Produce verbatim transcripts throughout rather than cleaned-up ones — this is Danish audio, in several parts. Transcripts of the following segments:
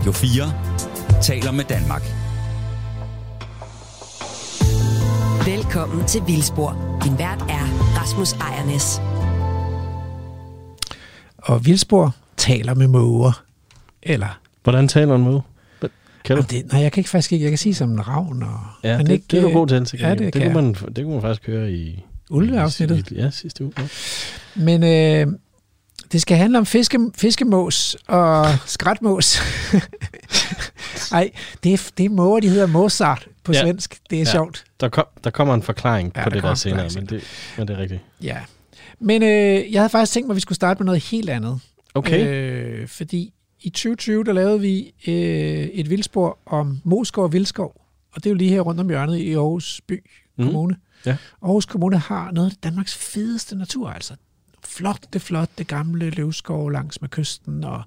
Radio fire taler med Danmark. Velkommen til Vildspor. Din vært er Rasmus Ejernes. Og Vildspor taler med måger. Eller... Hvordan taler en måge? Kan du? Det, nej, jeg kan ikke faktisk ikke. Jeg kan sige som en ravn. Og, ja, men det, ikke, det er du god til. Ja, det, det, kunne man, det kunne man faktisk høre i... Ulveafsnittet. Ja, sidste uge. Ja. Men øh, det skal handle om fiske, fiskemås og skratmås. Nej, det er, det er måger, de hedder Mozart på ja. svensk. Det er ja. sjovt. Der, kom, der kommer en forklaring ja, på det der senere, men det, men det er rigtigt. Ja, men øh, jeg havde faktisk tænkt mig, at vi skulle starte med noget helt andet. Okay. Øh, fordi i tyve tyve, der lavede vi øh, et vildspor om Moesgaard og Vildskov. Og det er jo lige her rundt om hjørnet i Aarhus by Kommune. Ja. Aarhus Kommune har noget af Danmarks fedeste natur, altså. Flot, det flot, det gamle løvskov langs med kysten. Og,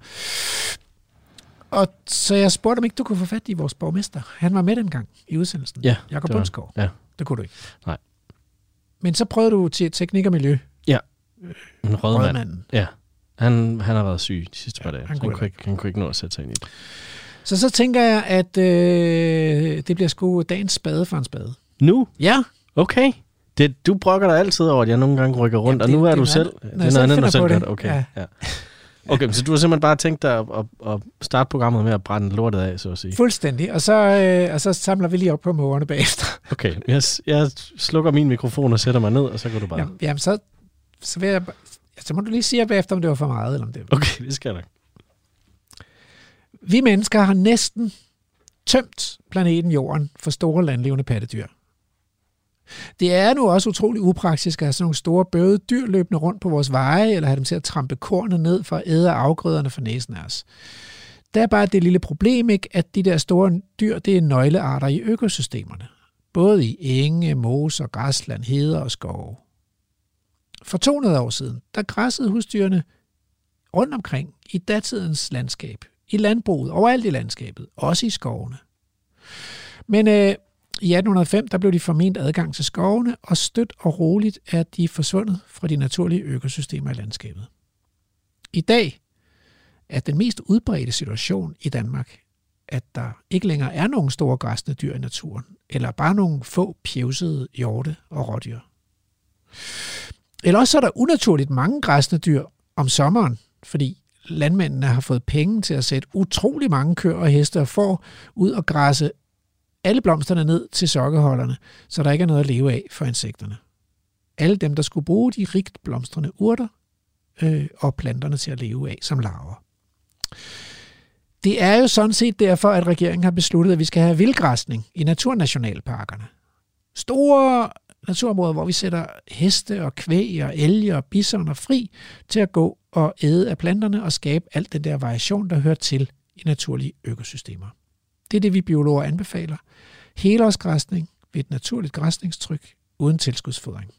og så jeg spurgte, om ikke du kunne få fat i vores borgmester. Han var med dengang i udsendelsen. Ja. Jakob Bundsgaard. Ja. Det kunne du ikke. Nej. Men så prøvede du til teknik og miljø. Ja. En rødmand. Rødmanden. Ja. Han, han har været syg de sidste par dage. Han, så han, kunne ikke, han kunne ikke nå at sætte sig ind i det. Så så tænker jeg, at øh, det bliver sgu dagens spade for en spade. Nu? Ja. Okay. Det, du brokker dig altid over, at jeg nogle gange rykker rundt, ja, det, og nu er du det, selv... Det er noget andet, du selv gør det. Okay, ja. Ja. Okay, så du har simpelthen bare tænkt dig at, at, at starte programmet med at brænde lortet af, så at sige. Fuldstændig, og så, øh, og så samler vi lige op på mågerne bagefter. Okay, jeg, jeg slukker min mikrofon og sætter mig ned, og så går du bare... Jamen, jamen så, så, vil jeg, så må du lige sige bagefter, om det var for meget, eller om det var... Okay, det skal jeg nok. Vi mennesker har næsten tømt planeten Jorden for store landlevende pattedyr. Det er nu også utrolig upraktisk at have sådan nogle store bøvede dyr løbende rundt på vores veje, eller have dem til at trampe kornet ned for at æde afgrøderne for næsen af os. Der er bare det lille problem, ikke, at de der store dyr, det er nøglearter i økosystemerne. Både i enge, moser, græsland, heder og skove. For to hundrede år siden, der græssede husdyrene rundt omkring i datidens landskab. I landbruget, overalt i landskabet, også i skovene. Men øh, i atten hundrede og fem, der blev de forment adgang til skovene, og støt og roligt er de forsvundet fra de naturlige økosystemer i landskabet. I dag er den mest udbredte situation i Danmark, at der ikke længere er nogen store græsne dyr i naturen, eller bare nogle få pjevsede hjorte og rådyr. Eller også er der unaturligt mange græsne dyr om sommeren, fordi landmændene har fået penge til at sætte utrolig mange køer og heste og får ud og græsse alle blomsterne ned til sokkeholderne, så der ikke er noget at leve af for insekterne. Alle dem, der skulle bruge de rigt blomstrende urter øh, og planterne til at leve af som larver. Det er jo sådan set derfor, at regeringen har besluttet, at vi skal have vildgræsning i naturnationalparkerne. Store naturområder, hvor vi sætter heste og kvæg og elge og bisoner fri til at gå og æde af planterne og skabe alt den der variation, der hører til i naturlige økosystemer. Det er det, vi biologer anbefaler. Helårsgræsning ved et naturligt græsningstryk uden tilskudsfodring.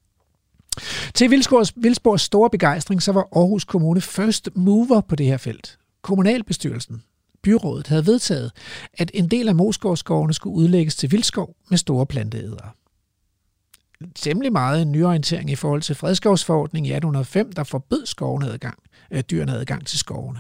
Til Vildspors store begejstring, så var Aarhus Kommune first mover på det her felt. Kommunalbestyrelsen, byrådet, havde vedtaget, at en del af Moesgaardskovene skulle udlægges til vildskov med store planteædere. Temmelig meget en nyorientering i forhold til fredskovsforordningen i atten hundrede og fem, der forbød skovene adgang, øh, dyrene adgang til skovene.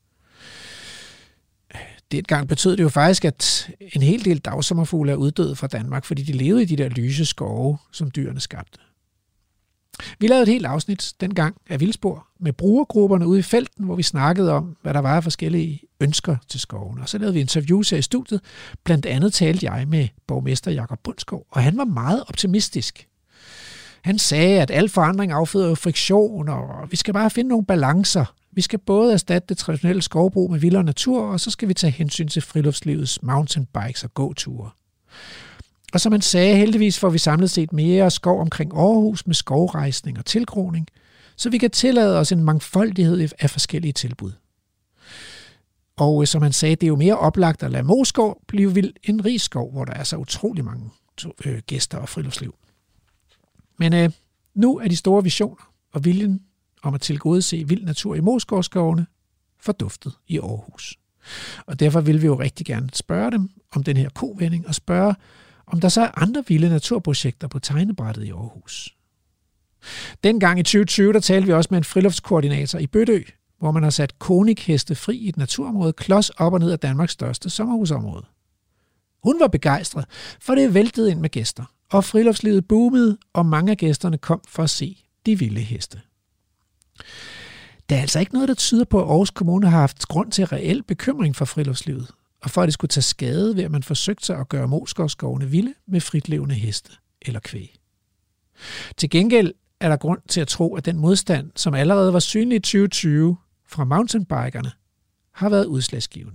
Dengang betød det jo faktisk, at en hel del dagsommerfugle er uddøde fra Danmark, fordi de levede i de der lyse skove, som dyrene skabte. Vi lavede et helt afsnit dengang af Vildspor med brugergrupperne ude i felten, hvor vi snakkede om, hvad der var af forskellige ønsker til skovene. Og så lavede vi interviews her i studiet. Blandt andet talte jeg med borgmester Jakob Bundsgaard, og han var meget optimistisk. Han sagde, at al forandring afføder jo friktion, og vi skal bare finde nogle balancer. Vi skal både erstatte det traditionelle skovbrug med vildere natur, og så skal vi tage hensyn til friluftslivets mountainbikes og gåture. Og som han sagde, heldigvis får vi samlet set mere skov omkring Aarhus med skovrejsning og tilgroning, så vi kan tillade os en mangfoldighed af forskellige tilbud. Og som han sagde, det er jo mere oplagt at lade Moesgaard blive vild en rig skov, hvor der er så utrolig mange øh, gæster og friluftsliv. Men øh, nu er de store visioner og viljen om at tilgodese vild natur i Moesgaardskovene forduftet i Aarhus. Og derfor vil vi jo rigtig gerne spørge dem om den her kovending og spørge, om der så er andre vilde naturprojekter på tegnebrættet i Aarhus. Dengang i tyve tyve, der talte vi også med en friluftskoordinator i Bøtø, hvor man har sat konikheste fri i et naturområde, klods op og ned af Danmarks største sommerhusområde. Hun var begejstret, for det væltede ind med gæster, og friluftslivet boomede, og mange af gæsterne kom for at se de vilde heste. Der er altså ikke noget, der tyder på, at Aarhus Kommune har haft grund til reel bekymring for friluftslivet, og for at det skulle tage skade ved, at man forsøgte sig at gøre Moesgaardskovene vilde med fritlevende heste eller kvæg. Til gengæld er der grund til at tro, at den modstand, som allerede var synlig i tyve tyve fra mountainbikerne, har været udslagsgivende.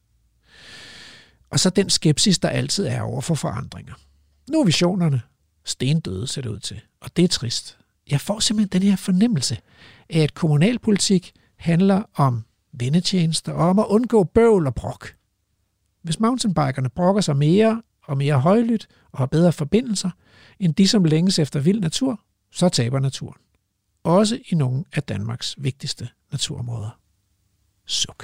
Og så den skepsis, der altid er over for forandringer. Nu er visionerne stendøde, ser det ud til, og det er trist. Jeg får simpelthen den her fornemmelse af, at kommunalpolitik handler om vennetjenester og om at undgå bøvl og brok. Hvis mountainbikerne brokker sig mere og mere højlydt og har bedre forbindelser, end de, som længes efter vild natur, så taber naturen. Også i nogle af Danmarks vigtigste naturområder. Suk.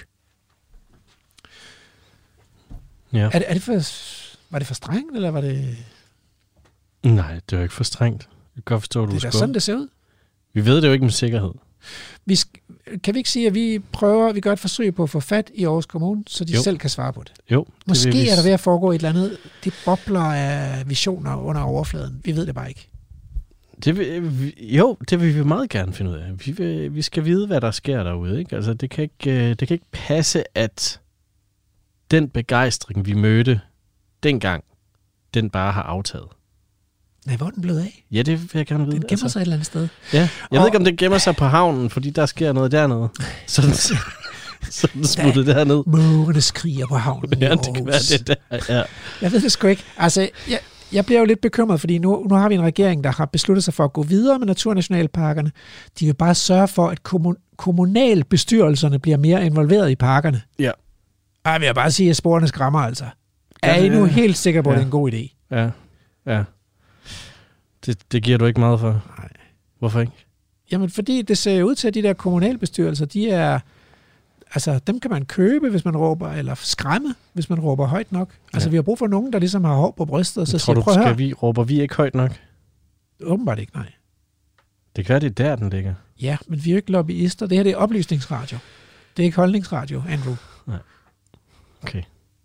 Ja. Er det, er det for, var det for strengt, eller var det... Nej, det var ikke for strengt. Jeg kan godt forstå, at du Det er da skal. sådan, det ser ud. Vi ved det jo ikke med sikkerhed. Vi sk- kan vi ikke sige, at vi prøver, vi gør et forsøg på at få fat i Aarhus Kommune, så de Jo. selv kan svare på det? Jo. Det Måske vil vi... er der ved at foregå et eller andet. Det bobler af visioner under overfladen. Vi ved det bare ikke. Det vil, vi, jo, det vil vi meget gerne finde ud af. Vi, vil, vi skal vide, hvad der sker derude. Ikke? Altså, det, kan ikke, øh, det kan ikke passe, at den begejstring, vi mødte dengang, den bare har aftaget. Nej, hvor er den blevet af? Ja, det vil jeg gerne vide. Den gemmer altså. sig et eller andet sted. Ja, jeg Og- ved ikke, om den gemmer sig på havnen, fordi der sker noget dernede. Sådan, sådan smuttet derned. Mågerne skriger på havnen. Ja, det kan være det der. Ja. Jeg ved det sgu ikke. Altså, jeg, jeg bliver jo lidt bekymret, fordi nu, nu har vi en regering, der har besluttet sig for at gå videre med naturnationalparkerne. De vil bare sørge for, at kommun- kommunalbestyrelserne bliver mere involveret i parkerne. Ja. Ej, vil jeg bare sige, at sporene skræmmer altså. Er I nu helt sikre på, at Ja. det er en god idé? Ja, ja. Det, det giver du ikke meget for. Nej. Hvorfor ikke? Jamen, fordi det ser ud til, at de der kommunalbestyrelser, de er... Altså, dem kan man købe, hvis man råber, eller skræmme, hvis man råber højt nok. Altså, Ja. vi har brug for nogen, der ligesom har hår på brystet, og så Tror siger, du, prøv at høre. skal vi, råber vi ikke højt nok? Åbenbart ikke, nej. Det kan være, det er der, den ligger. Ja, men vi er jo ikke lobbyister. Det her det er oplysningsradio. Det er ikke holdningsradio, Andrew. Okay.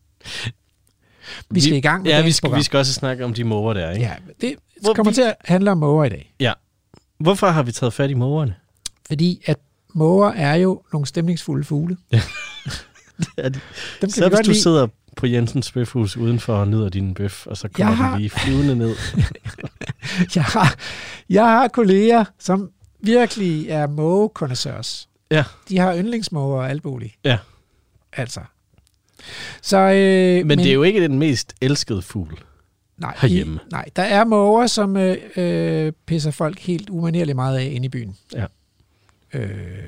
Vi skal i gang med Ja, vi dagens skal, program. vi skal også snakke om de måger der, ikke? Ja, det Hvor kommer vi- til at handle om måger i dag. Hvorfor har vi taget fat i mågerne? Fordi at måger er jo nogle stemningsfulde fugle. er de. Dem kan Så vi hvis godt du lide. sidder på Jensens Bøfhus udenfor og nyder din bøf, og så kommer Jeg har- den lige flyvende ned. Jeg har, jeg har kolleger, som virkelig er mågekonnoisseurs. Ja. De har yndlingsmåger og alt muligt. Ja. Altså. Så, øh, Men, men det er jo ikke den mest elskede fugl. nej, herhjemme. I, nej, der er måger, som øh, øh, pisser folk helt umanerligt meget af inde i byen. Ja. Øh,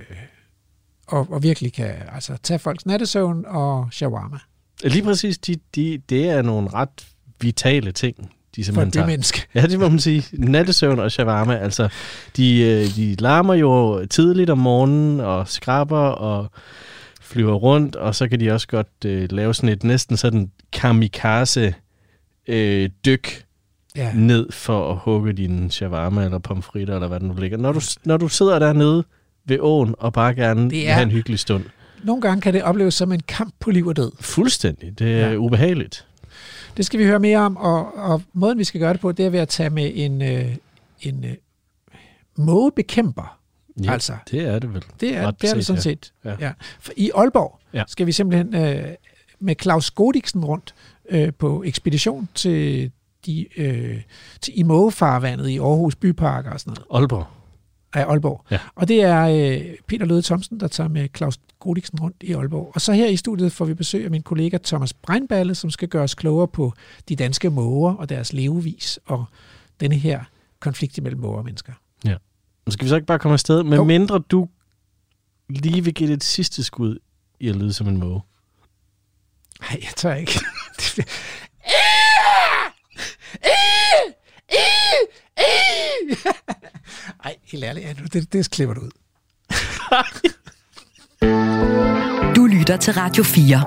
og, og virkelig kan altså, tage folks nattesøvn og shawarma Lige præcis, de, de, det er nogle ret vitale ting, de for simpelthen det tager. menneske. Ja, det må man sige. Nattesøvn og shawarma, altså, de, øh, de larmer jo tidligt om morgenen og skraber og flyver rundt, og så kan de også godt øh, lave sådan et næsten sådan kamikaze øh, dyk Ja. ned for at hugge din shawarma eller pomfritter, eller hvad den nu ligger. Når du, når du sidder dernede ved åen og bare gerne Det vil er- have en hyggelig stund. Nogle gange kan det opleves som en kamp på liv og død. Fuldstændig. Det er Ja. ja. ubehageligt. Det skal vi høre mere om, og, og måden vi skal gøre det på, det er ved at tage med en, øh, en øh, mågebekæmper. Ja, Altså. det er det vel. Det er Ret det, er det beset, sådan ja. set. Ja. Ja. For I Aalborg Ja. ja. skal vi simpelthen øh, med Claus Godiksen rundt øh, på ekspedition til, de, øh, til i mågefarvandet i Aarhus Byparker og sådan noget. Aalborg. Af Aalborg. Ja. Og det er øh, Peter Løde Thomsen, der tager med Claus Godiksen rundt i Aalborg. Og så her i studiet får vi besøg af min kollega Thomas Breinballe, som skal gøre os klogere på de danske måger og deres levevis og denne her konflikt imellem måger og mennesker. Nu skal vi så ikke bare komme afsted, med Jo. mindre du lige vil give det et sidste skud i at lyde som en måge. Nej, jeg tør ikke. Ej, helt ærligt, Andrew, det, det klipper du ud. Du lytter til Radio fire.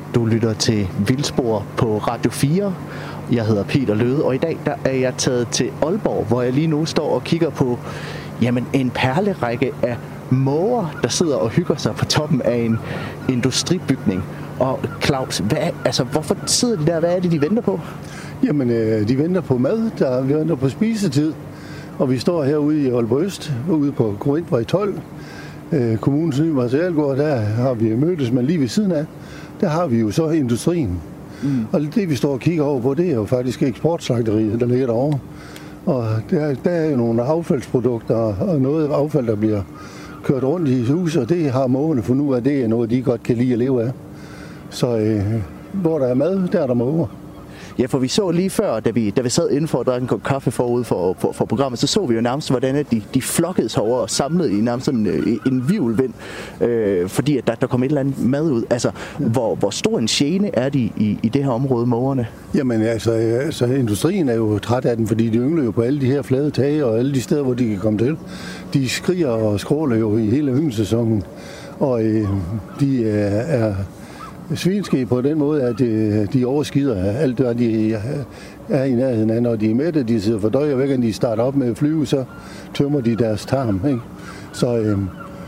Du lytter til Vildspor på Radio fire. Jeg hedder Peter Løde, og i dag der er jeg taget til Aalborg, hvor jeg lige nu står og kigger på jamen, en perlerække af måger, der sidder og hygger sig på toppen af en industribygning. Og Claus, hvad, altså, hvorfor sidder de der? Hvad er det, de venter på? Jamen, øh, de venter på mad. Der, vi venter på spisetid. Og vi står herude i Aalborg Øst, ude på Korintvej tolv. Øh, kommunens nye materialgård, der har vi mødtes, men lige ved siden af, der har vi jo så industrien. Mm. Og det, vi står og kigger over på, det er jo faktisk eksportslagteriet, der ligger derovre. Og der, der er jo nogle affaldsprodukter og noget affald, der bliver kørt rundt i huset, og det har mågerne for nu, at det er noget, de godt kan lide at leve af. Så øh, hvor der er mad, der er der måger. Ja, for vi så lige før, da vi, da vi sad indenfor og drak en kop kaffe forud for, for, for programmet, så så vi jo nærmest, hvordan de, de flokkedes herovre og samlede i nærmest sådan en, en virvelvind, øh, fordi at der, der kom et eller andet mad ud. Altså, hvor, hvor stor en gene er de i, i det her område, mågerne? Jamen, altså, altså, industrien er jo træt af den, fordi de yngler jo på alle de her flade tage og alle de steder, hvor de kan komme til. De skriger og skråler jo i hele yngesæsonen, og øh, de er... er svinske på den måde, at de overskider alt, hvad de er i nærheden af. Når de er mætte, de sidder for døj, og hver gang de starter op med at flyve, så tømmer de deres tarm. Ikke? Så øh,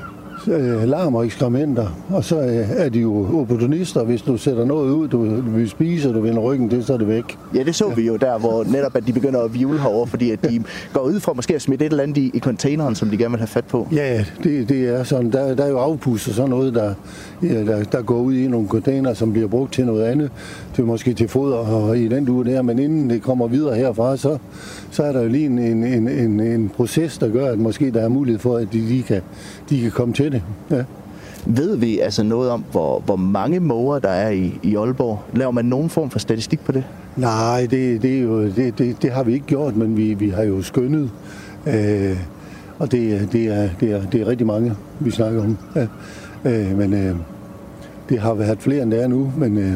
øh, larm og ekskrementer, og så øh, er de jo opportunister. Hvis du sætter noget ud, du vil spise, og du vender ryggen til, så er det væk. Ja, det så ja. vi jo der, hvor netop at de begynder at vivle herovre, fordi at de går ud fra måske at smide et eller andet i, i containeren, som de gerne vil have fat på. Ja, det, det er sådan. Der, der er jo afpust og sådan noget, der, ja, der, der går ud i nogle container, som bliver brugt til noget andet. Det er måske til foder og i den uge der, men inden det kommer videre herfra, så, så er der jo lige en, en, en, en proces, der gør, at måske der er mulighed for, at de, de, kan, de kan komme til det. Ja. Ved vi altså noget om, hvor, hvor mange måger der er i, i Aalborg? Laver man nogen form for statistik på det? Nej, det, det, er jo, det, det, det har vi ikke gjort, men vi, vi har jo skønnet. Øh, og det, det, er, det, er, det er rigtig mange, vi snakker om. Ja. Øh, men øh, det har været flere, end det er nu. Men øh,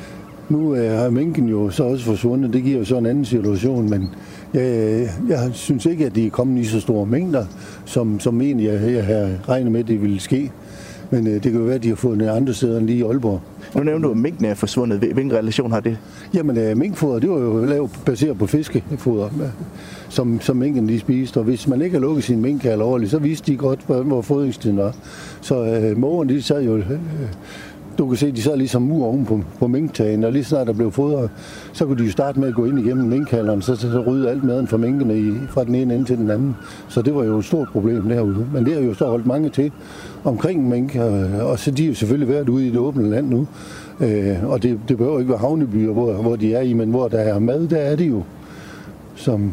nu er minken jo så også forsvundet. Det giver jo så en anden situation, men jeg, jeg synes ikke, at de er kommet i så store mængder, som, som egentlig jeg, jeg har regnet med, at det ville ske. Men øh, det kan jo være, at de har fundet andre steder end lige i Aalborg. Nu nævnte du, at minken er forsvundet. Hvilken relation har det? Jamen, øh, minkfoder, det var jo lavet baseret på fiskefoder, som, som minken lige spiste. Og hvis man ikke har lukket sin minkkalv ordentligt, så vidste de godt, hvor fodringstiden var. Så øh, mågerne, de sad jo... Øh, du kan se, de sad ligesom mur oven på, på minktagen, og lige snart der blev fodret, så kunne de jo starte med at gå ind igennem minkkalderen, så, så, så rydde alt maden fra minkene i, fra den ene ende til den anden. Så det var jo et stort problem derude. Men det har jo så holdt mange til omkring mink, og, og så de er jo selvfølgelig været ude i det åbne land nu. Øh, og det, det behøver ikke være havnebyer, hvor, hvor de er i, men hvor der er mad, der er det jo. Som,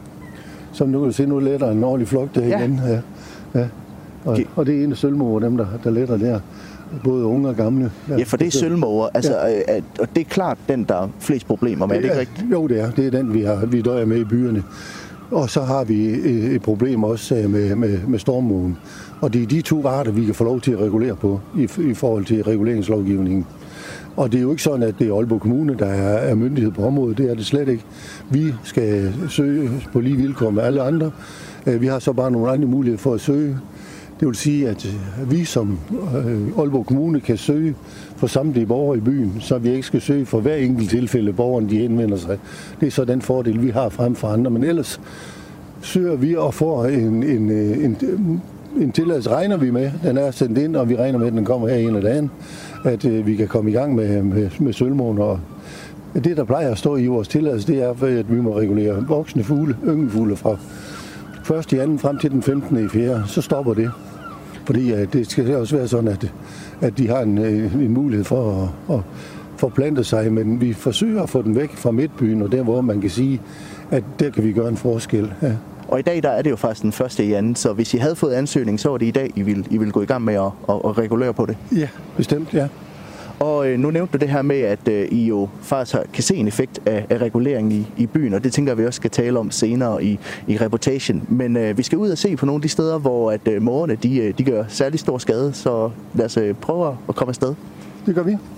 som nu kan du se, nu letter en ordentlig flok der ja. igen. Ja. Ja. Og, og det er en af sølvmåger, dem der, der letter der. Både unge og gamle. Ja, for det er sølvmåger. Altså, ja. Og det er klart den, der er flest problemer med, er det ikke rigtigt? Jo, det er. Det er den, vi har vi døjer med i byerne. Og så har vi et, et problem også med, med, med stormmågen. Og det er de to arter, vi kan få lov til at regulere på i, i forhold til reguleringslovgivningen. Og det er jo ikke sådan, at det er Aalborg Kommune, der er, er myndighed på området. Det er det slet ikke. Vi skal søge på lige vilkår med alle andre. Vi har så bare nogle andre muligheder for at søge. Det vil sige, at vi som Aalborg Kommune kan søge for samtlige borgere i byen, så vi ikke skal søge for hver enkelt tilfælde, borgerne de henvender sig. Det er så den fordel, vi har frem for andre. Men ellers søger vi og får en, en, en, en tilladelse, regner vi med. Den er sendt ind, og vi regner med, at den kommer her en eller anden, at vi kan komme i gang med, med, med sølvmågen. Og det, der plejer at stå i vores tilladelse, det er, at vi må regulere voksne fugle, ynglefugle fra første i anden frem til den femtende i fjerde, så stopper det. Fordi ja, det skal også være sådan, at, at de har en, en mulighed for at, at forplante sig, men vi forsøger at få den væk fra midtbyen, og der hvor man kan sige, at der kan vi gøre en forskel. Ja. Og i dag der er det jo faktisk den første i anden, så hvis I havde fået ansøgning, så var det i dag, I ville, I ville gå i gang med at, at, at regulere på det? Ja, bestemt, ja. Og øh, nu nævnte du det her med, at øh, I jo faktisk kan se en effekt af, af reguleringen i, i byen, og det tænker jeg, vi også skal tale om senere i, i reportagen. Men øh, vi skal ud og se på nogle af de steder, hvor at øh, mågerne de, de gør særlig stor skade, så lad os øh, prøve at komme afsted. Det gør vi.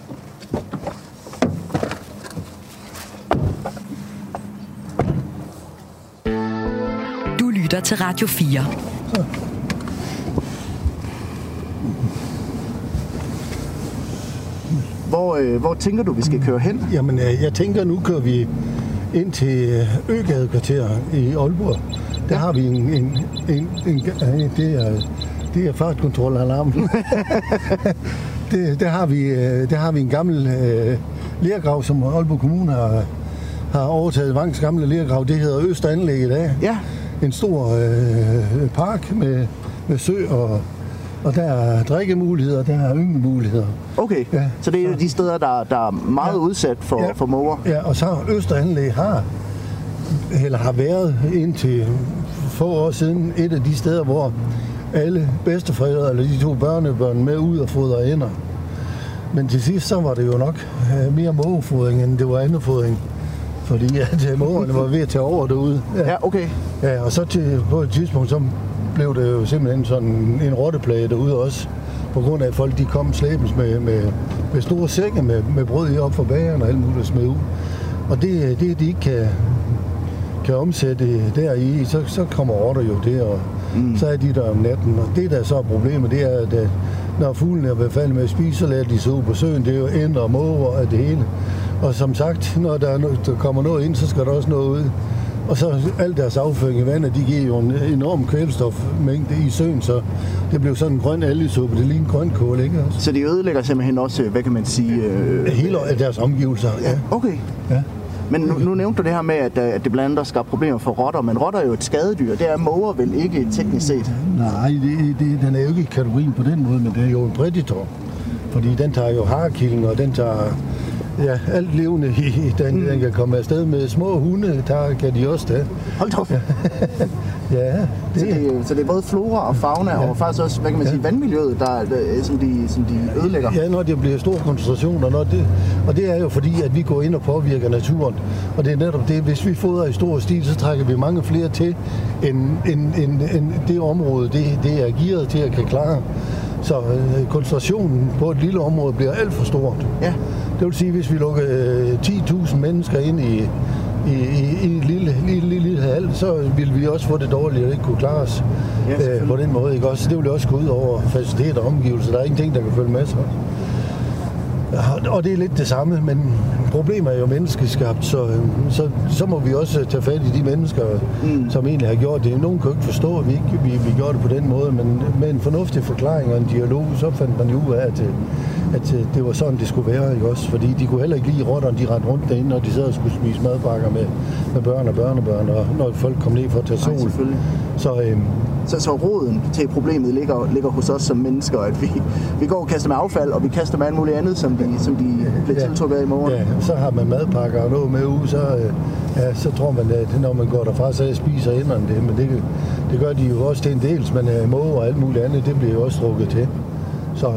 Du lytter til Radio fire. Så. Hvor, øh, hvor tænker du, vi skal køre hen? Jamen, øh, jeg tænker, nu kører vi ind til Øgadekvarteret i Aalborg. Der ja. har vi en, en, en, en, en det er, det er fartkontrolalarmen. det, der, har vi, der har vi en gammel øh, lergrav, som Aalborg Kommune har, har overtaget. Vangs gamle lergrav, det hedder Østeranlæg i dag. Ja. En stor øh, park med, med sø, og, og der er drikkemuligheder, der er yngelmuligheder. Okay, ja. Så det er de steder, der, der er meget ja. udsat for, ja. for måger? Ja, og så Østeranlæg har, eller har været indtil få år siden et af de steder, hvor alle bedsteforældre eller de to børnebørn med ud og fodre ender. Men til sidst så var det jo nok mere mågefodring, end det var andefodring. Fordi at mågerne var ved at tage over derude. Ja, ja okay. Ja, og så til, på et tidspunkt, så blev det jo simpelthen sådan en rotteplage derude også. På grund af, at folk de kom slæbens med, med, med store sække med, med brød i op for bageren og alt muligt smed ud. Og det, det de ikke kan, kan omsætte deri, så, så kommer rotter jo der, og mm. så er de der om natten. Og det, der så er problemet, det er, at når fuglene er ved fald med at spise, så lader de sig ud på søen. Det er jo ænder og måger og det hele. Og som sagt, når der, noget, der kommer noget ind, så skal der også noget ud. Og så alt deres afføring i vandet, de giver jo en enorm kvælstofmængde i søen, så det blev sådan en grøn algesuppe. Det ligner en grøn kål, ikke? Så de ødelægger simpelthen også, hvad kan man sige? Øh... Hele deres omgivelser, ja. Okay. Ja. Men nu, nu nævnte du det her med, at, at det blandt andet skaber problemer for rotter, men rotter er jo et skadedyr. Det er måger vel ikke teknisk set? Nej, det, det, den er jo ikke i kategorien på den måde, men det er jo en predator. Fordi den tager jo harekilling, og den tager ja, alt levende i den. Mm. Den kan komme afsted med små hunde, der kan de også det. Hold da op. Ja, det så, det, så det er både flora og fauna, ja. Og faktisk også, hvad kan man sige, ja. vandmiljøet, der, der, som, de, som de ødelægger. Ja, når det bliver store koncentrationer, når det, og det er jo fordi, at vi går ind og påvirker naturen. Og det er netop det, hvis vi fodrer i stor stil, så trækker vi mange flere til, end, end, end, end det område, det, det er gearet til at kan klare. Så øh, koncentrationen på et lille område bliver alt for stort. Ja. Det vil sige, hvis vi lukker øh, ti tusind mennesker ind i, i, i, i en lille, lille, lille, lille hal, så vil vi også få det dårligt og ikke kunne klare os ja, øh, på den måde. Ikke? Også, det vil også gå ud over faciliteter og omgivelser. Der er ingenting, der kan følge med sig. Og det er lidt det samme, men problemet er jo menneskeskabt, så, så, så må vi også tage fat i de mennesker, mm. som egentlig har gjort det. Nogen kan ikke forstå, at vi, ikke, vi, vi gjorde det på den måde, men med en fornuftig forklaring og en dialog, så fandt man jo ud af, at, at det var sådan, det skulle være. Ikke også? Fordi de kunne heller ikke lide rotterne, de rendte rundt derinde, når de sad og skulle spise madpakker med, med børn og børnebørn, og når folk kom ned for at tage sol. Nej, så, øhm, så, så roden til problemet ligger, ligger hos os som mennesker, at vi, vi går og kaster med affald, og vi kaster med alt muligt andet, som de, som de bliver ja, tiltrukket af i morgen. Ja, så har man madpakker og noget med ud, så, ja, så tror man, at når man går derfra, så spiser inderne det, men det, det gør de jo også til en del, men måger og alt muligt andet, det bliver jo også trukket til. Så,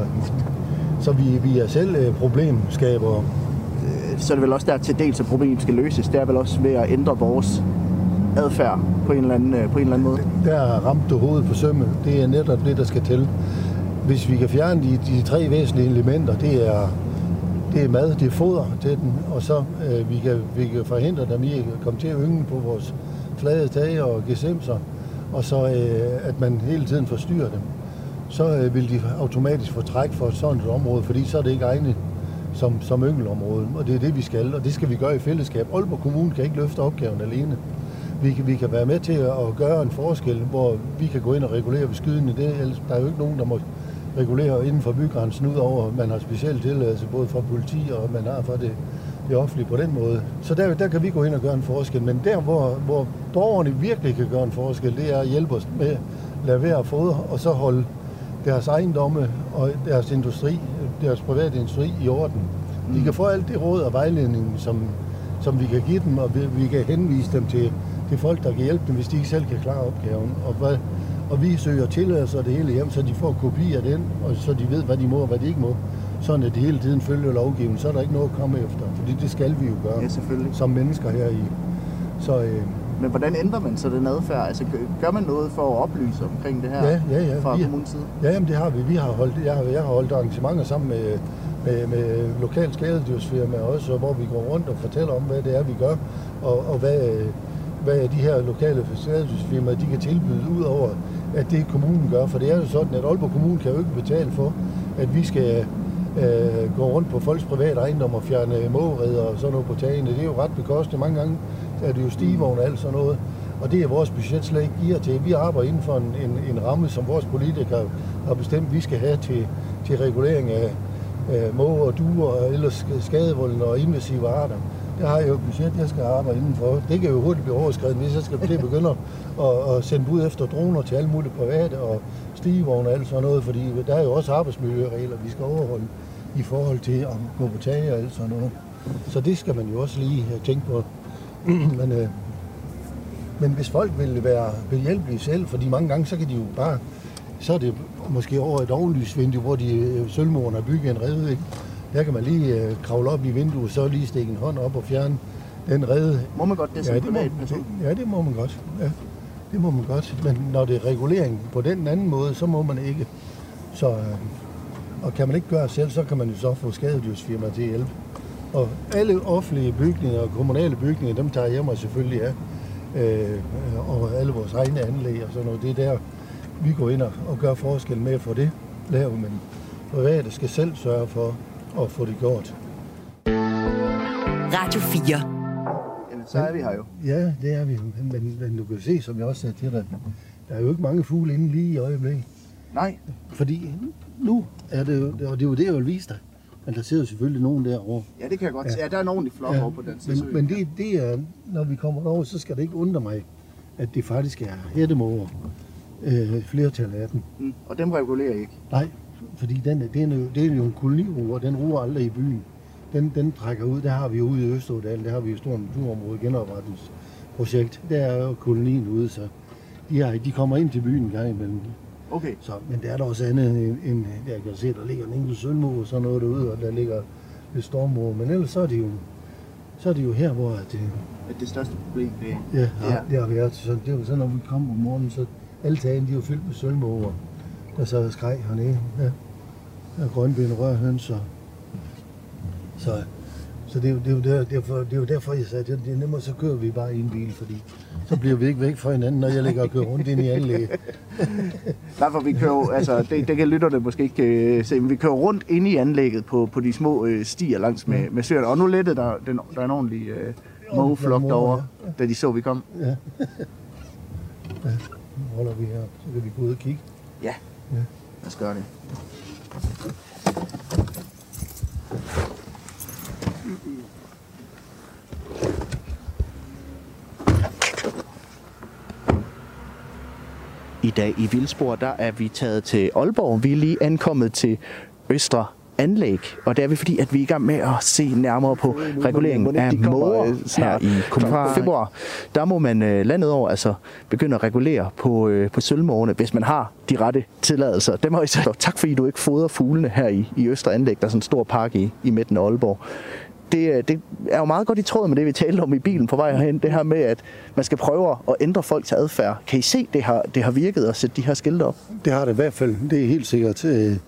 så vi, vi er selv problemskabere. Så er det vel også der til dels, at problemet skal løses. Det er vel også ved at ændre vores adfærd på en eller anden, på en eller anden måde. Der ramte du hovedet på sømmet. Det er netop det, der skal til. Hvis vi kan fjerne de, de tre væsentlige elementer, det er, det er mad, det er foder til den, og så øh, vi, kan, vi kan forhindre dem i at komme til at yngle på vores flade tage og gesimser, og så øh, at man hele tiden forstyrrer dem. Så øh, vil de automatisk få træk for sådan et område, fordi så er det ikke egnet som, som yngelområde, og det er det, vi skal, og det skal vi gøre i fællesskab. Aalborg Kommune kan ikke løfte opgaven alene. Vi kan, vi kan være med til at gøre en forskel, hvor vi kan gå ind og regulere ved skydende. Det, ellers, der er jo ikke nogen, der må regulere inden for bygrænsen, udover at man har specielt tilladelse både fra politi og man har fra det, det offentlige på den måde. Så der, der kan vi gå ind og gøre en forskel. Men der, hvor, hvor borgerne virkelig kan gøre en forskel, det er at hjælpe os med at lade være at fodre, og så holde deres ejendomme og deres industri, deres private industri i orden. Mm. De kan få alt det råd og vejledning, som, som vi kan give dem, og vi, vi kan henvise dem til, til folk, der kan hjælpe dem, hvis de ikke selv kan klare opgaven. Og, hvad, og vi søger tilladelse og det hele hjem, så de får kopi af den, og så de ved, hvad de må og hvad de ikke må. Sådan at det hele tiden følger lovgivningen, så er der ikke noget at komme efter, fordi det skal vi jo gøre, ja, som mennesker her i. Så, øh, Men hvordan ændrer man så den adfærd? Altså, gør man noget for at oplyse omkring det her ja, ja, ja. fra vi, kommunens side? Ja, jamen, det har vi. vi har holdt, jeg, har, jeg har holdt arrangementer sammen med, med, med lokale skadedyrsfirmaer også, hvor vi går rundt og fortæller om, hvad det er, vi gør, og, og hvad, hvad de her lokale skadedyrsfirmaer de kan tilbyde, ud over at det kommunen gør. For det er jo sådan, at Aalborg Kommune kan jo ikke betale for, at vi skal øh, gå rundt på folks private ejendom og fjerne mågereder og sådan noget på tagene. Det er jo ret bekosteligt. Mange gange er det jo stigevogn og alt sådan noget. Og det er vores budget slet ikke giver til. Vi arbejder inden for en, en, en ramme, som vores politikere har bestemt, vi skal have til, til regulering af øh, måger og duer og ellers skadevoldende og invasive arter. Det har jeg jo et budget, jeg skal arbejde indenfor. Det kan jo hurtigt blive overskredet, hvis jeg skal til at begynde at, at sende bud efter droner til alle mulige private og stigevogne og alt sådan noget, fordi der er jo også arbejdsmiljøregler, vi skal overholde i forhold til at gå på tage og alt sådan noget. Så det skal man jo også lige tænke på. Men, øh, men hvis folk vil være behjælpelige selv, fordi mange gange, så kan de jo bare, så er det måske over et ovenlysvindue, hvor de sølvmårene har bygget en rede, ikke? Der kan man lige øh, kravle op i vinduet, så lige stikke en hånd op og fjerne den rede. Må man godt det som ja, det må, privatperson? Ja, det må man godt. Ja, det må man godt. Men når det er regulering på den anden måde, så må man ikke. Så, øh, og kan man ikke gøre det selv, så kan man jo så få skadedyrsfirmaer til at hjælpe. Og alle offentlige bygninger og kommunale bygninger, dem tager hjem og selvfølgelig af. Øh, og alle vores egne anlæg og sådan noget. Det er der, vi går ind og, og gør forskel med at få det lavet. Men private skal selv sørge for at få det gjort. Radio fire. Jamen, så er vi her jo. Ja, det er vi. Men, men, men du kan se, som jeg også sagde til dig, der er jo ikke mange fugle inde lige i øjeblikket. Nej. Fordi nu er det jo, og det er jo det, jeg vil vise dig, men der sidder selvfølgelig nogen derovre. Ja, det kan jeg godt se. Ja, der er en ordentlig flok Ja, over på den side. Men, men det, det er, når vi kommer over, så skal det ikke undre mig, at det faktisk er hættemåger. Øh, flertal af dem. Mm. Og dem regulerer I ikke? Nej, fordi den, det, er jo, det er jo en koloniruer, den ruer aldrig i byen. Den, den trækker ud, der har vi ude i Østerådal, der har vi jo et stort naturområde genopretningsprojekt. Der er jo kolonien ude, så de, har, de kommer ind til byen en gang imellem. Okay. Så, men der er der også andet end, end jeg kan se, der ligger en enkelt sølvmåge og sådan noget derude, og der ligger lidt stormmåge. Men ellers så er det jo, så er det jo her, hvor det, At det største problem, det er... ja, ja. det har været. Så det var sådan, når vi kom om morgenen, så alle tagene, de er jo fyldt med sølvmåger, der så skreg hernede. Ja. Der er grønben og rørhøns, og så, så det, er jo, det, er jo der, derfor, det er jo derfor, jeg sagde, at det er nemmere, så kører vi bare i en bil, fordi så bliver vi ikke væk fra hinanden, når jeg ligger og kører rundt ind i anlægget. Nej, for vi kører altså det, det kan lytterne måske ikke uh, se, men vi kører rundt inde i anlægget på, på de små uh, stier langs med, med søerne. Og nu lettede der, den, der er en ordentlig uh, mågeflok derovre, ja, ja. Da de så, vi kom. Ja. Ja, nu holder vi her, så kan vi gå ud og kigge. Ja, ja. Lad os gøre det. I dag i Vildspor, der er vi taget til Aalborg. Vi er lige ankommet til Østre Anlæg, og det er vi, fordi at vi er i gang med at se nærmere på reguleringen af måger her i februar. Der må man landet over altså begynde at regulere på, på sølvmågerne, hvis man har de rette tilladelser. Dem har I sagt. Tak fordi du ikke fodrer fuglene her i, i Østre Anlæg. Der er sådan en stor park i, i midten af Aalborg. Det, det er jo meget godt i tråd med det, vi talte om i bilen på vej herhen. Det her med, at man skal prøve at ændre folks adfærd. Kan I se, det har, det har virket at sætte de her skilte op? Det har det i hvert fald. Det er helt sikkert.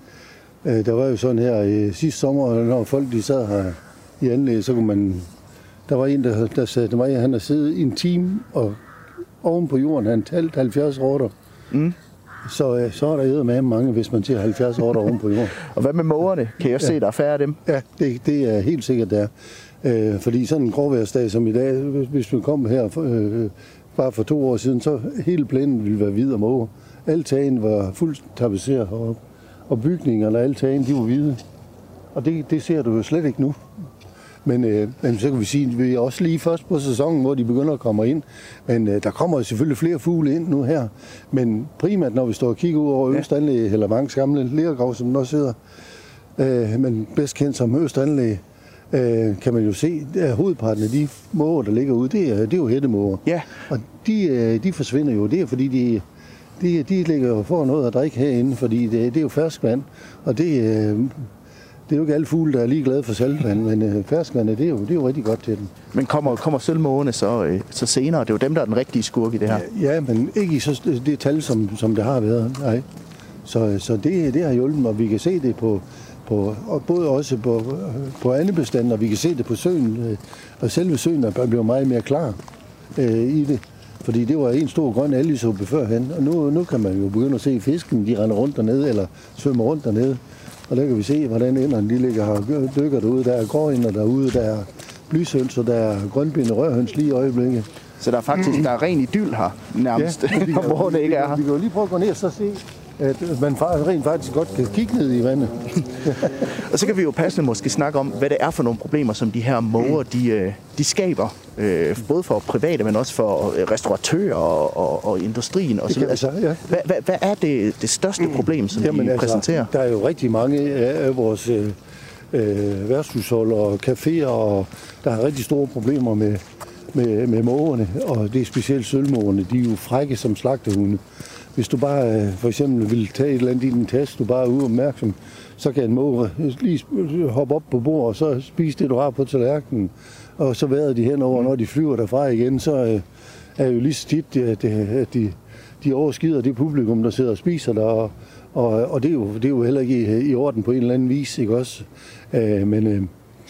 Der var jo sådan her sidste sommer, når folk de sad her i anlæg, så kunne man... Der var en, der, der sagde til mig, at han har siddet i en time, og oven på jorden han talt halvfjerds rotter. Mm. Så, så er der jo med mange, hvis man siger halvfjerds rotter oven på jorden. Og hvad med mågerne? Kan I også ja. se, der er færre af dem? Ja, det, det er helt sikkert der. Øh, fordi sådan en gråværsdag som i dag, hvis vi kom her for, øh, bare for to år siden, så hele plænen ville være hvid og måger. Alle tagen var fuldt tapetseret heroppe. Og bygningerne og alle tagen, de var hvide. Og det, det ser du jo slet ikke nu. Men, øh, men så kan vi sige, at vi er også lige først på sæsonen, hvor de begynder at komme ind. Men øh, der kommer selvfølgelig flere fugle ind nu her. Men primært, når vi står og kigger ud over ja. Østanlæg, eller Vangs gamle lergrav, som der sidder, øh, men bedst kendt som Østanlæg, øh, kan man jo se, at hovedparten af de måger, der ligger ude, det er, det er jo hættemåger. Ja. Og de, øh, de forsvinder jo. Det er fordi, de... De, de ligger jo for noget at drikke herinde, fordi det, det er jo ferskvand, og det, øh, det er jo ikke alle fugle, der er lige glade for saltvand, men øh, ferskvandet, det er, jo, det er jo rigtig godt til dem. Men kommer, kommer sølvmågerne så, øh, så senere? Det er jo dem, der er den rigtige skurk i det her. Ja, ja, men ikke i så, det tal, som, som det har været. Nej. Så, så det, det har hjulpet, og vi kan se det på, på og både også på, på andebestanden, og vi kan se det på søen, øh, og selve søen er blevet meget mere klar øh, i det. Fordi det var en stor grøn algesuppe førhen, og nu, nu kan man jo begynde at se fisken, de render rundt dernede, eller svømmer rundt dernede. Og der kan vi se, hvordan inderne de ligger og dykker derude. Der er gråinder derude, der er blysøns, og der er grønbindende rørhøns lige i øjeblikket. Så der er faktisk der er ren idyl her, nærmest, ja, kan, hvor det ikke er her. Vi kan jo lige prøve at gå ned og så se, at man rent faktisk godt kan kigge ned i vandet. Og så kan vi jo passende måske snakke om, hvad det er for nogle problemer, som de her måger, de, de skaber. Øh, både for private, men også for restauratører og, og, og industrien og så videre. Altså, ja. hvad, hvad, hvad er det, det største problem, som Jamen, de altså, præsenterer? Der er jo rigtig mange af vores øh, værtshushold og caféer, og der er rigtig store problemer med, med, med mågerne, og det er specielt sølvmågerne. De er jo frække som slagtehunde. Hvis du bare for eksempel vil tage et eller andet i din taske, du bare er uopmærksom, så kan en måge lige hoppe op på bordet, og så spise det, du har på tallerkenen. Og så vader de henover, når de flyver derfra igen, så øh, er jo lige så tit, at, at de, de overskider det publikum, der sidder og spiser der. Og, og, og det, er jo, det er jo heller ikke i, i orden på en eller anden vis, ikke også? Øh, men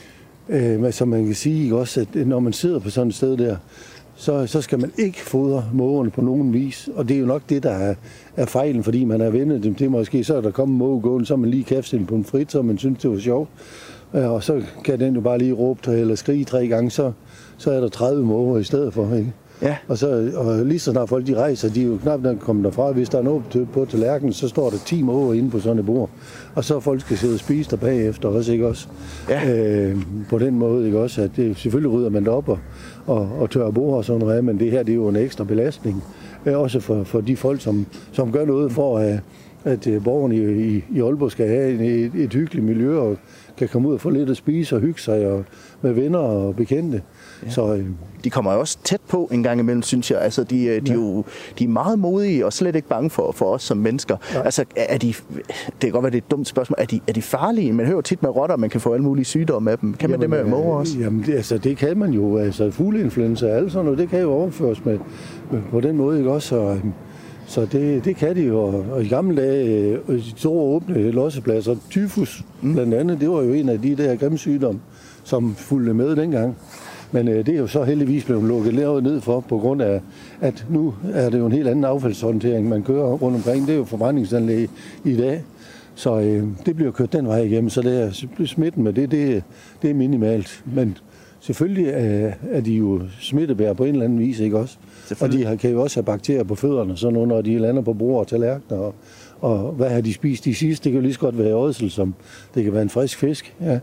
øh, som man kan sige, ikke også, at når man sidder på sådan et sted der, så, så skal man ikke fodre mågerne på nogen vis. Og det er jo nok det, der er, er fejlen, fordi man er vennet dem til måske. Så er der kommet mågegående, så er man lige kæftet på en frit, så man synes, det var sjovt. Og så kan den jo bare lige råbe eller skrige tre gange, så, så er der tredive måger i stedet for. Ikke? Ja. Og, så, og lige så snart folk de rejser, de er jo knap nok kommet derfra. Hvis der er noget på tallerkenen, så står der ti måger inde på sådan et bord. Og så folk skal sidde og spise der bagefter også, ikke også? Ja. Øh, på den måde, ikke også? At det, selvfølgelig rydder man det op og, og, og tørrer bord og sådan noget, men det her det er jo en ekstra belastning. Også for, for de folk, som, som gør noget for, at, at borgerne i, i, i Aalborg skal have et, et hyggeligt miljø og kan komme ud og få lidt at spise og hygge sig og, med venner og bekendte. Ja. Så, øh, de kommer jo også tæt på en gang imellem, synes jeg. Altså, de, de, ja. er jo, de er meget modige og slet ikke bange for, for os som mennesker. Ja. Altså, er de, det kan godt være, det er et dumt spørgsmål. Er de, er de farlige? Man hører tit med rotter, man kan få alle mulige sygdomme af dem. Kan jamen, man det med måger også? Jamen, det, altså, det kan man jo. Altså, fugleinfluenza og alt sådan noget, det kan jo overføres med, med på den måde, ikke også? Og, så det, det kan de jo. Og i gamle dage, de store åbne lossepladser, tyfus mm. blandt andet, det var jo en af de der grimme sygdomme, som fulgte med dengang. Men øh, det er jo så heldigvis blevet lukket ned for, på grund af, at nu er det jo en helt anden affaldshåndtering, man kører rundt omkring. Det er jo forbrændingsanlæg i dag, så øh, det bliver kørt den vej igennem, så det er smitten med det, det, det er minimalt. Men selvfølgelig er, er de jo smittebærer på en eller anden vis, ikke også? Og de har, kan jo også have bakterier på fødderne, så nu, når de lander på bord og tallerkener, og, og hvad har de spist de sidste? Det kan jo lige så godt være ådsel, som det kan være en frisk fisk, ja.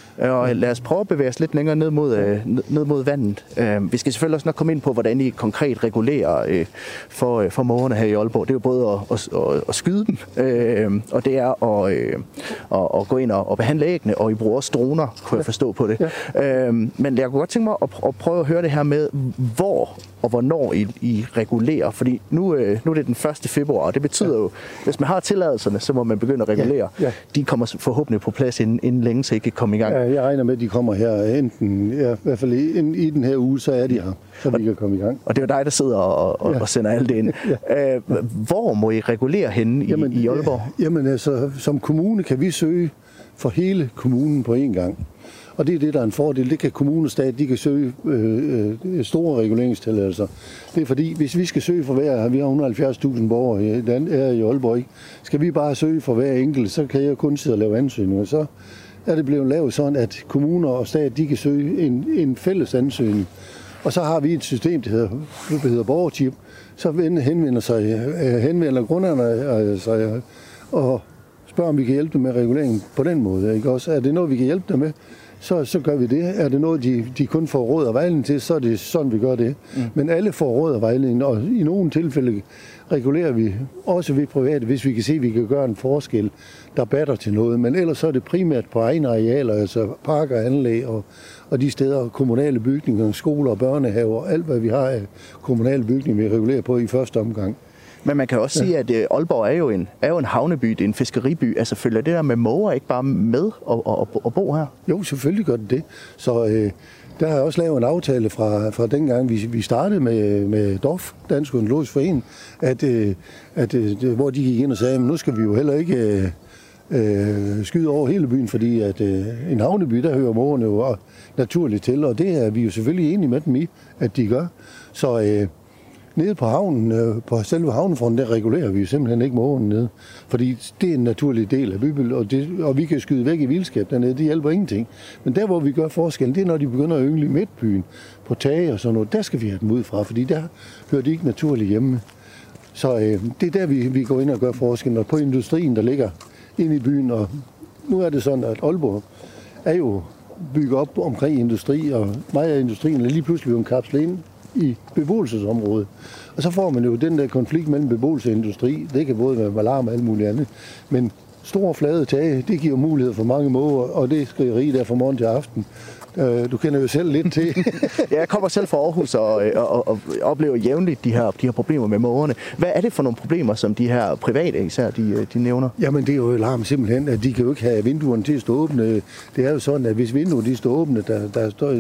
Og lad os prøve at bevæge os lidt længere ned mod, øh, ned mod vandet. Øh, vi skal selvfølgelig også nok komme ind på, hvordan I konkret regulerer øh, for, for mågerne her i Aalborg. Det er jo både at, at, at, at skyde dem, øh, og det er at, øh, at, at gå ind og, og behandle æggene, og I bruger også droner, kunne jeg forstå på det. Ja. Øh, men jeg kunne godt tænke mig at, at prøve at høre det her med, hvor og hvornår I, I regulerer. Fordi nu, øh, nu er det den første februar, og det betyder ja. jo, hvis man har tilladelserne, så må man begynde at regulere. Ja. Ja. De kommer forhåbentlig på plads inden, inden længe, så I kan komme i gang. Ja, jeg regner med, at de kommer her enten, ja, i hvert fald i, i den her uge, så er de her, så vi kan komme i gang. Og det er jo dig, der sidder og, og, ja. og sender alt det ind. Ja. Øh, hvor må I regulere henne i, jamen, i Aalborg? Jamen altså, som kommune kan vi søge for hele kommunen på én gang. Og det er det, der er en fordel. Det kan kommune og stat, de kan søge øh, øh, store reguleringstilladelser. Det er fordi, hvis vi skal søge for hver, vi har et hundrede og halvfjerds tusind borgere i, er i Aalborg, ikke? Skal vi bare søge for hver enkelt, så kan jeg kun sidde og lave ansøgninger. Så er det blevet lavet sådan, at kommuner og stat, de kan søge en, en fælles ansøgning. Og så har vi et system, der hedder, der hedder borgerchip. Så henvender, sig, henvender grunderne sig og spørger, om vi kan hjælpe dem med reguleringen på den måde. Ikke? Også, er det noget, vi kan hjælpe dem med? Så, så gør vi det. Er det noget, de, de kun får råd og vejledning til, så er det sådan, vi gør det. Mm. Men alle får råd og vejledning, og i nogle tilfælde regulerer vi også ved private, hvis vi kan se, at vi kan gøre en forskel, der batter til noget. Men ellers så er det primært på egne arealer, altså parker, anlæg og, og de steder, kommunale bygninger, skoler og børnehaver, alt hvad vi har af kommunale bygninger, vi regulerer på i første omgang. Men man kan også ja. sige, at Aalborg er jo, en, er jo en havneby, det er en fiskeriby. Altså følger det der med måger ikke bare med at, at, at bo her? Jo, selvfølgelig gør det det. Så øh, der har jeg også lavet en aftale fra, fra dengang, vi, vi startede med, med D O F, Dansk Ornitologisk Forening, at, øh, at, øh, hvor de gik ind og sagde, at nu skal vi jo heller ikke øh, skyde over hele byen, fordi at øh, en havneby, der hører mågerne jo naturligt til, og det er vi jo selvfølgelig enige med dem i, at de gør. Så... Øh, nede på havnen, øh, på selve havnefronten, der regulerer vi simpelthen ikke mågen nede. Fordi det er en naturlig del af bybilledet, og, det, og vi kan skyde væk i vildskab dernede, det hjælper ingenting. Men der, hvor vi gør forskellen, det er, når de begynder at yngle i midtbyen, på tage og sådan noget, der skal vi have dem ud fra, fordi der hører de ikke naturligt hjemme. Så øh, det er der, vi, vi går ind og gør forskellen, og på industrien, der ligger inde i byen, og nu er det sådan, at Aalborg er jo bygget op omkring industri, og meget af industrien er lige pludselig blevet kapslet ind i beboelsesområdet. Og så får man jo den der konflikt mellem beboelse og industri. Det kan både være alarm og alt muligt andet. Men store flade tage, det giver mulighed for mange måger, og det er skrigeri der fra morgen til aften. Du kender jo selv lidt til. Ja, jeg kommer selv fra Aarhus og, og, og oplever jævnligt de her, de her problemer med mågerne. Hvad er det for nogle problemer, som de her private især, de, de nævner? Jamen det er jo alarm simpelthen, at de kan jo ikke have vinduerne til at stå åbne. Det er jo sådan, at hvis vinduerne de står åbne, der, der står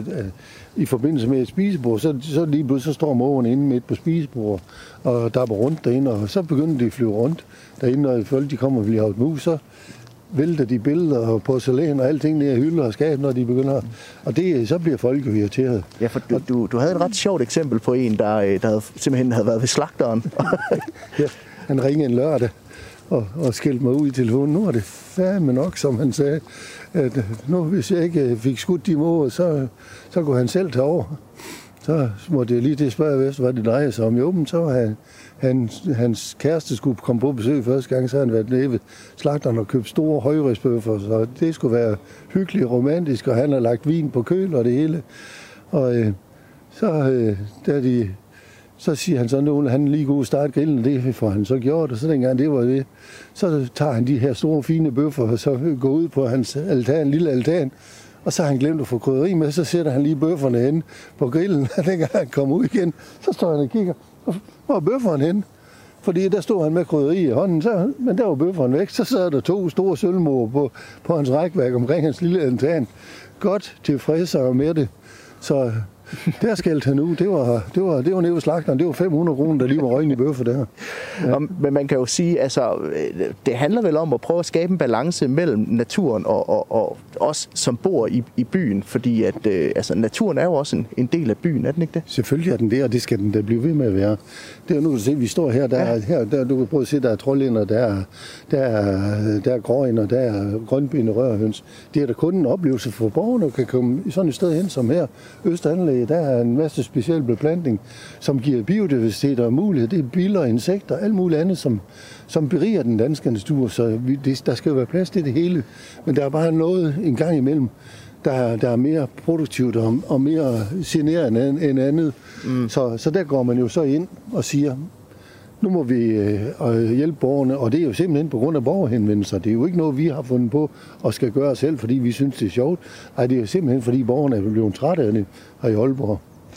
i forbindelse med et spisebord, så, så lige pludselig så står mågerne inde midt på spisebordet og dapper rundt derinde, og så begynder de at flyve rundt derinde, og folk de kommer og bliver haft mus, så vælter de billeder og porcelæn og alting ned i hylder og skab, når de begynder. Og det, så bliver folk jo irriteret. Ja, for du, du, du havde et ret sjovt eksempel på en, der, der havde, simpelthen havde været ved slagteren. Ja, han ringede en lørdag og, og skældte mig ud i telefonen. Nu er det fandme nok, som han sagde, at nu, hvis jeg ikke fik skudt de måger, så, så kunne han selv tage over. Så måtte jeg lige til at spørge, hvad det drejer sig om. Jo, men så var han, hans, hans kæreste skulle komme på besøg første gang, så havde han været nede ved slagteren og købt store højrigsbøffer, så det skulle være hyggeligt og romantisk, og han har lagt vin på køl og det hele. Og øh, så, øh, der de, så siger han så, nu han lige kunne starte grillen, det får han så gjort, og så dengang det var det, så tager han de her store fine bøffer, og så går ud på hans altan, lille altan, og så har han glemt at få krydderi med, så sætter han lige bøfferne hen på grillen, og dengang han kommer ud igen, så står han og kigger, hvor er bøfferne hen? Fordi der stod han med krydderi i hånden, så, men der var bøfferne væk, så sad der to store sølvmåger på, på hans rækværk omkring hans lille altan. Godt tilfreds og med det. Så der skældte han ud. Det var, det var, det var nede ved slagteren. Det var fem hundrede kroner, der lige var røgn i bøffer der. Ja. Men man kan jo sige, altså, det handler vel om at prøve at skabe en balance mellem naturen og, og, og os, som bor i, i byen. Fordi at, altså, naturen er jo også en, en del af byen, er den ikke det? Selvfølgelig er den det, og det skal den da blive ved med at være. Det er nu, at se, vi står her, der, ja. her der, du kan prøve at se, der er trollænder, der er, der er, der er gråænder, der er grønbene rørhøns. Det er da kun en oplevelse for borgerne, der kan komme sådan et sted hen som her. Østanlæg, der er en masse speciel beplantning, som giver biodiversitet og mulighed. Det er biller, insekter, alt muligt andet, som, som beriger den danske natur. Så vi, det, der skal jo være plads til det hele. Men der er bare noget en gang imellem, der, der er mere produktivt og, og mere generende end andet. Mm. Så, så der går man jo så ind og siger, nu må vi øh, hjælpe borgerne, og det er jo simpelthen på grund af borgerhenvendelser. Det er jo ikke noget, vi har fundet på og skal gøre selv, fordi vi synes, det er sjovt. Ej, det er jo simpelthen, fordi borgerne er blevet trætte af det her i Aalborg.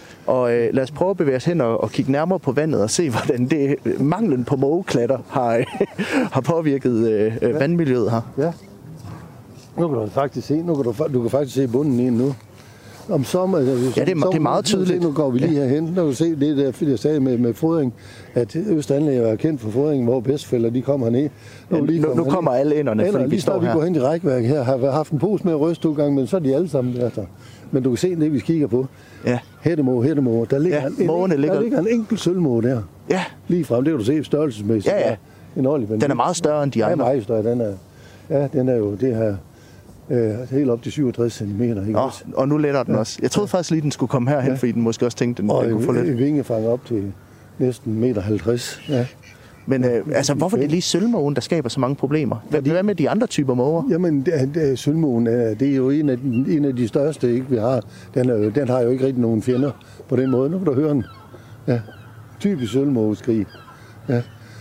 Og øh, lad os prøve at bevæge os hen og, og kigge nærmere på vandet og se, hvordan det manglen på mågeklatter har, øh, har påvirket øh, ja. vandmiljøet her. Ja. Nu kan du faktisk se, nu kan du, du kan faktisk se bunden ind nu. Om sommer, ja, det er, det er meget tydeligt. Nu går vi lige ja. herhen. Nu kan du se det der, jeg sagde med, med fodring, at Østanlæg er kendt for fodring, hvor bedstfælder de kommer ned. Nu, ja, nu, nu kommer alle inderne, fordi vi står her. Vi går hen i rækværk her, har haft en pose med ryst to gange, men så er de alle sammen der. Men du kan se det, vi kigger på. Ja. Hættemåge, hættemåge. Der ligger, ja, en, en, ligger... der ligger en enkelt sølvmåge der. Ja. Lige frem, det kan du se størrelsesmæssigt. Ja, ja. En ordentlig, den er meget større end de andre. Den er meget større. Den er, ja, den er jo det her... Øh, helt op til syvogtres centimeter. Ikke? Nå, og nu letter den ja. også. Jeg troede faktisk lige, den skulle komme herhen, ja. fordi den måske også tænkte, den, den kunne få lidt. Og vingefanger op til næsten en meter halvtreds. Ja. Men øh, altså, hvorfor er det lige sølvmågen, der skaber så mange problemer? Hvad, hvad med de andre typer måger? Jamen, det, det, sølvmågen er, det er jo en af, en af de største, ikke, vi har. Den, er, den har jo ikke rigtig nogen fjender på den måde. Nu kan du høre den. Ja. Typisk sølvmågeskrig. Ja.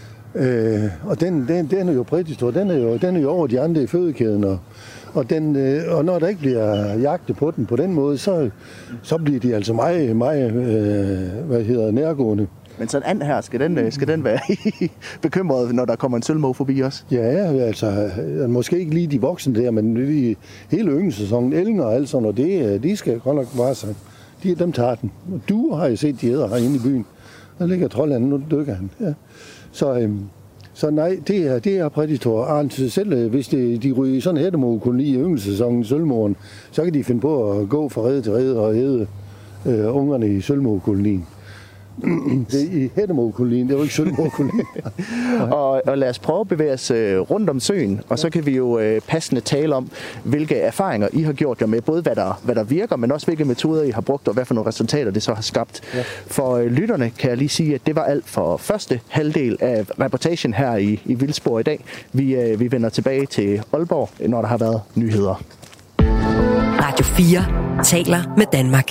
Øh, og den, den, den er jo rigtig stor. Den er jo, den er jo over de andre i fødekæden. Og, og, den, øh, og når der ikke bliver jagtet på den på den måde, så, så bliver de altså meget, meget øh, hvad hedder, nærgående. Men sådan and her, skal den, skal den være bekymret, når der kommer en sølvmåge forbi os? Ja, altså, måske ikke lige de voksne der, men de, hele ynglesæsonen, ellinger og alt sådan, og det, de skal godt nok vare sig. De, dem tager den. Og du har jo set, de æder herinde i byen. Der ligger troldanden, nu dykker han. Ja. Så, øhm, så nej, det er, det er prædator. Arnt selv, hvis det, de ryger i sådan en hættemågekoloni i ynglesæsonen, sølvmågen, så kan de finde på at gå fra rede til rede og æde øh, ungerne i sølvmågekolonien. Det er i hættemågekolonien, det er jo ikke sølvmågekolonien. og, og lad os prøve at bevæge os øh, rundt om søen, og så kan vi jo øh, passende tale om, hvilke erfaringer I har gjort jer med, både hvad der, hvad der virker, men også hvilke metoder I har brugt, og hvad for nogle resultater det så har skabt. Ja. For øh, lytterne kan jeg lige sige, at det var alt for første halvdel af reportagen her i, i Vildspor i dag. Vi, øh, vi vender tilbage til Aalborg, når der har været nyheder. Radio fire taler med Danmark.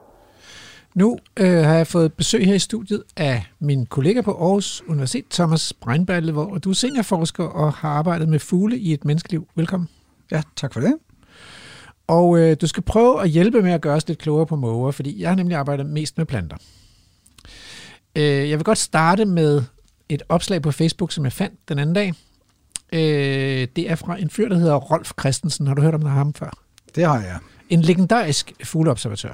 Nu øh, har jeg fået besøg her i studiet af min kollega på Aarhus Universitet, Thomas Breinballe, hvor du er seniorforsker og har arbejdet med fugle i et menneskeliv. Velkommen. Ja, tak for det. Og øh, du skal prøve at hjælpe med at gøre os lidt klogere på måger, fordi jeg har nemlig arbejdet mest med planter. Øh, jeg vil godt starte med et opslag på Facebook, som jeg fandt den anden dag. Øh, det er fra en fyr, der hedder Rolf Christensen. Har du hørt om ham før? Det har jeg. En legendarisk fugleobservatør.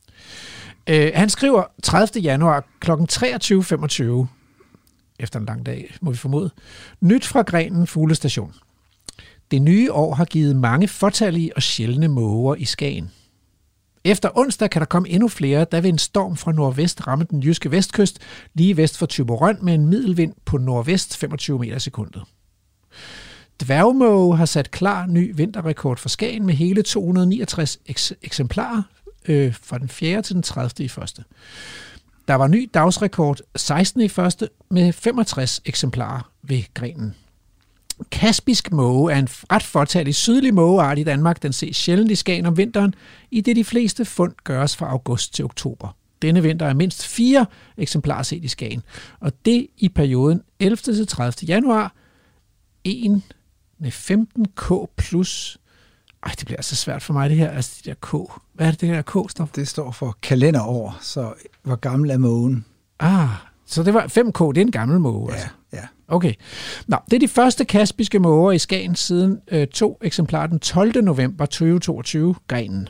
Uh, han skriver tredivte januar klokken treogtyve femogtyve, efter en lang dag, må vi formode, nyt fra Grenen Fuglestation. Det nye år har givet mange fortallige og sjældne måger i Skagen. Efter onsdag kan der komme endnu flere, der vil en storm fra nordvest ramme den jyske vestkyst, lige vest for Thyborøn med en middelvind på nordvest femogtyve meter i sekundet. Dværgmåge har sat klar ny vinterrekord for Skagen med hele to hundrede og niogtres eks- eksemplarer, Øh, fra den fjerde til den tredivte i første. Der var ny dagsrekord sekstende i første med femogtres eksemplarer ved Grenen. Kaspisk måge er en ret fortallig sydlig mågeart i Danmark. Den ses sjældent i Skagen om vinteren, i det de fleste fund gøres fra august til oktober. Denne vinter er mindst fire eksemplarer set i Skagen, og det i perioden ellevte til tredivte januar. En med femten K plus. Ej, det bliver altså svært for mig, det her. Altså, de der K. Hvad er det, det der K står for? Det står for kalenderår, så hvor gammel er mågen? Ah, så det var fem K, det er en gammel måge. Ja, altså. ja. Okay. Nå, det er de første kaspiske måger i Skagen siden øh, to eksemplarer den tolvte november tyve toogtyve, Grenen.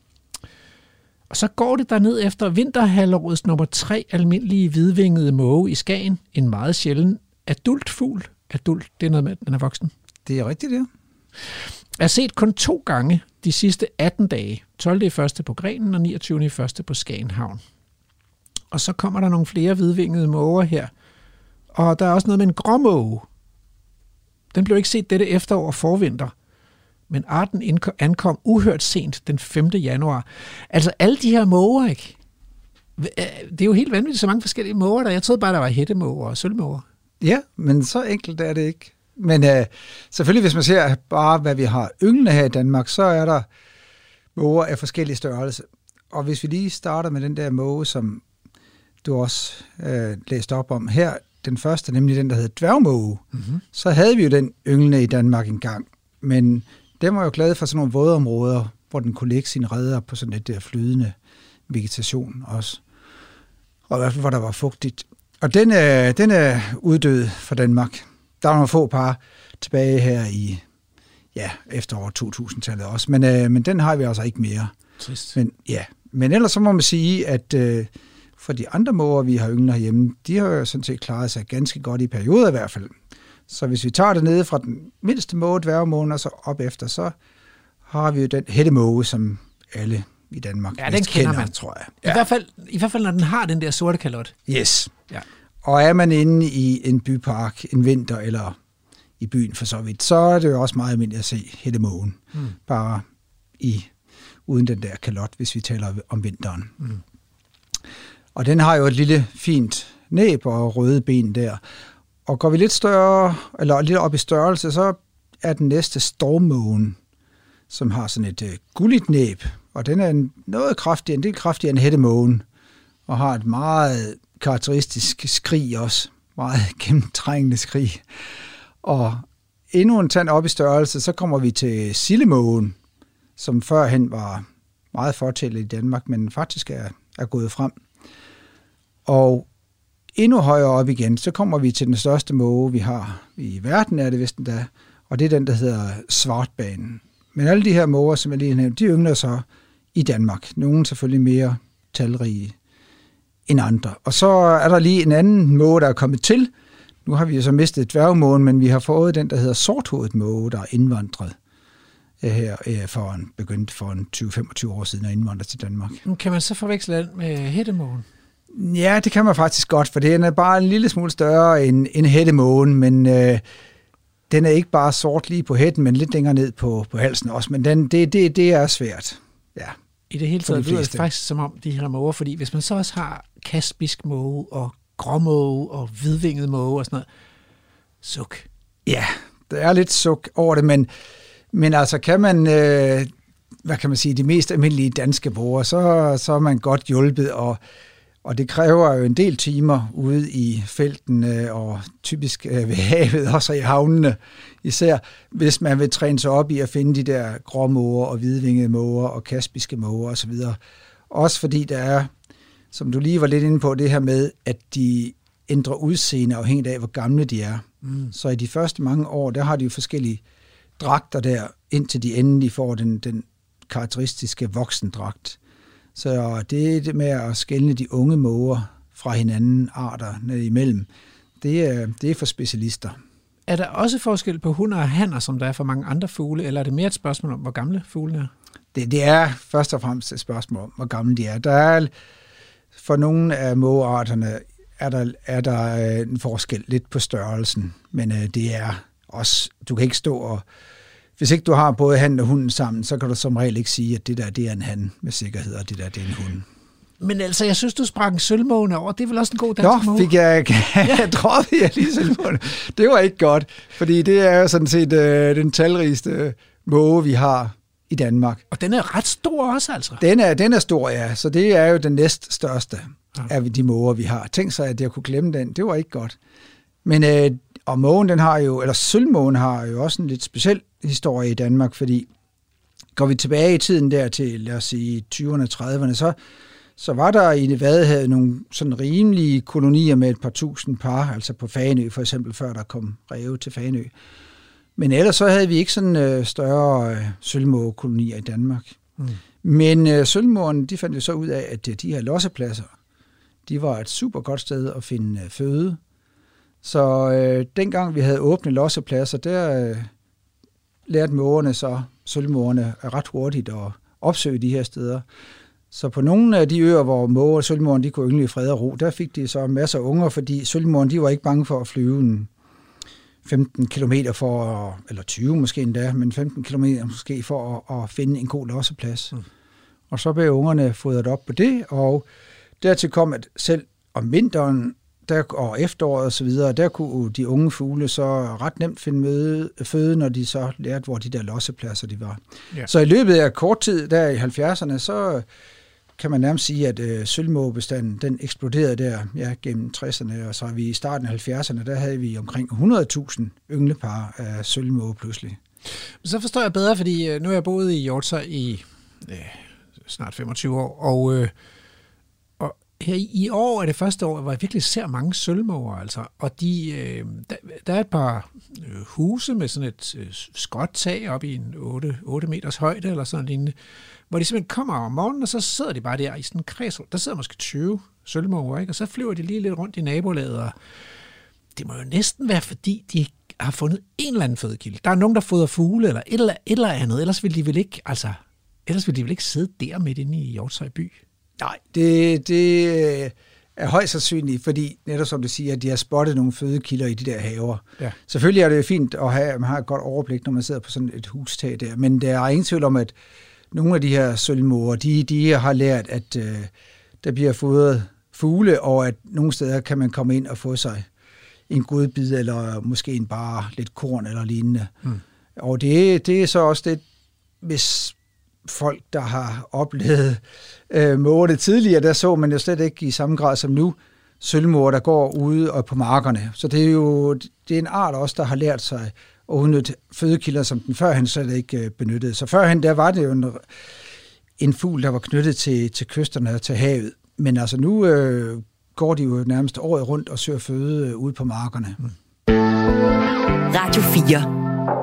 Og så går det derned efter vinterhalvårets nummer tre almindelige hvidvingede måge i Skagen. En meget sjælden adult fugl. Adult, det er noget med, at den er voksen. Det er rigtigt, det. Er set kun to gange de sidste atten dage. tolvte i første på Grenen og niogtyvende i første på Skagen Havn. Og så kommer der nogle flere hvidvingede måger her. Og der er også noget med en gråmåge. Den blev ikke set dette efterår og forvinter. Men arten ankom uhørt sent den femte januar. Altså alle de her måger, ikke? Det er jo helt vanvittigt, så mange forskellige måger der. Jeg troede bare, der var hættemåger og sølvmåger. Ja, men så enkelt er det ikke. Men øh, selvfølgelig, hvis man ser bare, hvad vi har ynglende her i Danmark, så er der måger af forskellige størrelse. Og hvis vi lige starter med den der måge, som du også øh, læste op om her, den første, nemlig den, der hedder dværgmåge, mm-hmm. så havde vi jo den ynglende i Danmark engang. Men den var jo glad for sådan nogle vådområder, hvor den kunne lægge sine reder på sådan et der flydende vegetation også. Og i hvert fald, hvor der var fugtigt. Og den er, den er uddød for Danmark. Der var nogle få par tilbage her i ja, efteråret to tusind-tallet også, men, øh, men den har vi altså ikke mere. Trist. Men, ja. men ellers så må man sige, at øh, for de andre måger, vi har ynglet herhjemme, de har jo sådan set klaret sig ganske godt i perioder i hvert fald. Så hvis vi tager det nede fra den mindste måge, dværgemågen, og så op efter, så har vi jo den hættemåge, som alle i Danmark ja, den kender man, tror jeg. Ja. I, hvert fald, I hvert fald, når den har den der sorte kalot. Yes. Ja. Og er man inde i en bypark en vinter, eller i byen for så vidt, så er det jo også meget almindeligt at se hættemågen. Mm. Bare i, uden den der kalot, hvis vi taler om vinteren. Mm. Og den har jo et lille fint næb og røde ben der. Og går vi lidt større, eller lidt op i størrelse, så er den næste stormmågen, som har sådan et uh, gulligt næb. Og den er en, noget kraftigere, en del kraftigere end hættemågen, og har et meget karakteristisk skrig også. Meget gennemtrængende skrig. Og endnu en tand op i størrelse, så kommer vi til sildemågen, som førhen var meget fortællet i Danmark, men faktisk er, er gået frem. Og endnu højere op igen, så kommer vi til den største måge, vi har i verden, er det vist endda, og det er den, der hedder svartbanen. Men alle de her måger, som jeg lige nævnte, de yngler så i Danmark. Nogle selvfølgelig mere talrige end andre. Og så er der lige en anden måge, der er kommet til. Nu har vi jo så mistet dværgmågen, men vi har fået den, der hedder sorthovedet måge, der er indvandret her for en, begyndt for en tyve til femogtyve år siden at indvandre til Danmark. Kan man så forveksle den med hættemågen? Ja, det kan man faktisk godt, for den er bare en lille smule større end, end hættemågen, men øh, den er ikke bare sort lige på hætten, men lidt længere ned på, på halsen også. Men den, det, det, det er svært, ja. I det hele taget lyder det faktisk som om de her måger, fordi hvis man så også har kaspisk måge og gråmåge og hvidvinget måge og sådan noget, suk. Ja, der er lidt suk over det, men, men altså kan man, øh, hvad kan man sige, de mest almindelige danske måger, så, så er man godt hjulpet, og, og det kræver jo en del timer ude i felten øh, og typisk øh, ved havet, også i havnene, især hvis man vil træne sig op i at finde de der gråmåger og hvidvingede måger og kaspiske måger osv. Også fordi der er, som du lige var lidt inde på, det her med, at de ændrer udseende afhængigt af, hvor gamle de er. Mm. Så i de første mange år, der har de jo forskellige dragter der, indtil de endelig får den, den karakteristiske voksendragt. Så det er det med at skelne de unge måger fra hinanden arter ned imellem, det er, det er for specialister. Er der også forskel på hunner og hanner, som der er for mange andre fugle, eller er det mere et spørgsmål om, hvor gamle fuglene er? Det, det er først og fremmest et spørgsmål om, hvor gamle de er. Der er for nogle af mågearterne er der, er der en forskel lidt på størrelsen, men øh, det er også, du kan ikke stå og, hvis ikke du har både han og hunden sammen, så kan du som regel ikke sige, at det der, det er en han med sikkerhed, og det der, det er en hund. Men altså, jeg synes, du sprang sølvmågen over. Det er vel også en god dansk måge? Nå, fik jeg, jeg droppede jeg lige sølvmågen. Det var ikke godt, fordi det er jo sådan set øh, den talrigste måge, vi har i Danmark. Og den er ret stor også, altså? Den er, den er stor, ja. Så det er jo den næststørste af de måger, vi har. Tænk sig, at jeg kunne glemme den. Det var ikke godt. Men øh, og mågen, den har jo, eller sølvmågen har jo også en lidt speciel historie i Danmark, fordi går vi tilbage i tiden der til, lad os sige, tyverne og trediverne, så, så var der i det Vadehavet nogle sådan rimelige kolonier med et par tusind par, altså på Fanø for eksempel, før der kom ræve til Fanø. Men ellers så havde vi ikke sådan øh, større øh, sølvmågekolonier i Danmark. Mm. Men øh, sølvmågerne, de fandt jo så ud af, at de her lossepladser, de var et super godt sted at finde øh, føde. Så øh, dengang vi havde åbne lossepladser, der øh, lærte mågerne så, sølvmågerne, ret hurtigt at opsøge de her steder. Så på nogle af de øer, hvor måger og sølvmågerne, de kunne yngle i fred og ro, der fik de så masser af unger, fordi sølvmågerne, de var ikke bange for at flyve en femten kilometer for, eller tyve måske endda, men femten kilometer måske for at, at finde en god losseplads. Mm. Og så blev ungerne fodret op på det, og dertil kom, at selv om vinteren der, og efteråret og så videre, der kunne de unge fugle så ret nemt finde møde, føde, når de så lærte, hvor de der lossepladser de var. Ja. Så i løbet af kort tid, der i halvfjerdserne, så kan man nærmest sige, at øh, sølvmågebestanden, den eksploderede der ja, gennem tresserne, og så vi i starten af halvfjerdserne, der havde vi omkring hundrede tusind ynglepar af sølvmåge pludselig. Så forstår jeg bedre, fordi øh, nu har jeg boet i Hjortshøj i øh, snart femogtyve år, og, øh, og her i, i år er det første år, hvor jeg virkelig ser mange sølvmåger, altså, og de, øh, der, der er et par øh, huse med sådan et øh, skråt tag op i en otte meters højde, eller sådan lignende, hvor de simpelthen kommer om morgenen, og så sidder de bare der i sådan en kreds. Der sidder måske tyve sølvmåger, ikke? Og så flyver de lige lidt rundt i nabolaget, og det må jo næsten være, fordi de har fundet en eller anden fødekilde. Der er nogen, der fodrer fugle, eller et eller, et eller andet, ellers vil de vel ikke, altså, ellers vil de vel ikke sidde der midt inde i Hjortshøj by. Nej, det, det er højst sandsynligt, fordi netop som du siger, at de har spottet nogle fødekilder i de der haver. Ja. Selvfølgelig er det jo fint at have, at man har et godt overblik, når man sidder på sådan et hustag der, men der er ingen tvivl om, at nogle af de her sølvmåger, de, de har lært, at øh, der bliver fodret fugle, og at nogle steder kan man komme ind og få sig en godbid, eller måske en bare lidt korn eller lignende. Mm. Og det, det er så også det, hvis folk, der har oplevet øh, mågerne tidligere, der så man jo slet ikke i samme grad som nu, sølvmåger, der går ude og på markerne. Så det er jo det er en art også, der har lært sig og udnytte fødekilder, som den førhen slet ikke benyttede. Så førhen, der var det jo en, en fugl, der var knyttet til, til kysterne og til havet. Men altså nu øh, går de jo nærmest året rundt og søger føde øh, ude på markerne. Mm. Radio fire.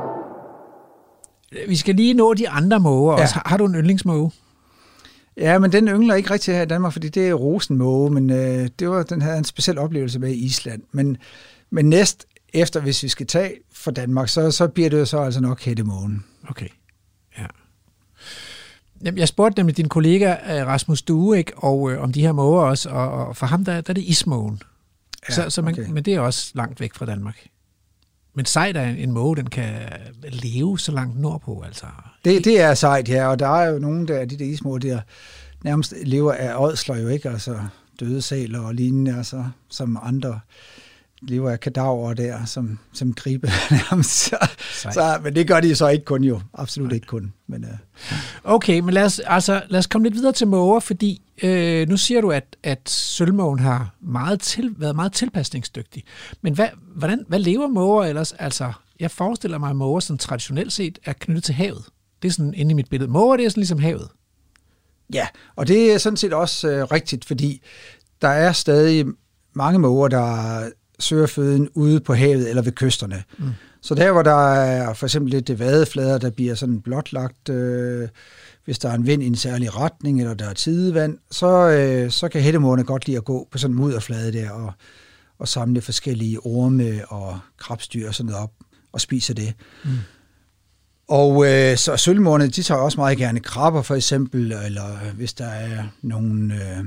Vi skal lige nå de andre måger også. Ja. Har du en yndlingsmåge? Ja, men den yngler ikke rigtig her i Danmark, fordi det er rosenmåge, men øh, det var, den havde en speciel oplevelse med i Island. Men, men næst efter, hvis vi skal tage for Danmark, så, så bliver det jo så altså nok hættemågen. Okay, ja. Jamen, jeg spurgte nemlig din kollega Rasmus Due, ikke, og øh, om de her måger også, og, og for ham der, der er det ismågen. Ja, så, så man, okay. Men det er også langt væk fra Danmark. Men sejt er en, en måge, den kan leve så langt nordpå, altså. Det, det er sejt, ja, og der er jo nogle der, de der ismåger, der nærmest lever af ådsler jo ikke, altså døde sæler og lignende, altså, som andre lever af kadaver der, som, som gribe nærmest. Så, så, men det gør de så ikke kun jo, absolut Nej. ikke kun. Men, uh. Okay, men lad os, altså, lad os komme lidt videre til måger, fordi øh, nu siger du, at, at sølvmågen har meget til, været meget tilpasningsdygtig. Men hvad, hvordan, hvad lever måger ellers? Altså, jeg forestiller mig, at måger sådan traditionelt set er knyttet til havet. Det er sådan inde i mit billede. Måger, det er sådan ligesom havet. Ja, og det er sådan set også øh, rigtigt, fordi der er stadig mange måger, der søger føden ude på havet eller ved kysterne. Mm. Så der, hvor der er for eksempel lidt vadeflader, der bliver sådan blotlagt, øh, hvis der er en vind i en særlig retning, eller der er tidevand, så, øh, så kan hættemågerne godt lide at gå på sådan en mudderflade der, og, og samle forskellige orme og krabstyr og sådan noget op, og spise det. Mm. Og øh, så sølvmågerne, de tager også meget gerne krabber for eksempel, eller hvis der er nogle... Øh,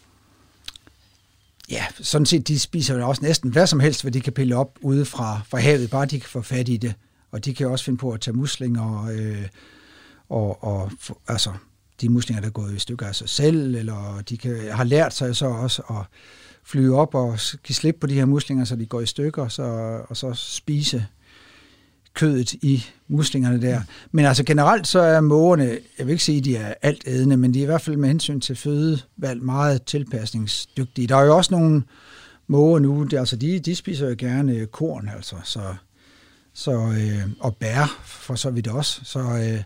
ja, sådan set, de spiser jo også næsten hvad som helst, hvad de kan pille op ude fra, fra havet, bare de kan få fat i det. Og de kan også finde på at tage muslinger, øh, og, og altså, de muslinger, der er gået i stykker af sig selv, eller de kan, har lært sig så også at flyve op og give slip på de her muslinger, så de går i stykker, så, og så spise kødet i muslingerne der. Men altså generelt så er mågerne, jeg vil ikke sige, at de er altædende, men de er i hvert fald med hensyn til fødevalg meget tilpasningsdygtige. Der er jo også nogle måger nu, de, altså de, de spiser jo gerne korn, altså, så, så, øh, og bær for så vidt også. Så, øh,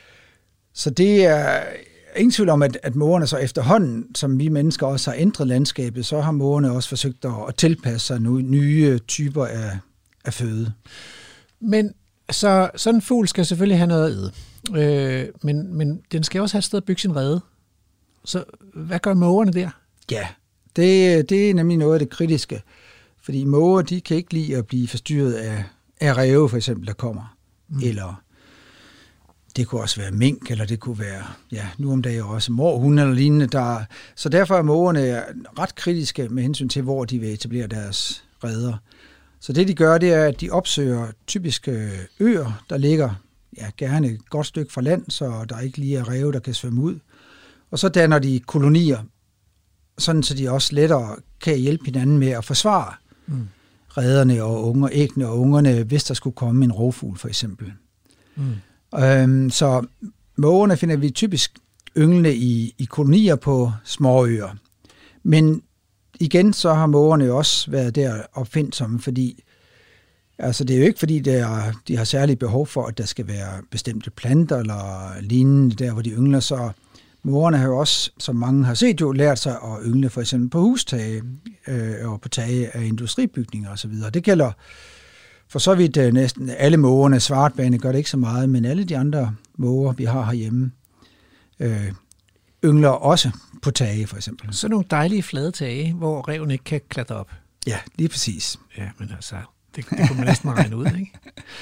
så det er ingen tvivl om, at, at mågerne så efterhånden, som vi mennesker også har ændret landskabet, så har mågerne også forsøgt at, at tilpasse sig nye, nye typer af, af føde. Men så sådan en fugl skal selvfølgelig have noget at æde. Øh, men, men den skal også have et sted at bygge sin rede. Så hvad gør mågerne der? Ja, det, det er nemlig noget af det kritiske. Fordi måger, de kan ikke lide at blive forstyrret af, af ræve, for eksempel, der kommer. Mm. Eller det kunne også være mink, eller det kunne være, ja, nu om dagen også mårhunde eller lignende. Der, så derfor er mågerne ret kritiske med hensyn til, hvor de vil etablere deres reder. Så det, de gør, det er, at de opsøger typiske øer, der ligger ja, gerne et godt stykke fra land, så der ikke lige er ræve, der kan svømme ud. Og så danner de kolonier, sådan så de også lettere kan hjælpe hinanden med at forsvare mm. rederne og unger, æggene og ungerne, hvis der skulle komme en rovfugl for eksempel. Mm. Øhm, så mågerne finder vi typisk ynglende i, i kolonier på små øer. Men igen, så har mågerne jo også været der opfindsomme, fordi altså det er jo ikke, fordi er, de har særligt behov for, at der skal være bestemte planter eller lignende der, hvor de yngler. Så mågerne har jo også, som mange har set jo, lært sig at yngle for eksempel på hustage øh, og på tage af industribygninger osv. Det gælder for så vidt øh, næsten alle mågerne. Svartbane gør det ikke så meget, men alle de andre måger, vi har herhjemme, øh, yngler også på tage, for eksempel. Så nogle dejlige flade tage, hvor ræven ikke kan klatre op. Ja, lige præcis. Ja, men altså, det, det kunne man næsten regne ud, ikke?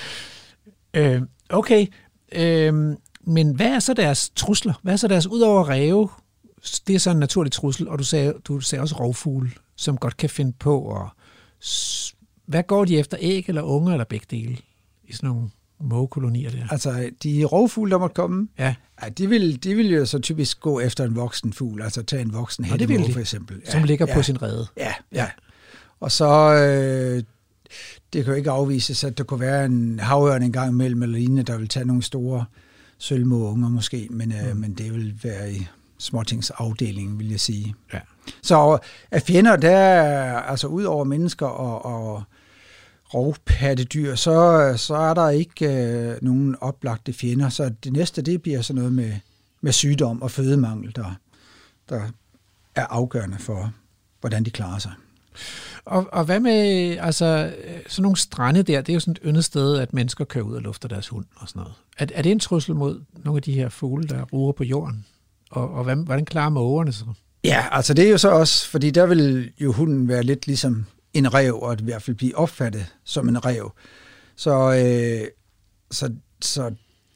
Øh, okay, øh, men hvad er så deres trusler? Hvad er så deres, udover ræve, det er så en naturlig trussel, og du sagde, du sagde også rovfugle, som godt kan finde på, og hvad går de efter, æg eller unger, eller begge dele, i sådan nogle mågekolonier der? Altså, de rovfugle, der måtte komme, ja. Ja, de, vil, de vil jo så typisk gå efter en voksen fugl, altså tage en voksen hættemåge for eksempel. Ja, som ligger ja, på sin rede. Ja, ja. Og så, øh, det kan jo ikke afvises, at der kunne være en havørn en gang imellem, eller lignende, der vil tage nogle store sølvmågeunger måske, men, øh, mm. men det vil være i småtingsafdelingen, vil jeg sige. Ja. Så af fjender, der altså ud over mennesker og, og rovpattedyr, så, så er der ikke øh, nogen oplagte fjender. Så det næste, det bliver sådan noget med, med sygdom og fødemangel, der, der er afgørende for, hvordan de klarer sig. Og, og hvad med altså, sådan nogle strande der? Det er jo sådan et yndet sted, at mennesker kører ud og lufter deres hund og sådan noget. Er, er det en trussel mod nogle af de her fugle, der ruger på jorden? Og, og hvad, hvordan klarer mågerne så? Ja, altså det er jo så også, fordi der vil jo hunden være lidt ligesom en ræv, og i hvert fald blive opfattet som en ræv. Så, øh, så, så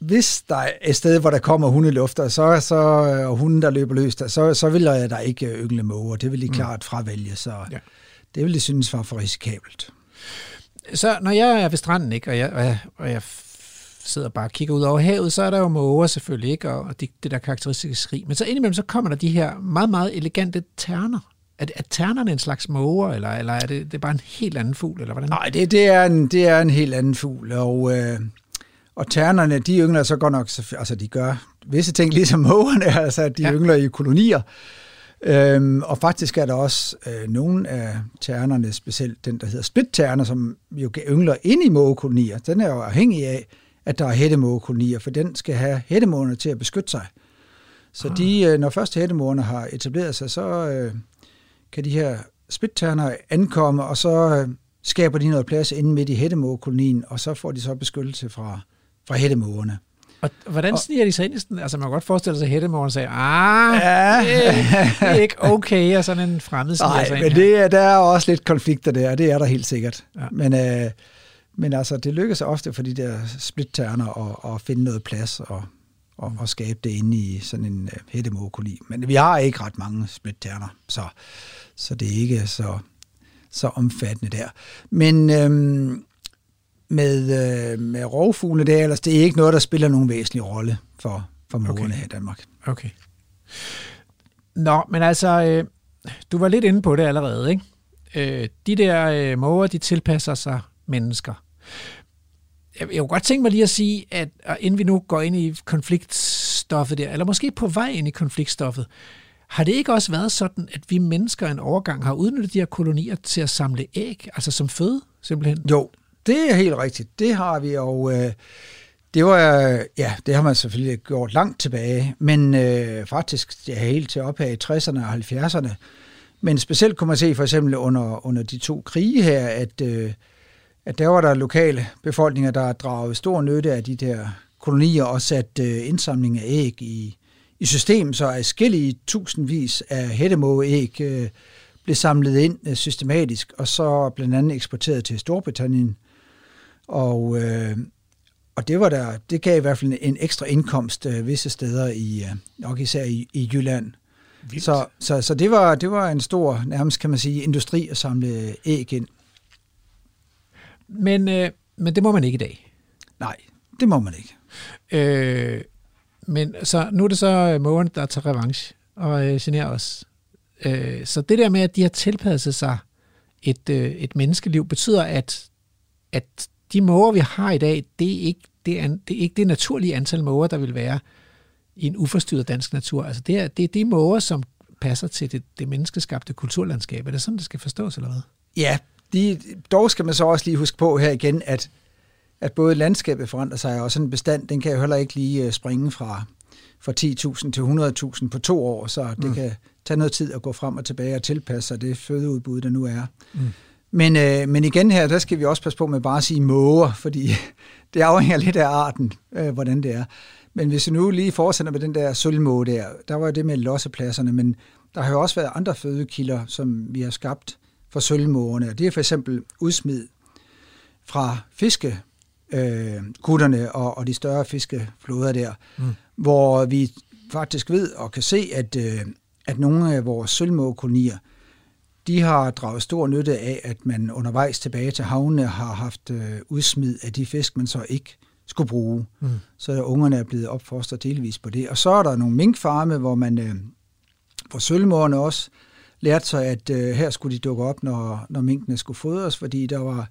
hvis der er et sted, hvor der kommer hundelufter, så, så, og hunden, der løber løs, så, så vil jeg der ikke yngle måger. Det vil de klart fravælge, så ja. Det vil de synes var for risikabelt. Så når jeg er ved stranden, ikke, og, jeg, og, jeg, og jeg sidder bare og kigger ud over havet, så er der jo måger selvfølgelig, ikke, og det, det der karakteristiske skrig. Men så indimellem, så kommer der de her meget, meget elegante terner. Er, er ternerne en slags måger, eller, eller er det, det er bare en helt anden fugl? Eller hvordan? Nej, det, det, er en, det er en helt anden fugl, og... Øh, Og ternerne, de yngler så godt nok, altså de gør visse ting ligesom mågerne, altså de ja. yngler i kolonier. Øhm, og faktisk er der også øh, nogle af ternerne, specielt den, der hedder splitterner, som jo yngler ind i mågekolonier. Den er jo afhængig af, at der er hættemågekolonier, for den skal have hættemågerne til at beskytte sig. Så ah. de, øh, når først hættemågerne har etableret sig, så øh, kan de her splitterner ankomme, og så øh, skaber de noget plads inde midt i hættemågekolonien, og så får de så beskyttelse fra fra hættemågerne. Og hvordan sniger de sig ind i sådan? Altså man kan godt forestille sig, at hættemågerne siger, ah, ja. det, det er ikke okay, og sådan en fremmed sniger sig ind. Nej, men det er, der er også lidt konflikter der, det er der helt sikkert. Ja. Men, øh, men altså, det lykkes ofte for de der splitterner at, at finde noget plads og, og, og skabe det inde i sådan en uh, hættemågekoloni. Men vi har ikke ret mange splitterner, så, så det er ikke så, så omfattende der. Men... Øhm, Med, øh, med rovfugle, det er, ellers, det er ikke noget, der spiller nogen væsentlig rolle for, for mågerne okay. her i Danmark. Okay. Nå, men altså, øh, du var lidt inde på det allerede, ikke? Øh, de der øh, måger, de tilpasser sig mennesker. Jeg, jeg kunne godt tænke mig lige at sige, at inden vi nu går ind i konfliktstoffet der, eller måske på vej ind i konfliktstoffet, har det ikke også været sådan, at vi mennesker en overgang har udnyttet de her kolonier til at samle æg, altså som føde, simpelthen? Jo. Det er helt rigtigt. Det har vi, og øh, det var, ja, det har man selvfølgelig gjort langt tilbage, men øh, faktisk ja, helt til op her i tresserne og halvfjerdserne. Men specielt kunne man se for eksempel under, under de to krige her, at, øh, at der var der lokale befolkninger, der dragede stor nytte af de der kolonier og satte øh, indsamling af æg i, i system, så adskillige tusindvis af hættemågeæg øh, blev samlet ind øh, systematisk, og så blandt andet eksporteret til Storbritannien. Og, øh, og det var der, det gav i hvert fald en ekstra indkomst øh, visse steder i, øh, nok især i, i Jylland. Så, så, så det var det var en stor, nærmest kan man sige, industri at samle æg ind. Men, øh, men det må man ikke i dag. Nej, det må man ikke. Øh, men så nu er det så mågerne, der tager revanche og øh, generer os. Øh, så det der med, at de har tilpasset sig et, øh, et menneskeliv, betyder, at, at de måger, vi har i dag, det er ikke det, er, det, er ikke det naturlige antal måger, der vil være i en uforstyrret dansk natur. Altså det er, det er de måger, som passer til det, det menneskeskabte kulturlandskab. Er det sådan, det skal forstås, eller hvad? Ja, de, dog skal man så også lige huske på her igen, at, at både landskabet forandrer sig, og sådan en bestand, den kan jo heller ikke lige springe fra, fra ti tusind til hundrede tusind på to år, så det mm. kan tage noget tid at gå frem og tilbage og tilpasse sig det fødeudbud, der nu er. Mm. Men, øh, men igen her, der skal vi også passe på med bare at sige måger, fordi det afhænger lidt af arten, øh, hvordan det er. Men hvis vi nu lige fortsætter med den der sølvmåge der, der var jo det med lossepladserne, men der har jo også været andre fødekilder, som vi har skabt for sølvmågerne. Det er for eksempel udsmid fra fiskekutterne øh, og, og de større fiskefloder der, mm. hvor vi faktisk ved og kan se, at, øh, at nogle af vores sølvmågekolonier, de har draget stor nytte af, at man undervejs tilbage til havnene har haft øh, udsmid af de fisk, man så ikke skulle bruge. Mm. Så ungerne er blevet opfostret delvis på det. Og så er der nogle minkfarme, hvor man, øh, hvor sølvmågerne også lærte sig, at øh, her skulle de dukke op, når, når minkene skulle fodres, fordi der var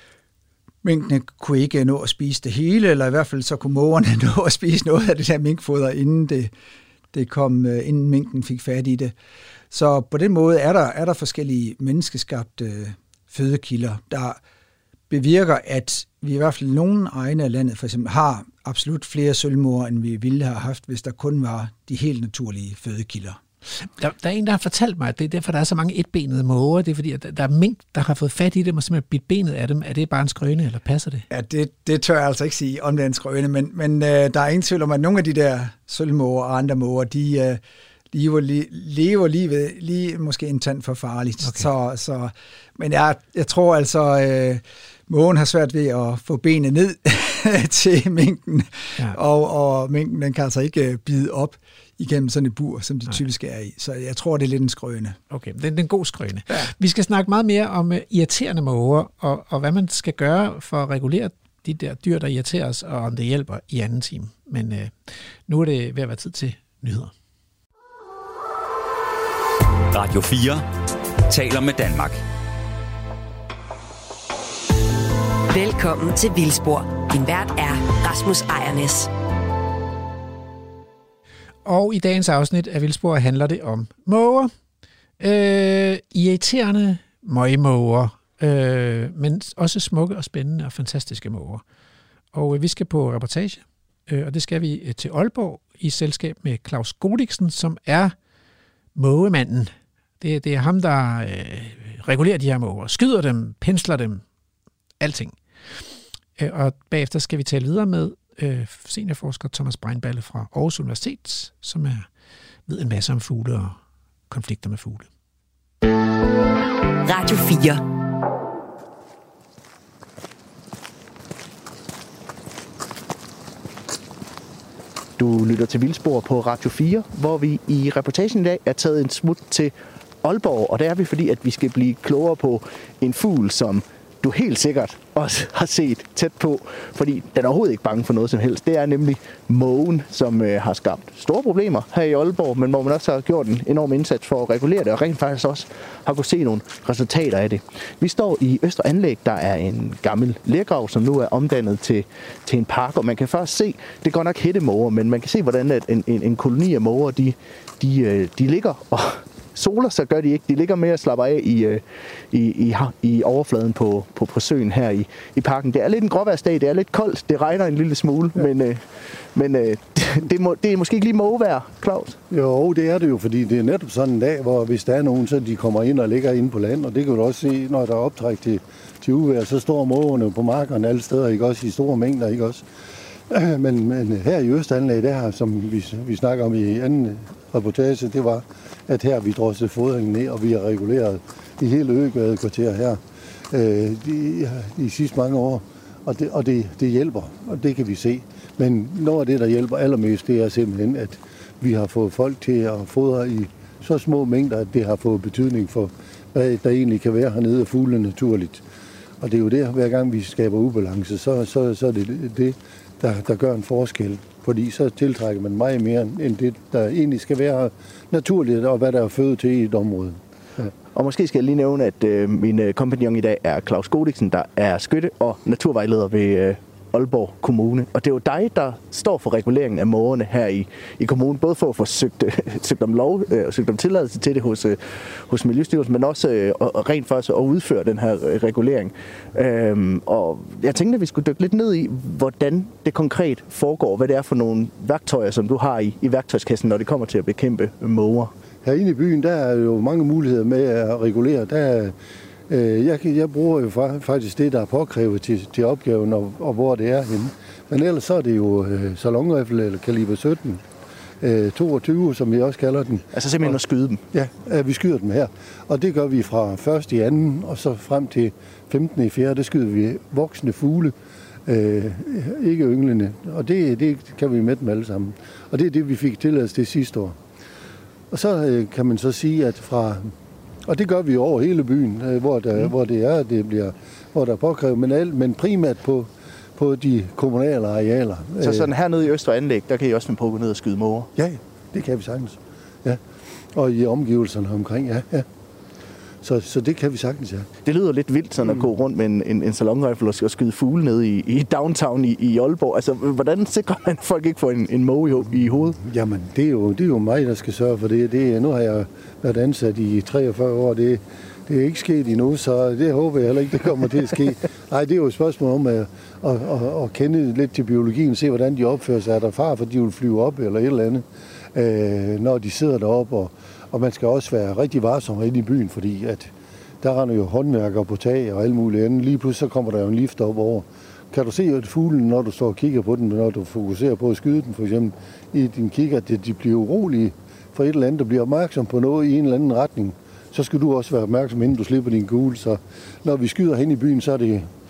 minkene kunne ikke nå at spise det hele, eller i hvert fald så kunne mågerne nå at spise noget af det der minkfoder, inden det, det kom, øh, inden minken fik fat i det. Så på den måde er der, er der forskellige menneskeskabte øh, fødekilder, der bevirker, at vi i hvert fald i nogle egne af landet for eksempel har absolut flere sølvmåger, end vi ville have haft, hvis der kun var de helt naturlige fødekilder. Der, der er en, der har fortalt mig, at det er derfor, der er så mange etbenede måger. Det er fordi, at der er mink, der har fået fat i dem og simpelthen bidt benet af dem. Er det bare en skrøne, eller passer det? Ja, det, det tør jeg altså ikke sige, om det er en skrøne, men, men øh, der er ingen tvivl om, at nogle af de der sølvmåger og andre måger, de øh, lever, li, lever livet lige måske en tand for farligt. Okay. Så, så, men jeg, jeg tror altså, øh, mågen har svært ved at få benet ned til mængden, ja. og, og mængden den kan altså ikke bide op igennem sådan et bur, som det Nej. typisk er i. Så jeg tror, det er lidt en skrøne. Okay, det er en god skrøne. Ja. Vi skal snakke meget mere om irriterende måger, og, og hvad man skal gøre for at regulere de der dyr, der irriterer os, og om det hjælper i anden time. Men øh, nu er det ved at være tid til nyheder. Radio fire taler med Danmark. Velkommen til Vildspor. Din vært er Rasmus Ejernes. Og i dagens afsnit af Vildspor handler det om måger. Øh, irriterende møgmåger, øh, men også smukke og spændende og fantastiske måger. Og øh, vi skal på reportage, øh, og det skal vi øh, til Aalborg i selskab med Claus Godiksen, som er mågemanden. Det, det er ham, der øh, regulerer de her måger, skyder dem, pensler dem, alting. Øh, og bagefter skal vi tale videre med øh, seniorforsker Thomas Breinballe fra Aarhus Universitet, som er, ved en masse om fugle og konflikter med fugle. Radio fire. Du lytter til Vildspor på Radio fire, hvor vi i reportagen i dag er taget en smut til Aalborg, og der er vi, fordi at vi skal blive klogere på en fugl, som du helt sikkert også har set tæt på, fordi den er overhovedet ikke bange for noget som helst. Det er nemlig mågen, som øh, har skabt store problemer her i Aalborg, men hvor man også har gjort en enorm indsats for at regulere det, og rent faktisk også har kunnet se nogle resultater af det. Vi står i Østre Anlæg, der er en gammel lergrav, som nu er omdannet til, til en park, og man kan først se, det går nok hættemåger, men man kan se, hvordan en, en, en koloni af måger, de, de, de ligger og soler, så gør de ikke. De ligger mere og slapper af i, i, i, i overfladen på, på, på søen her i, i parken. Det er lidt en gråværsdag, det er lidt koldt, det regner en lille smule, ja. men, øh, men øh, det, må, det er måske ikke lige mågevejr, Claus? Jo, det er det jo, fordi det er netop sådan en dag, hvor hvis der er nogen, så de kommer ind og ligger inde på land, og det kan du også se, når der er optræk til, til uvejr, så står mågerne på markerne alle steder, ikke også i store mængder, ikke også? Men, men her i Østanlæg, der som vi, vi snakker om i anden reportage, det var, at her vi drosset fodringen ned, og vi har reguleret i hele Øgade-kvarter her øh, de, de sidste mange år, og, det, og det, det hjælper, og det kan vi se. Men noget af det, der hjælper allermest, det er simpelthen, at vi har fået folk til at fodre i så små mængder, at det har fået betydning for, hvad der egentlig kan være hernede af fuglene naturligt. Og det er jo det, hver gang vi skaber ubalance, så, så, så er det det, der, der gør en forskel. Fordi så tiltrækker man meget mere end det, der egentlig skal være naturligt, og hvad der er født til i et område. Ja. Og måske skal jeg lige nævne, at øh, min øh, kompagnon i dag er Claus Godiksen, der er skytte og naturvejleder ved øh, Aalborg Kommune. Og det er jo dig, der står for reguleringen af mågerne her i, i kommunen, både for at få søgt, øh, søgt om lov, øh, søgt om tilladelse til det hos, øh, hos Miljøstyrelsen, men også øh, og rent faktisk at udføre den her øh, regulering. Øhm, og jeg tænkte, at vi skulle dykke lidt ned i, hvordan det konkret foregår, hvad det er for nogle værktøjer, som du har i, i værktøjskassen, når det kommer til at bekæmpe måger. Herinde i byen, der er jo mange muligheder med at regulere. Der er Jeg, jeg bruger jo faktisk det, der er påkrævet til, til opgaven, og, og hvor det er henne. Men ellers så er det jo øh, salonrifle eller kaliber sytten, øh, toogtyve, som vi også kalder den. Altså simpelthen at skyde dem? Ja, øh, vi skyder dem her. Og det gør vi fra første i anden, og så frem til femtende i fjerde, der skyder vi voksne fugle, øh, ikke ynglende. Og det, det kan vi med dem alle sammen. Og det er det, vi fik tilladelse til sidste år. Og så øh, kan man så sige, at fra... Og det gør vi over hele byen, hvor, der, mm. hvor det er, det bliver, hvor der er påkrævet, men, alt, men primært på, på de kommunale arealer. Så sådan hernede i Østre Anlæg, der kan I også finde på at gå ned og skyde måger? Ja, det kan vi sagtens. Ja. Og i omgivelserne omkring, ja. ja. Så, så det kan vi sagtens, ja. Det lyder lidt vildt sådan at gå rundt med en, en, en salonrifle og skyde fugle nede i, i downtown i, i Aalborg. Altså, hvordan sikrer man, at folk ikke får en, en måge i, i hovedet? Jamen, det er, jo, det er jo mig, der skal sørge for det. det. Nu har jeg været ansat i treogfyrre år. Det, det er ikke sket endnu, så det håber jeg heller ikke, det kommer til at ske. Nej, det er jo et spørgsmål om at, at, at, at kende lidt til biologien, se hvordan de opfører sig. Er der far, for de vil flyve op eller et eller andet, øh, når de sidder deroppe. Og, og man skal også være rigtig varsom inde i byen, fordi at der render jo håndværkere på tag og alt muligt andet. Lige pludselig så kommer der jo en lift op over. Kan du se, at fuglen, når du står og kigger på den, når du fokuserer på at skyde den, for eksempel i din kigger, at de bliver urolige for et eller andet, der bliver opmærksom på noget i en eller anden retning, så skal du også være opmærksom, inden du slipper din kugle. Så når vi skyder hen i byen, så er det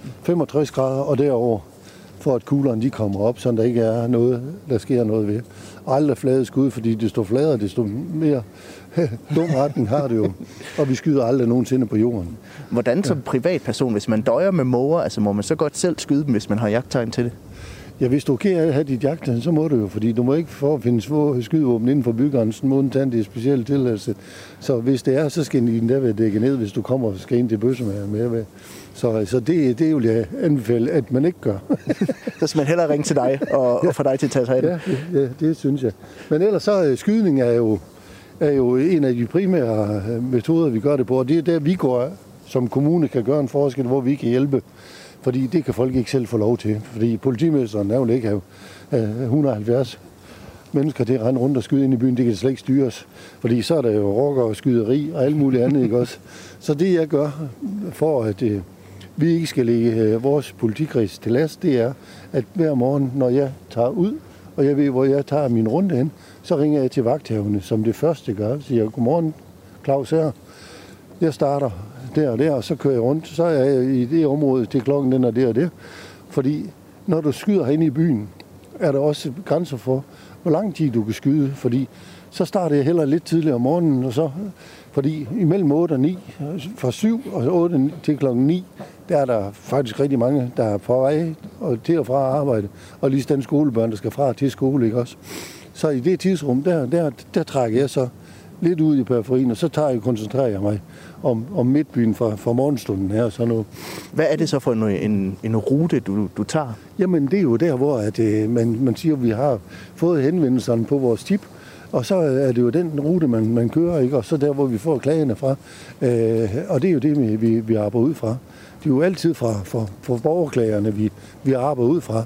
femogtres grader og derover, for at kuglerne de kommer op, så der ikke er noget, der sker noget ved. Og aldrig flade skud, fordi det står fladere, det står mere dum retning har det jo. Og vi skyder aldrig nogensinde på jorden. Hvordan som privatperson, hvis man døjer med måger, altså må man så godt selv skyde dem, hvis man har jagttegn til det? Ja, hvis du er ked af at have dit jagttegn, så må du jo, fordi du må ikke få at finde skydevåben inden for bygrænsen, uden at det er specielt tilladelse. Så hvis det er, så skal den der være dækket ned, hvis du kommer og skal ind til bøssemager med. Så, så det, det vil jeg anbefale, at man ikke gør. Så skal man hellere ringe til dig og, og få dig til at tage sig af det. Ja, det, det synes jeg. Men ellers så skydning er jo, er jo en af de primære metoder, vi gør det på. Og det er der, vi går som kommune kan gøre en forskel, hvor vi kan hjælpe. Fordi det kan folk ikke selv få lov til. Fordi politimesteren er jo ikke have et hundrede og halvfjerds mennesker til at rende rundt og skyde ind i byen. Det kan slet ikke styres. Fordi så er der jo rocker og skyderi og alt muligt andet, ikke også? Så det jeg gør for, at øh, vi ikke skal lægge øh, vores politikreds til last, det er, at hver morgen, når jeg tager ud, og jeg ved, hvor jeg tager min runde hen, så ringer jeg til vagthaverne, som det første gør. Så siger jeg, godmorgen, Claus her. Jeg starter der og der, og så kører jeg rundt. Så er jeg i det område til klokken den og der og der. Fordi når du skyder herinde i byen, er der også grænser for, hvor lang tid du kan skyde. Fordi så starter jeg heller lidt tidligere om morgenen, og så, fordi imellem otte og ni, fra syv og otte til klokken ni, der er der faktisk rigtig mange, der er på vej og til og fra arbejde. Og lige den skolebørn, der skal fra til skole, ikke også? Så i det tidsrum, der, der, der trækker jeg så lidt ud i periferien, og så tager jeg og koncentrerer jeg mig om, om midtbyen fra, fra morgenstunden her. Så nu. Hvad er det så for en, en, en rute, du, du tager? Jamen, det er jo der, hvor at, øh, man, man siger, at vi har fået henvendelserne på vores tip, og så er det jo den rute, man, man kører, ikke? Og så der, hvor vi får klagene fra. Øh, og det er jo det, vi, vi arbejder ud fra. Det er jo altid fra, fra, fra borgerklagerne, vi, vi arbejder ud fra.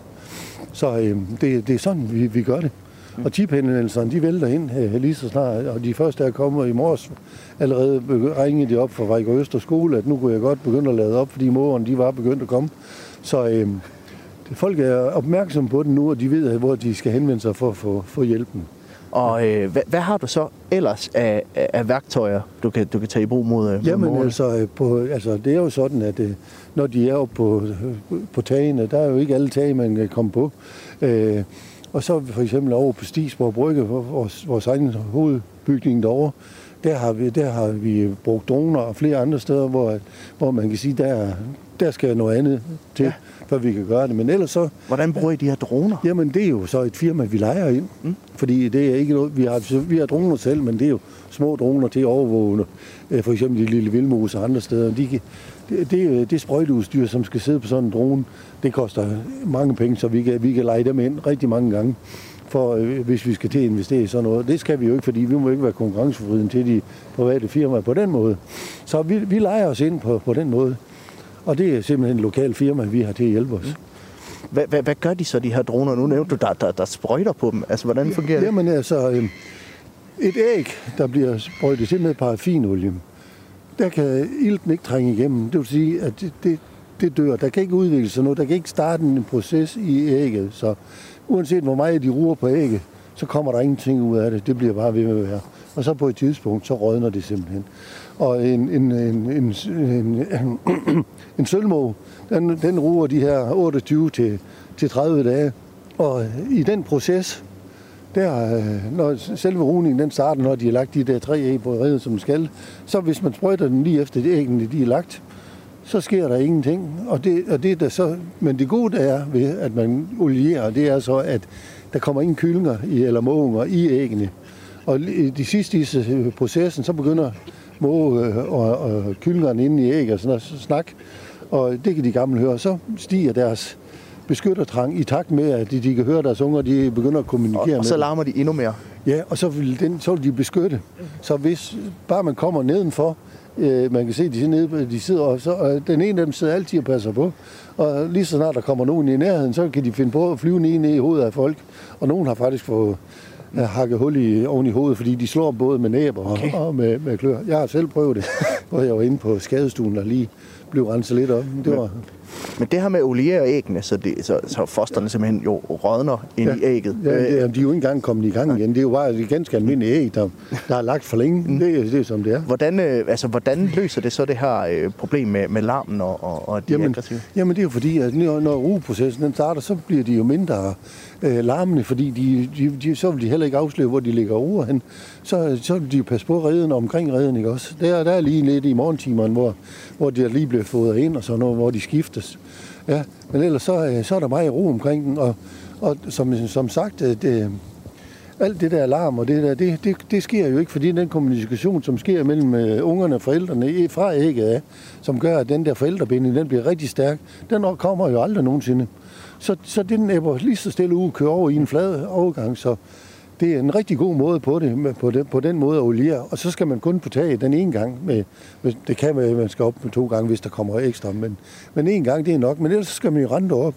Så øh, det, det er sådan, vi, vi gør det. Og tiphenvendelserne, de vælter ind øh, lige så snart, og de første er kommet i morges. Allerede ringede de op fra Vejgaard Øster skole, at nu kunne jeg godt begynde at lade op, fordi mågerne, de var begyndt at komme. Så øh, folk er opmærksomme på den nu, og de ved, hvor de skal henvende sig for at få, få hjælpen. Og øh, hvad, hvad har du så ellers af, af, af værktøjer, du kan, du kan tage i brug mod, mod Jamen altså, på, altså, det er jo sådan, at øh, når de er oppe på, på tagene, der er jo ikke alle tage, man kan komme på. Øh, Og så for eksempel over på Stigsborg Brygge, vores, vores egen hovedbygning derovre, der har vi, der har vi brugt droner og flere andre steder, hvor, hvor man kan sige, der, der skal noget andet til, ja. Før vi kan gøre det. Men ellers så... Hvordan bruger I de her droner? Jamen, det er jo så et firma, vi lejer ind. Mm. Fordi det er ikke noget... Vi har, vi har droner selv, men det er jo små droner til at overvåge. For eksempel de lille vildmose og andre steder. De kan, det, det, det sprøjteudstyr, som skal sidde på sådan en drone, det koster mange penge, så vi kan, vi kan leje dem ind rigtig mange gange, for, øh, hvis vi skal til at investere i sådan noget. Det skal vi jo ikke, fordi vi må ikke være konkurrenceforvridende til de private firmaer på den måde. Så vi, vi lejer os ind på, på den måde. Og det er simpelthen en lokal firma, vi har til at hjælpe os. Hvad, hvad, hvad gør de så, de her droner? Nu nævnte du, der, der, der sprøjter på dem. Altså, hvordan fungerer det? Jamen altså, øh, et æg, der bliver sprøjtet til med paraffinolie, der kan ilten ikke trænge igennem. Det vil sige, at det, det, det dør. Der kan ikke udvikle sig noget. Der kan ikke starte en proces i ægget. Så uanset hvor meget de ruer på ægget, så kommer der ingenting ud af det. Det bliver bare ved med at være. Og så på et tidspunkt, så rådner det simpelthen. Og en, en, en, en, en, en, en sølvmåge, den, den ruer de her otteogtyve til tredive dage. Og i den proces, der, når selve rugningen den starter, når de har lagt de der tre æg på redet, som skal, så hvis man sprøjter den lige efter de æggene, de er lagt, så sker der ingenting. Og det, og det der så, men det gode der er ved, at man olierer, det er så, at der kommer ingen kyllinger i, eller måger i æggene. Og de sidste i processen, så begynder måge og, og kyllingerne inde i æg og sådan noget snak, og det kan de gamle høre. Så stiger deres beskyttertrang i takt med, at de, de kan høre deres unger, de begynder at kommunikere og, med Og så larmer de endnu mere. Ja, og så vil, den, så vil de beskytte. Så hvis bare man kommer nedenfor, øh, man kan se, de, nede, de sidder, og, så, og den ene af dem sidder altid og passer på. Og lige så snart der kommer nogen i nærheden, så kan de finde på at flyve ned i hovedet af folk. Og nogen har faktisk fået øh, hakket hul i, oven i hovedet, fordi de slår både med næber okay. og, og med, med klør. Jeg har selv prøvet det, hvor jeg var inde på skadestuen og lige blive renset lidt op. Det var... Men det her med oliere æggene, så, det, så, så fosterne simpelthen jo rådner ind ja. i ægget. Ja, det er, de er jo ikke engang kommet i gang igen. Det er jo bare et ganske almindeligt æg, der, der er lagt for længe. Mm. Det, det er som det er. Hvordan, øh, altså, hvordan løser det så det her øh, problem med, med larmen og, og, og de jamen, aggressive? Jamen det er jo fordi, at når, når rugeprocessen den starter, så bliver de jo mindre øh, larmende, fordi de, de, de, så vil de heller ikke afsløre, hvor de ligger ruger hen. Så, så vil de jo passe på reden og omkring reden, ikke også? Der, der er lige lidt i morgentimerne, hvor, hvor de lige bliver fodret ind og sådan noget, hvor de skiftes. Ja, men ellers så, så er der meget ro omkring den, og, og som, som sagt, det, alt det der alarm og det der, det, det, det sker jo ikke, fordi den kommunikation, som sker mellem ungerne og forældrene fra ægget af, som gør, at den der forældrebinding, den bliver rigtig stærk, den kommer jo aldrig nogensinde. Så, så den æbber lige så stille ud, kører over i en flad overgang, så det er en rigtig god måde på det, på, det, på den måde at oliere. Og så skal man kun på tage den ene gang. Med, det kan være, at man skal op med to gange, hvis der kommer ekstra. Men, men en gang, det er nok. Men ellers skal man jo rende op.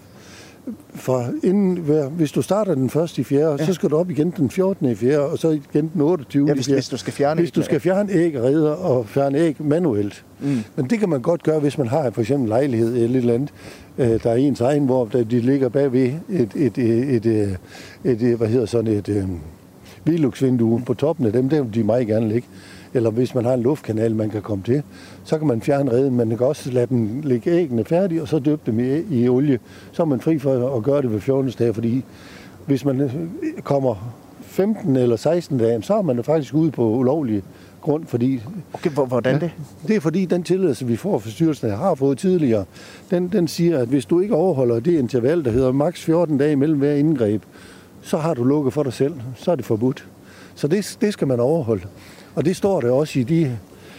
Fra inden, hvis du starter den første i fjerde, ja. Så skal du op igen den fjortende i fjerde, og så igen den otteogtyvende ja, hvis, i fjerde. Hvis du skal fjerne Hvis du skal fjerne æg og redder og fjerne æg manuelt. Mm. Men det kan man godt gøre, hvis man har for eksempel lejlighed eller et eller andet, øh, der er ens egen, hvor de ligger bagved et, et, et, et, et, et, et hvad hedder sådan et... et hvideluksvindue på toppen af dem, der vil de meget gerne ligge. Eller hvis man har en luftkanal, man kan komme til, så kan man fjerne reden. Man kan også lade dem ligge æggene færdige, og så døbe dem i, i olie. Så er man fri for at gøre det ved fjortende dag, fordi hvis man kommer femten eller seksten dage, så er man faktisk ude på ulovlig grund, fordi... Okay, hvordan ja, det? Det er fordi, den tilladelse, vi får for styrelsen, har fået tidligere, den, den siger, at hvis du ikke overholder det interval, der hedder maks fjorten dage mellem hver indgreb, så har du lukket for dig selv, så er det forbudt. Så det, det skal man overholde. Og det står der også i de,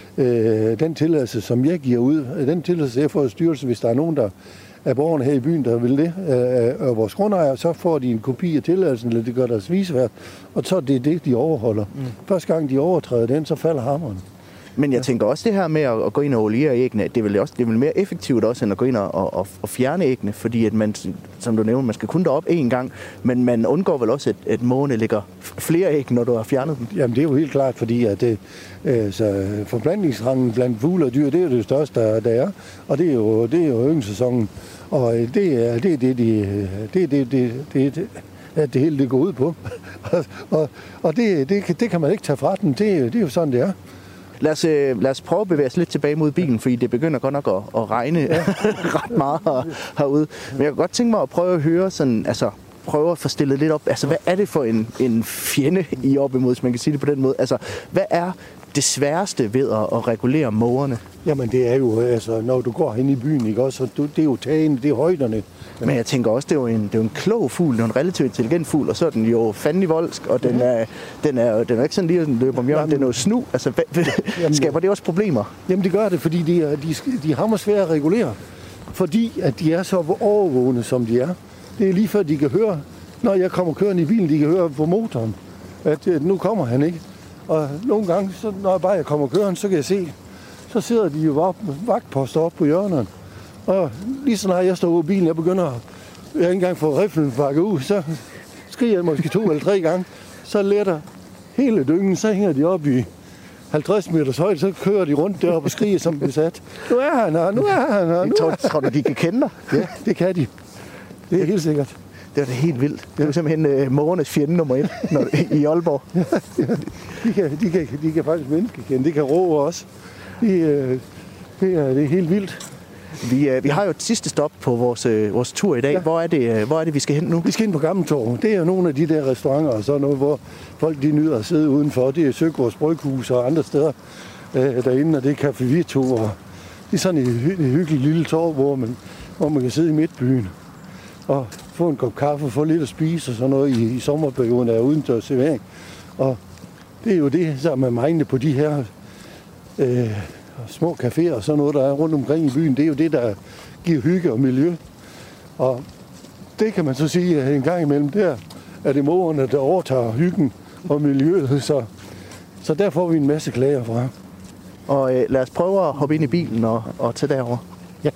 øh, den tilladelse, som jeg giver ud. Den tilladelse, jeg får i styrelsen, hvis der er nogen, der er borgerne her i byen, der vil det, øh, og vores grundejere, så får de en kopi af tilladelsen, eller det gør deres visevært, og så er det det, de overholder. Mm. Første gang, de overtræder den, så falder hammeren. Men jeg tænker også det her med at gå ind og oliere æggene, det er vel også det er vel mere effektivt også, end at gå ind og, og, og fjerne æggene, fordi at man, som du nævner, man skal kun derop én gang, men man undgår vel også, at, at mågerne lægger flere æg, når du har fjernet dem? Jamen det er jo helt klart, fordi at det, øh, så forplantningsrangen blandt fugle og dyr, det er jo det største, der, der er, og det er jo, det er jo yngelsæsonen, og det er det, det, det, det, det, det, det, det at det hele det går ud på, og, og det, det, det kan man ikke tage fra den, det, det er jo sådan, det er. Lad os, øh, lad os prøve at bevæge os lidt tilbage mod bilen, fordi det begynder godt nok at, at regne ja. ret meget her, herude. Men jeg kan godt tænke mig at prøve at høre sådan, altså prøve at få stillet lidt op. Altså, hvad er det for en, en fjende i op imod, hvis man kan sige det på den måde? Altså, hvad er det sværeste ved at, at regulere mågerne? Jamen, det er jo, altså, når du går hen i byen, ikke også, så det er jo tagene, det er højderne. Men jeg tænker også, det er jo en, det er jo en klog fugl, det er en relativt intelligent fugl, og så er den jo fandelig voldsk, og den er, den er, den er ikke sådan lige, at den løber om hjørnet, den er jo snu. Altså, hvad, skaber det også problemer? Jamen, det gør det, fordi de er, de, de hammer svært at regulere, fordi at de er så overvågne, som de er. Det er lige før, de kan høre, når jeg kommer kørende i bilen, de kan høre på motoren, at, at nu kommer han ikke. Og nogle gange, så, når jeg bare jeg kommer kørende, så kan jeg se, så sidder de jo vagtposter op på hjørnerne. Og lige så snart jeg står ude i bilen, jeg begynder, jeg har ikke engang fået riflen pakket ud, så skriger jeg måske to eller tre gange, så letter hele dyngen, så hænger de op i halvtreds meters højde, så kører de rundt deroppe og skriger som besat. Nu er han her, nu er han her, nu tror, er han. Tror du, de kan kende dig? Ja, det kan de. Det er helt sikkert. Det er da helt vildt. Det er jo simpelthen uh, mågernes fjende nummer et når, i Aalborg. Ja, de, kan, de, kan, de kan faktisk menneskekende, de kan råbe også. De, uh, det, er, det er helt vildt. Vi, uh, vi har jo et sidste stop på vores, uh, vores tur i dag. Ja. Hvor, er det, uh, hvor er det, vi skal hen nu? Vi skal ind på Gammeltorv. Det er jo nogle af de der restauranter og sådan noget, hvor folk de nyder at sidde udenfor. Det er Søgaards Bryghus og andre steder uh, derinde, og det er Café Vito. Og det er sådan et, et hyggeligt lille torv, hvor man, hvor man kan sidde i midtbyen og få en kop kaffe, få lidt at spise og sådan noget i, i sommerperioden, der er udendørs servering. Og det er jo det, som er mindende på de her øh, små caféer og sådan noget, der er rundt omkring i byen. Det er jo det, der giver hygge og miljø. Og det kan man så sige, at en gang imellem der er det mågerne, der overtager hyggen og miljøet. Så, så der får vi en masse klager fra. Og øh, lad os prøve at hoppe ind i bilen og, og tage derover. Ja.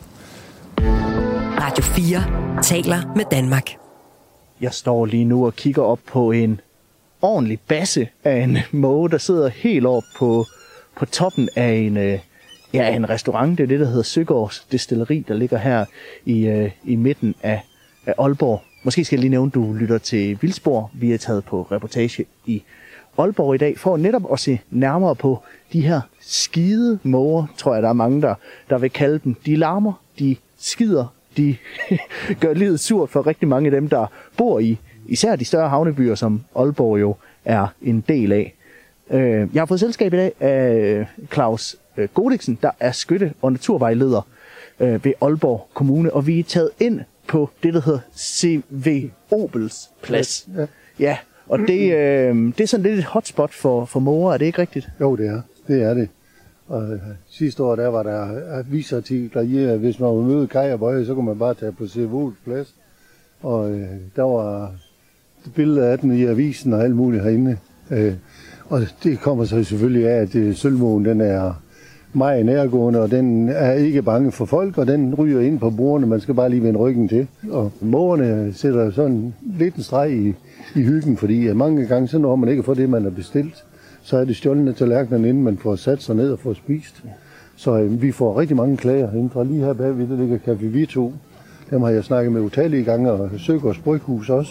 Radio fire taler med Danmark. Jeg står lige nu og kigger op på en ordentlig basse af en måge, der sidder helt oppe på, på toppen af en, øh, ja, en restaurant. Det er det, der hedder Søgaards Destilleri, der ligger her i, øh, i midten af, af Aalborg. Måske skal jeg lige nævne, at du lytter til Vildspor. Vi er taget på reportage i Aalborg i dag, for netop at se nærmere på de her skide måger, tror jeg, der er mange, der, der vil kalde dem. De larmer, de skider, de gør livet surt for rigtig mange af dem, der bor i især de større havnebyer, som Aalborg jo er en del af. Jeg har fået selskab i dag af Claus Godiksen, der er skytte- og naturvejleder ved Aalborg Kommune, og vi er taget ind på det, der hedder C V Obels Plads. Ja, ja og det, øh, det er sådan lidt et hotspot for, for måger, er det ikke rigtigt? Jo, det er. Det er det. Og sidste år, der var der avisartikler i, at hvis man ville møde Kaj og Bøje, så kunne man bare tage på C V Obels Plads. Og øh, der var billeder af den i avisen og alt muligt herinde. Øh, og det kommer så selvfølgelig af, at øh, sølvmågen, den er meget nærgående, og den er ikke bange for folk, og den ryger ind på bordene. Man skal bare lige vende ryggen til. Og mågerne sætter sådan lidt en streg i, i hyggen, fordi mange gange, så når man ikke får det, man har bestilt, så er det stjålne tallerkenerne, inden man får sat sig ned og får spist. Så øh, vi får rigtig mange klager indenfor. Lige her bagved, der ligger Café Vito. Dem har jeg snakket med utallige gange, og Søgaards Bryghus også.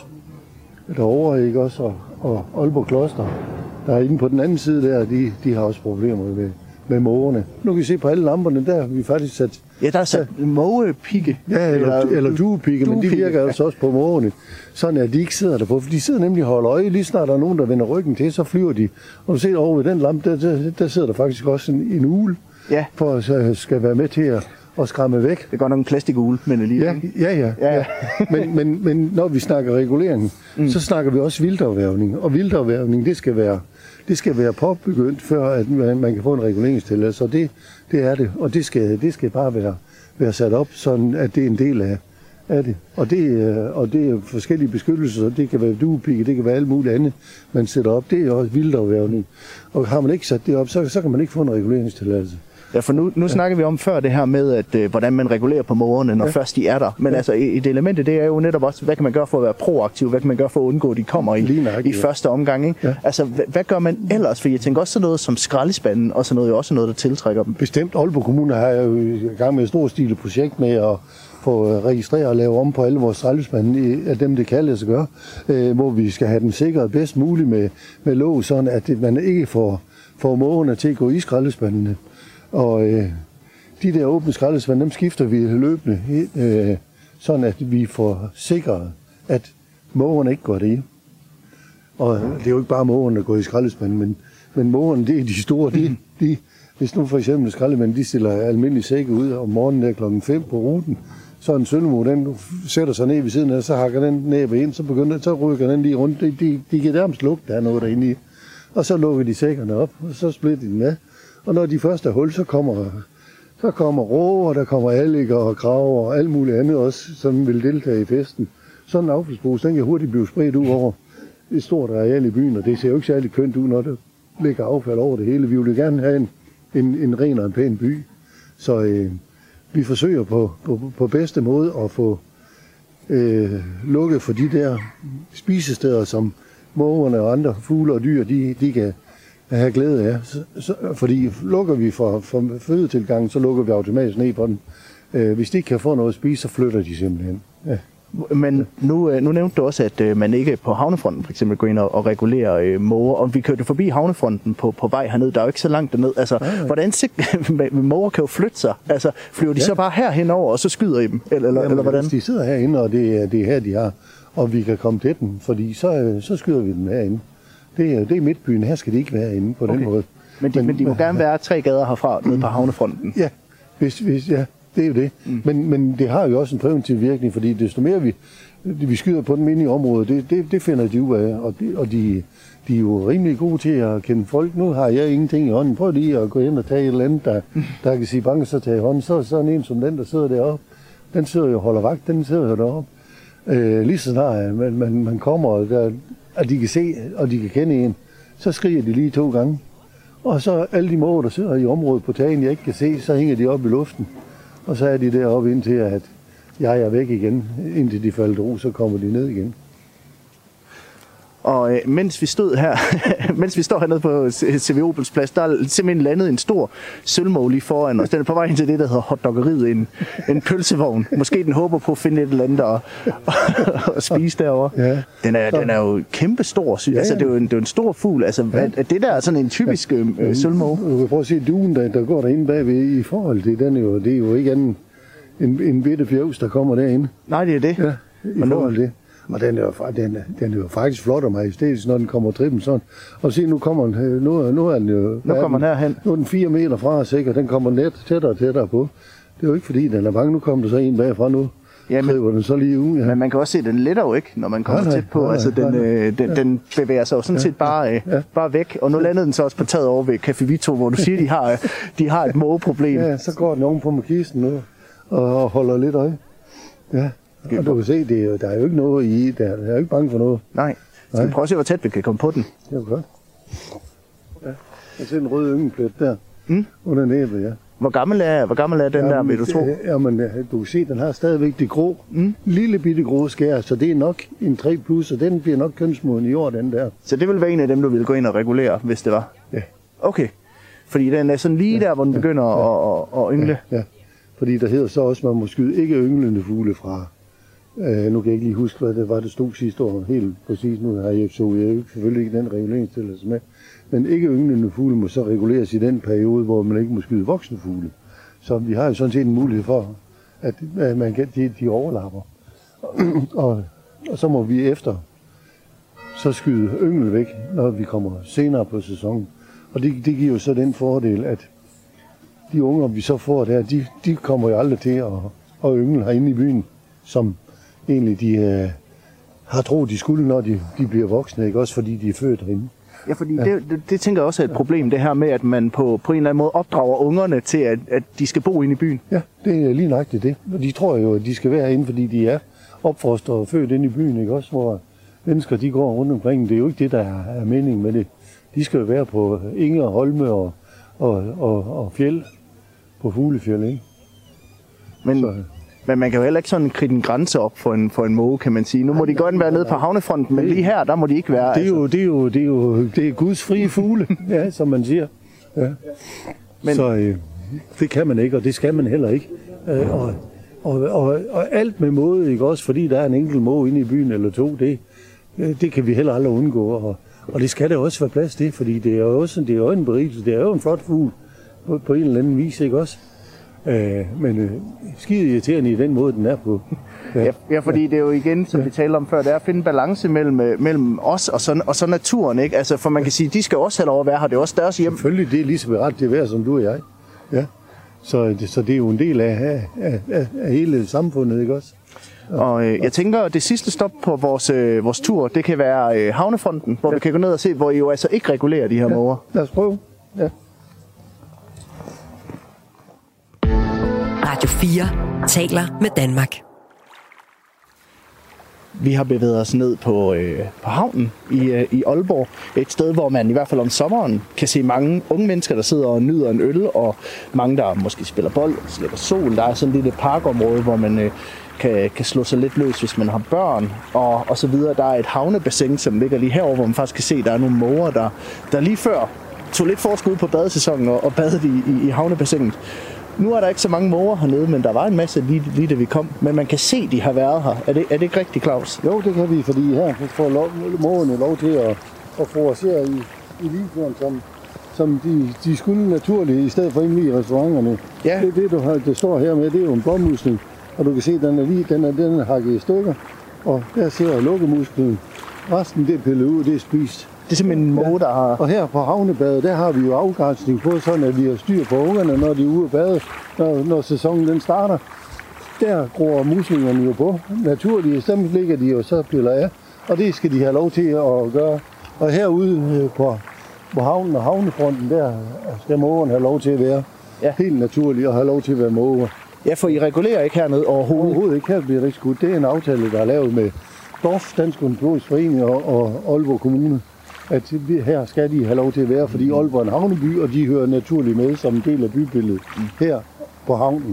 Derovre, ikke også, og, og Aalborg Kloster. Der er inde på den anden side der, de, de har også problemer med, med mågerne. Nu kan I se på alle lamperne, der har vi faktisk sat... Ja, der er sat ja, mågepigge. Ja, eller, eller, eller duepigge, men de virker ja. altså også på mågerne. Sådan at de ikke sidder der på, for de sidder nemlig og holder øje. Lige snart der er nogen, der vender ryggen til, så flyver de. Og du ser over ved den lampe, der, der, der sidder der faktisk også en, en ugle, ja. for at så skal være med til at... og skræmme væk. Det er godt nok en plastikugle, men alligevel. Ja, ja, ja. ja. men, men, men når vi snakker regulering, mm. så snakker vi også vildtafværgning. Og vildtafværgning, det skal være, det skal være påbegyndt, før at man kan få en reguleringstilladelse. Og det, det er det. Og det skal, det skal bare være, være sat op, sådan at det er en del af, af det. Og det, og det er forskellige beskyttelser. Det kan være duepigge, det kan være alt muligt andet, man sætter op. Det er også vildtafværgning. Og har man ikke sat det op, så, så kan man ikke få en reguleringstilladelse. Ja, for nu, nu ja. snakker vi om før det her med, at, øh, hvordan man regulerer på mågerne, når ja. først de er der. Men ja. altså, et element det er jo netop også, hvad kan man gøre for at være proaktiv? Hvad kan man gøre for at undgå, at de kommer i, nok, i første omgang? Ikke? Ja. Altså, hvad, hvad gør man ellers? For jeg tænker også sådan noget som skraldespanden, og sådan noget, jo også noget, der tiltrækker dem. Bestemt. Aalborg Kommune har jo i gang med et stort stilet projekt med at få registreret og lave om på alle vores skraldespande, af dem det kan lade sig gøre, øh, hvor vi skal have dem sikret bedst muligt med, med låg, sådan at man ikke får, får mågerne til at gå i skraldespandene. Og øh, de der åbne skraldespande, dem skifter vi løbende, øh, sådan at vi får sikret, at mågerne ikke går deri. Og det er jo ikke bare mågerne, der går i skraldespanden, men, men mågerne, det er de store. De, de, hvis nu for eksempel skraldespanden, de stiller almindelige sække ud om morgenen der klokken fem på ruten, så en sølvmåge, den sætter sig ned ved siden af, så hakker den næbe ind, så begynder så rykker den lige rundt. De, de, de kan nærmest lugte, der er noget derinde i. Og så lukker de sækkerne op, og så splitter de med. Og når de første er hul, så kommer, så kommer råger, der kommer alliger og kraver og alt muligt andet også, som vil deltage i festen. Sådan en affaldspose, den kan hurtigt blive spredt ud over et stort areal i byen, og det ser jo ikke særlig kønt ud, når der ligger affald over det hele. Vi vil gerne have en, en, en ren og en pæn by, så øh, vi forsøger på, på, på bedste måde at få øh, lukket for de der spisesteder, som mågerne og andre fugle og dyr, de, de kan have glæde af. Så, så, fordi lukker vi for, for fødetilgangen, så lukker vi automatisk ned på den. Øh, hvis de ikke kan få noget at spise, så flytter de simpelthen. Ja. Men nu, nu nævnte du også, at man ikke på havnefronten for eksempel går ind og, og regulerer øh, måger, og vi kørte forbi havnefronten på, på vej herned, der er jo ikke så langt derned. Altså, nej, nej. Hvordan måger kan jo flytte sig? Altså, flyver de ja. så bare herhen over, og så skyder I dem? Eller, eller, eller hvordan? De sidder herinde, og det er, det er her, de er, og vi kan komme til dem, fordi så, så skyder vi dem herinde. Det er, det er midtbyen, her skal de ikke være inde på okay. den måde. Men de, men, men de må gerne være tre gader herfra, nede på havnefronten? Ja, hvis, hvis, ja det er jo det. Mm. Men, men det har jo også en præventiv virkning, fordi desto mere vi, vi skyder på den inde i området, det, det, det finder de ud af. Og, de, og de, de er jo rimelig gode til at kende folk. Nu har jeg ingenting i hånden. Prøv lige at gå hen og tage et eller andet, der, der kan sige bange, så tage i hånden. Så er sådan en som den, der sidder deroppe. Den sidder jo og holder vagt, den sidder jo deroppe. Øh, lige så snart man, man, man kommer, og, der, og de kan se, og de kan kende en, så skriger de lige to gange. Og så alle de måger, der sidder i området på tagen, jeg ikke kan se, så hænger de op i luften. Og så er de deroppe indtil, at jeg er væk igen. Indtil de falder ro, så kommer de ned igen. Og øh, mens vi stod her, mens vi står hernede på C V Opels plads, der er simpelthen landet en stor sølvmåge lige foran os. Den er på vej ind til det, der hedder hotdoggeriet, en, en pølsevogn. Måske den håber på at finde et eller andet og, og, og spise derovre. Ja. Den, er, den er jo kæmpe stor. Ja, ja. Altså, det er jo en, det er en stor fugl. Altså, ja. er det der er sådan en typisk ja. øh, sølvmåge? Du kan prøve at se duen, der, der går derinde bagved i forhold til den. Er jo, det er jo ikke andet en, en bitte fjævs, der kommer derinde. Nej, det er det. Ja, i og forhold til det. Og den er, jo, den, den er jo faktisk flot og majestætisk, når den kommer trippen sådan. Og se, nu kommer den, nu, nu er den jo... Nu kommer den herhen. Nu er den fire meter fra os, ikke? Og den kommer net tættere og tættere på. Det er jo ikke fordi, den er bange. Nu kommer der så en bagfra nu. Jamen, skriver den så lige ud. Ja. Men man kan også se, at den letter jo ikke, når man kommer nej, tæt på. Nej, altså, den, nej, øh, den, ja. den bevæger sig jo sådan ja. set bare, øh, ja. bare væk. Og nu landede den så også på taget over ved Café Vito, hvor du siger, de har, de har et mågeproblem. Ja, så går den oven på markisen nu og holder lidt øje. Ja. Og du kan se, det er jo, der er jo ikke noget i, der er, der er jo ikke bange for noget. Nej, så vi prøver at se, hvor tæt vi kan komme på den. Det er jo godt. Ja, jeg ser en rød yngelplet der, mm. under næbet, ja. Hvor gammel er, hvor gammel er den jamen, der, vil du tro? Jamen, du kan se, den har stadigvæk det grå, mm. lille bitte grå skær, så det er nok en tre plus, og den bliver nok kønsmoden i år, den der. Så det vil være en af dem, du ville gå ind og regulere, hvis det var? Ja. Okay, fordi den er sådan lige ja. der, hvor den begynder ja. at, at yngle? Ja. ja, fordi der hedder så også, at man må skyde ikke ynglende fugle fra. Uh, nu kan jeg ikke lige huske, hvad det var, det stod sidste år. Helt præcis nu har jeg så jeg jo selvfølgelig ikke den reguleringstilladelse med. Men ikke ynglende fugle må så reguleres i den periode, hvor man ikke må skyde voksne fugle. Så vi har jo sådan set en mulighed for, at, at man kan, de, de overlapper. og, og så må vi efter så skyde yngel væk, når vi kommer senere på sæsonen. Og det, det giver jo så den fordel, at de unger, vi så får der, de, de kommer jo aldrig til at, at yngle herinde i byen, som egentlig de øh, har troet, de skulle, når de, de bliver voksne, ikke? Også fordi de er født herinde. Ja, fordi ja. Det, det, det tænker jeg også er et problem, det her med, at man på, på en eller anden måde opdrager ungerne til, at, at de skal bo inde i byen. Ja, det er lige nøjagtigt det. De tror jo, at de skal være inde, fordi de er opfostret og født inde i byen, ikke? Også hvor mennesker, de går rundt omkring. Det er jo ikke det, der er meningen med det. De skal jo være på Inger, Holme og, og, og, og fjeld, på Fuglefjeld, ikke? Men... Så, Men man kan jo heller ikke sådan kridte en grænse op for en, for en måge, kan man sige. Nu må de godt være nede på havnefronten, men lige her, der må de ikke være. Det er jo, det er jo, det er jo det er Guds frie fugle, ja, som man siger. Ja. Men, så øh, det kan man ikke, og det skal man heller ikke. Øh, og, og, og, og alt med måde, ikke også, fordi der er en enkelt måge inde i byen eller to, det, det kan vi heller aldrig undgå. Og, og det skal der også være plads til, fordi det er jo også det er jo en berigelse, det er jo en flot fugl på, på en eller anden vis, ikke også? Øh, men øh, skide irriterende i den måde, den er på. Ja, ja fordi ja. det er jo igen, som ja. vi talte om før, det er at finde balance mellem, mellem os og så, og så naturen, ikke? Altså, for man kan sige, de skal også have lov at være her, det er også deres hjem. Selvfølgelig, det er lige så berettet til at være, som du og jeg. Ja. Så, det, så det er jo en del af, af, af, af hele samfundet, ikke også? Ja. Og øh, jeg tænker, at det sidste stop på vores, øh, vores tur, det kan være øh, havnefronten, hvor ja. vi kan gå ned og se, hvor I jo altså ikke regulerer de her ja. måger. Lad os prøve. Ja. Radio fire taler med Danmark. Vi har bevæget os ned på, øh, på havnen i, øh, i Aalborg. Et sted, hvor man i hvert fald om sommeren kan se mange unge mennesker, der sidder og nyder en øl, og mange, der måske spiller bold, slæber sol. Der er sådan et lille parkområde, hvor man øh, kan, kan slå sig lidt løs, hvis man har børn, og, og så videre. Der er et havnebassin, som ligger lige herovre, hvor man faktisk kan se, at der er nogle måger, der, der lige før tog lidt forskud på badesæsonen og, og badede i, i, i havnebassinet. Nu er der ikke så mange måger hernede, men der var en masse lige, lige da vi kom. Men man kan se, at de har været her. Er det, er det ikke rigtigt, Claus? Jo, det kan vi, fordi her får lov, mågerne lov til at, at frosere i, i Limfjorden, som, som de, de skulle naturligt, i stedet for inde i restauranterne. Ja. Det, det, du har, det står her med, det er jo en blåmusling, og du kan se, at den er, lige, den er, den er hakket i stykker, og der ser lukkemusklen. Resten, det er pillet ud, det er spist. Det er simpelthen en måge, der har... Og her på havnebadet, der har vi jo afgrænsning på, sådan at vi har styr på ungerne, når de er ude at bade, når, når sæsonen den starter. Der gror muslingerne jo på. Naturligt, dem ligger de jo så piller af, og det skal de have lov til at gøre. Og herude på, på havnen og havnefronten, der skal mågerne have lov til at være ja. helt naturligt og have lov til at være måger. Ja, for I regulerer ikke hernede overhovedet? Overhovedet ikke. Her bliver det ikke skudt. Det er en aftale, der er lavet med D O F, Dansk Ornitologisk Forening og, og Aalborg Kommune. At her skal de have lov til at være, fordi Aalborg er en havneby, og de hører naturligt med som en del af bybilledet mm. her på havnen.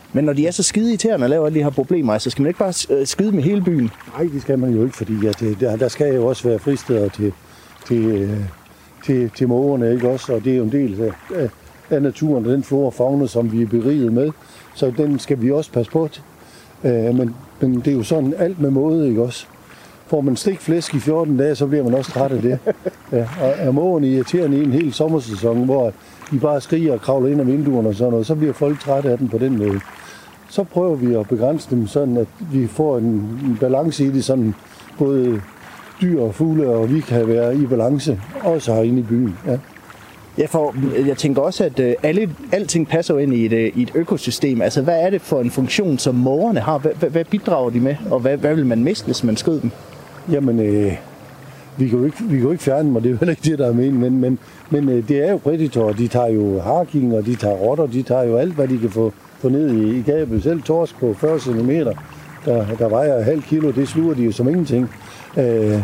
Men når de er så skide irriterende og laver alle de her problemer, altså skal man ikke bare skyde med hele byen? Nej, det skal man jo ikke, fordi at, der, der skal jo også være fristeder til, til, til, til mågerne, ikke også? Og det er jo en del af, af, af naturen og den flora og fauna, som vi er beriget med. Så den skal vi også passe på til. Uh, men, men det er jo sådan alt med måde, ikke også? Får man stikflæsk i fjorten dage, så bliver man også træt af det. Ja, og er mågerne irriterende i en hel sommersæson, hvor de bare skriger og kravler ind ad vinduerne og sådan noget, så bliver folk trætte af den på den måde. Så prøver vi at begrænse dem sådan, at vi får en, en balance i det, sådan både dyr og fugle, og vi kan være i balance, også herinde i byen. Ja. Ja, for jeg tænker også, at alle, alting passer jo ind i et, i et økosystem. Altså, hvad er det for en funktion, som mågerne har? Hvad, hvad bidrager de med, og hvad, hvad vil man miste, hvis man skød dem? Jamen, øh, vi kan jo ikke, vi kan jo ikke fjerne dem, og det er jo heller ikke det, der er meningen, men, men, men øh, det er jo predatorer. De tager jo harking, og de tager rotter, de tager jo alt, hvad de kan få, få ned i, i gabet. Selv torsk på fyrre centimeter, der, der vejer halv kilo, det sluger de jo som ingenting. Øh,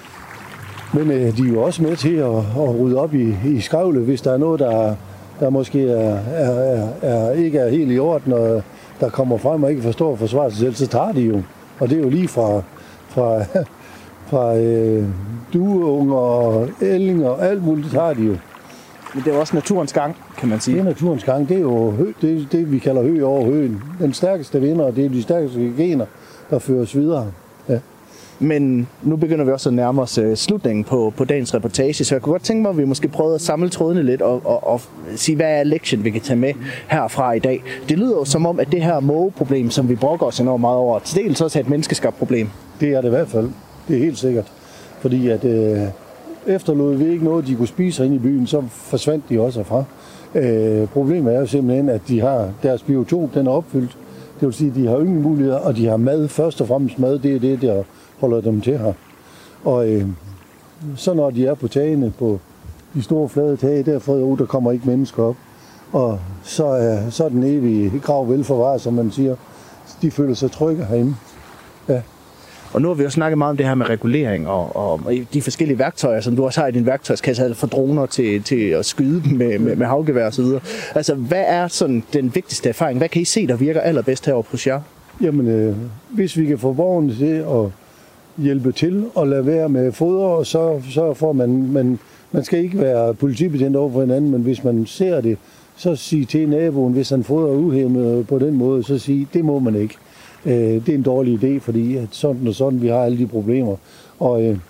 men øh, de er jo også med til at, at rydde op i, i skravle, hvis der er noget, der, der måske er, er, er, er, ikke er helt i orden, og der kommer frem og ikke forstår at forsvare sig selv, så tager de jo. Og det er jo lige fra, fra, fra øh, dueunger og ællinger og alt muligt, det tager de jo. Men det er jo også naturens gang, kan man sige. Det er naturens gang. Det er jo hø, det, er det, vi kalder hø over høen. Den stærkeste vinder, og det er de stærkeste gener, der føres videre. Ja. Men nu begynder vi også at nærme os uh, slutningen på, på dagens reportage, så jeg kunne godt tænke mig, at vi måske prøvede at samle trådene lidt og, og, og sige, hvad er lektien, vi kan tage med herfra i dag. Det lyder jo som om, at det her mågeproblem, som vi brokker os enormt meget over, til dels også er et menneskeskabt problem. Det er det i hvert fald. Det er helt sikkert. Fordi at øh, efterlod vi ikke noget, de kunne spise inde i byen, så forsvandt de også herfra. Øh, problemet er jo simpelthen, at de har deres biotop, den er opfyldt. Det vil sige, at de har ingen muligheder, og de har mad. Først og fremmest mad, det er det, der holder dem til her. Og øh, så når de er på tagene, på de store flade tage, derfor der kommer ikke mennesker op. Og så er, så er den evige grav velforvaret, som man siger. De føler sig trygge herinde. Ja. Og nu har vi jo snakket meget om det her med regulering og, og de forskellige værktøjer, som du også har i din værktøjskasse, altså fra droner til, til at skyde dem med, med, med havgevær og så videre. Altså, hvad er sådan den vigtigste erfaring? Hvad kan I se, der virker allerbedst herovre hos jer? Jamen, øh, hvis vi kan få borgerne til at hjælpe til og lade være med foder, og så, så får man, man, man skal ikke være politibetjent over for hinanden, men hvis man ser det, så sige til naboen, hvis han fodrer uhæmmet på den måde, så sige, det må man ikke. Det er en dårlig idé, fordi at sådan og sådan, vi har alle de problemer. Og øh,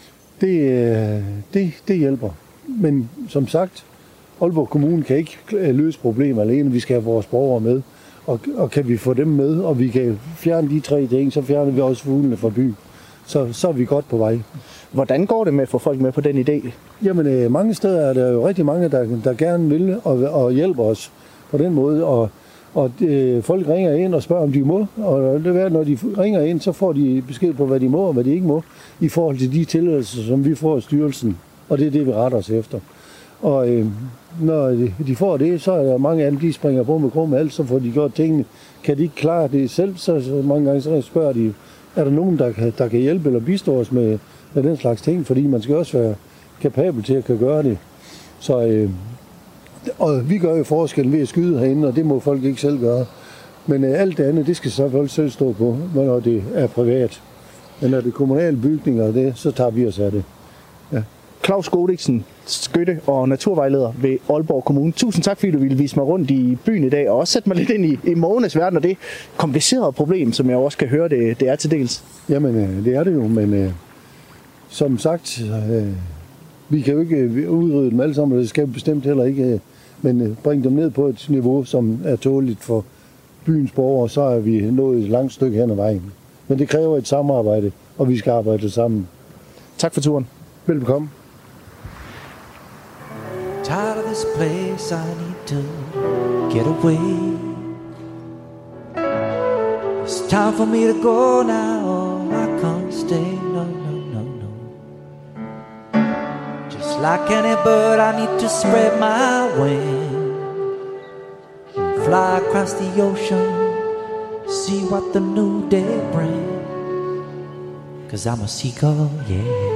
det, det, det hjælper. Men som sagt, Aalborg Kommune kan ikke løse problemer alene. Vi skal have vores borgere med. Og, og kan vi få dem med, og vi kan fjerne de tre ting, så fjerner vi også fuglene fra byen. Så, så er vi godt på vej. Hvordan går det med at få folk med på den idé? Jamen, øh, mange steder er der jo rigtig mange, der, der gerne vil og, og hjælper os på den måde. Og Og øh, folk ringer ind og spørger, om de må, og det er, når de ringer ind, så får de besked på, hvad de må og hvad de ikke må, i forhold til de tilladelser, som vi får af styrelsen, og det er det, vi retter os efter. Og øh, når de, de får det, så er der mange af dem, de springer på med krum alt, så får de gjort tingene. Kan de ikke klare det selv, så, så mange gange så spørger de, er der nogen, der kan, der kan hjælpe eller bistå os med, med den slags ting, fordi man skal også være kapabel til at kan gøre det. Så... Øh, Og vi gør jo forskellen ved at skyde herinde, og det må folk ikke selv gøre. Men øh, alt det andet, det skal så folk selv stå på, når det er privat. Men når det er kommunale bygninger, det, så tager vi os af det. Ja. Claus Godiksen, skytte og naturvejleder ved Aalborg Kommune. Tusind tak, fordi du ville vise mig rundt i byen i dag, og også sætte mig lidt ind i, i mågenes verden, og det komplicerede problem, som jeg også kan høre, det, det er til dels. Jamen, øh, det er det jo, men øh, som sagt... Øh, Vi kan jo ikke udrydde dem alle sammen, og det skal vi bestemt heller ikke, men bringe dem ned på et niveau, som er tåligt for byens borgere, så er vi nået et langt stykke hen ad vejen. Men det kræver et samarbejde, og vi skal arbejde sammen. Tak for turen. Velbekomme. Tired of this place, I need to get away. It's time for me to go now, or I can't stay. No, no, no, no. Just like any bird, I need to spread my wings and fly across the ocean, see what the new day brings. 'Cause I'm a seagull, yeah.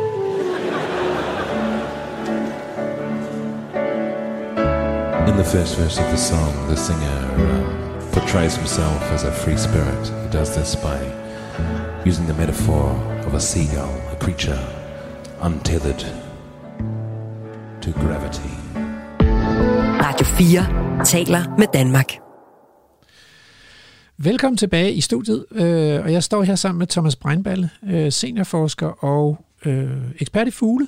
In the first verse of the song, the singer um, portrays himself as a free spirit. He does this by using the metaphor of a seagull, a creature untethered to gravity. Radio fire taler med Danmark. Velkommen tilbage i studiet, øh, og jeg står her sammen med Thomas Breinballe, øh, seniorforsker og øh, ekspert i fugle.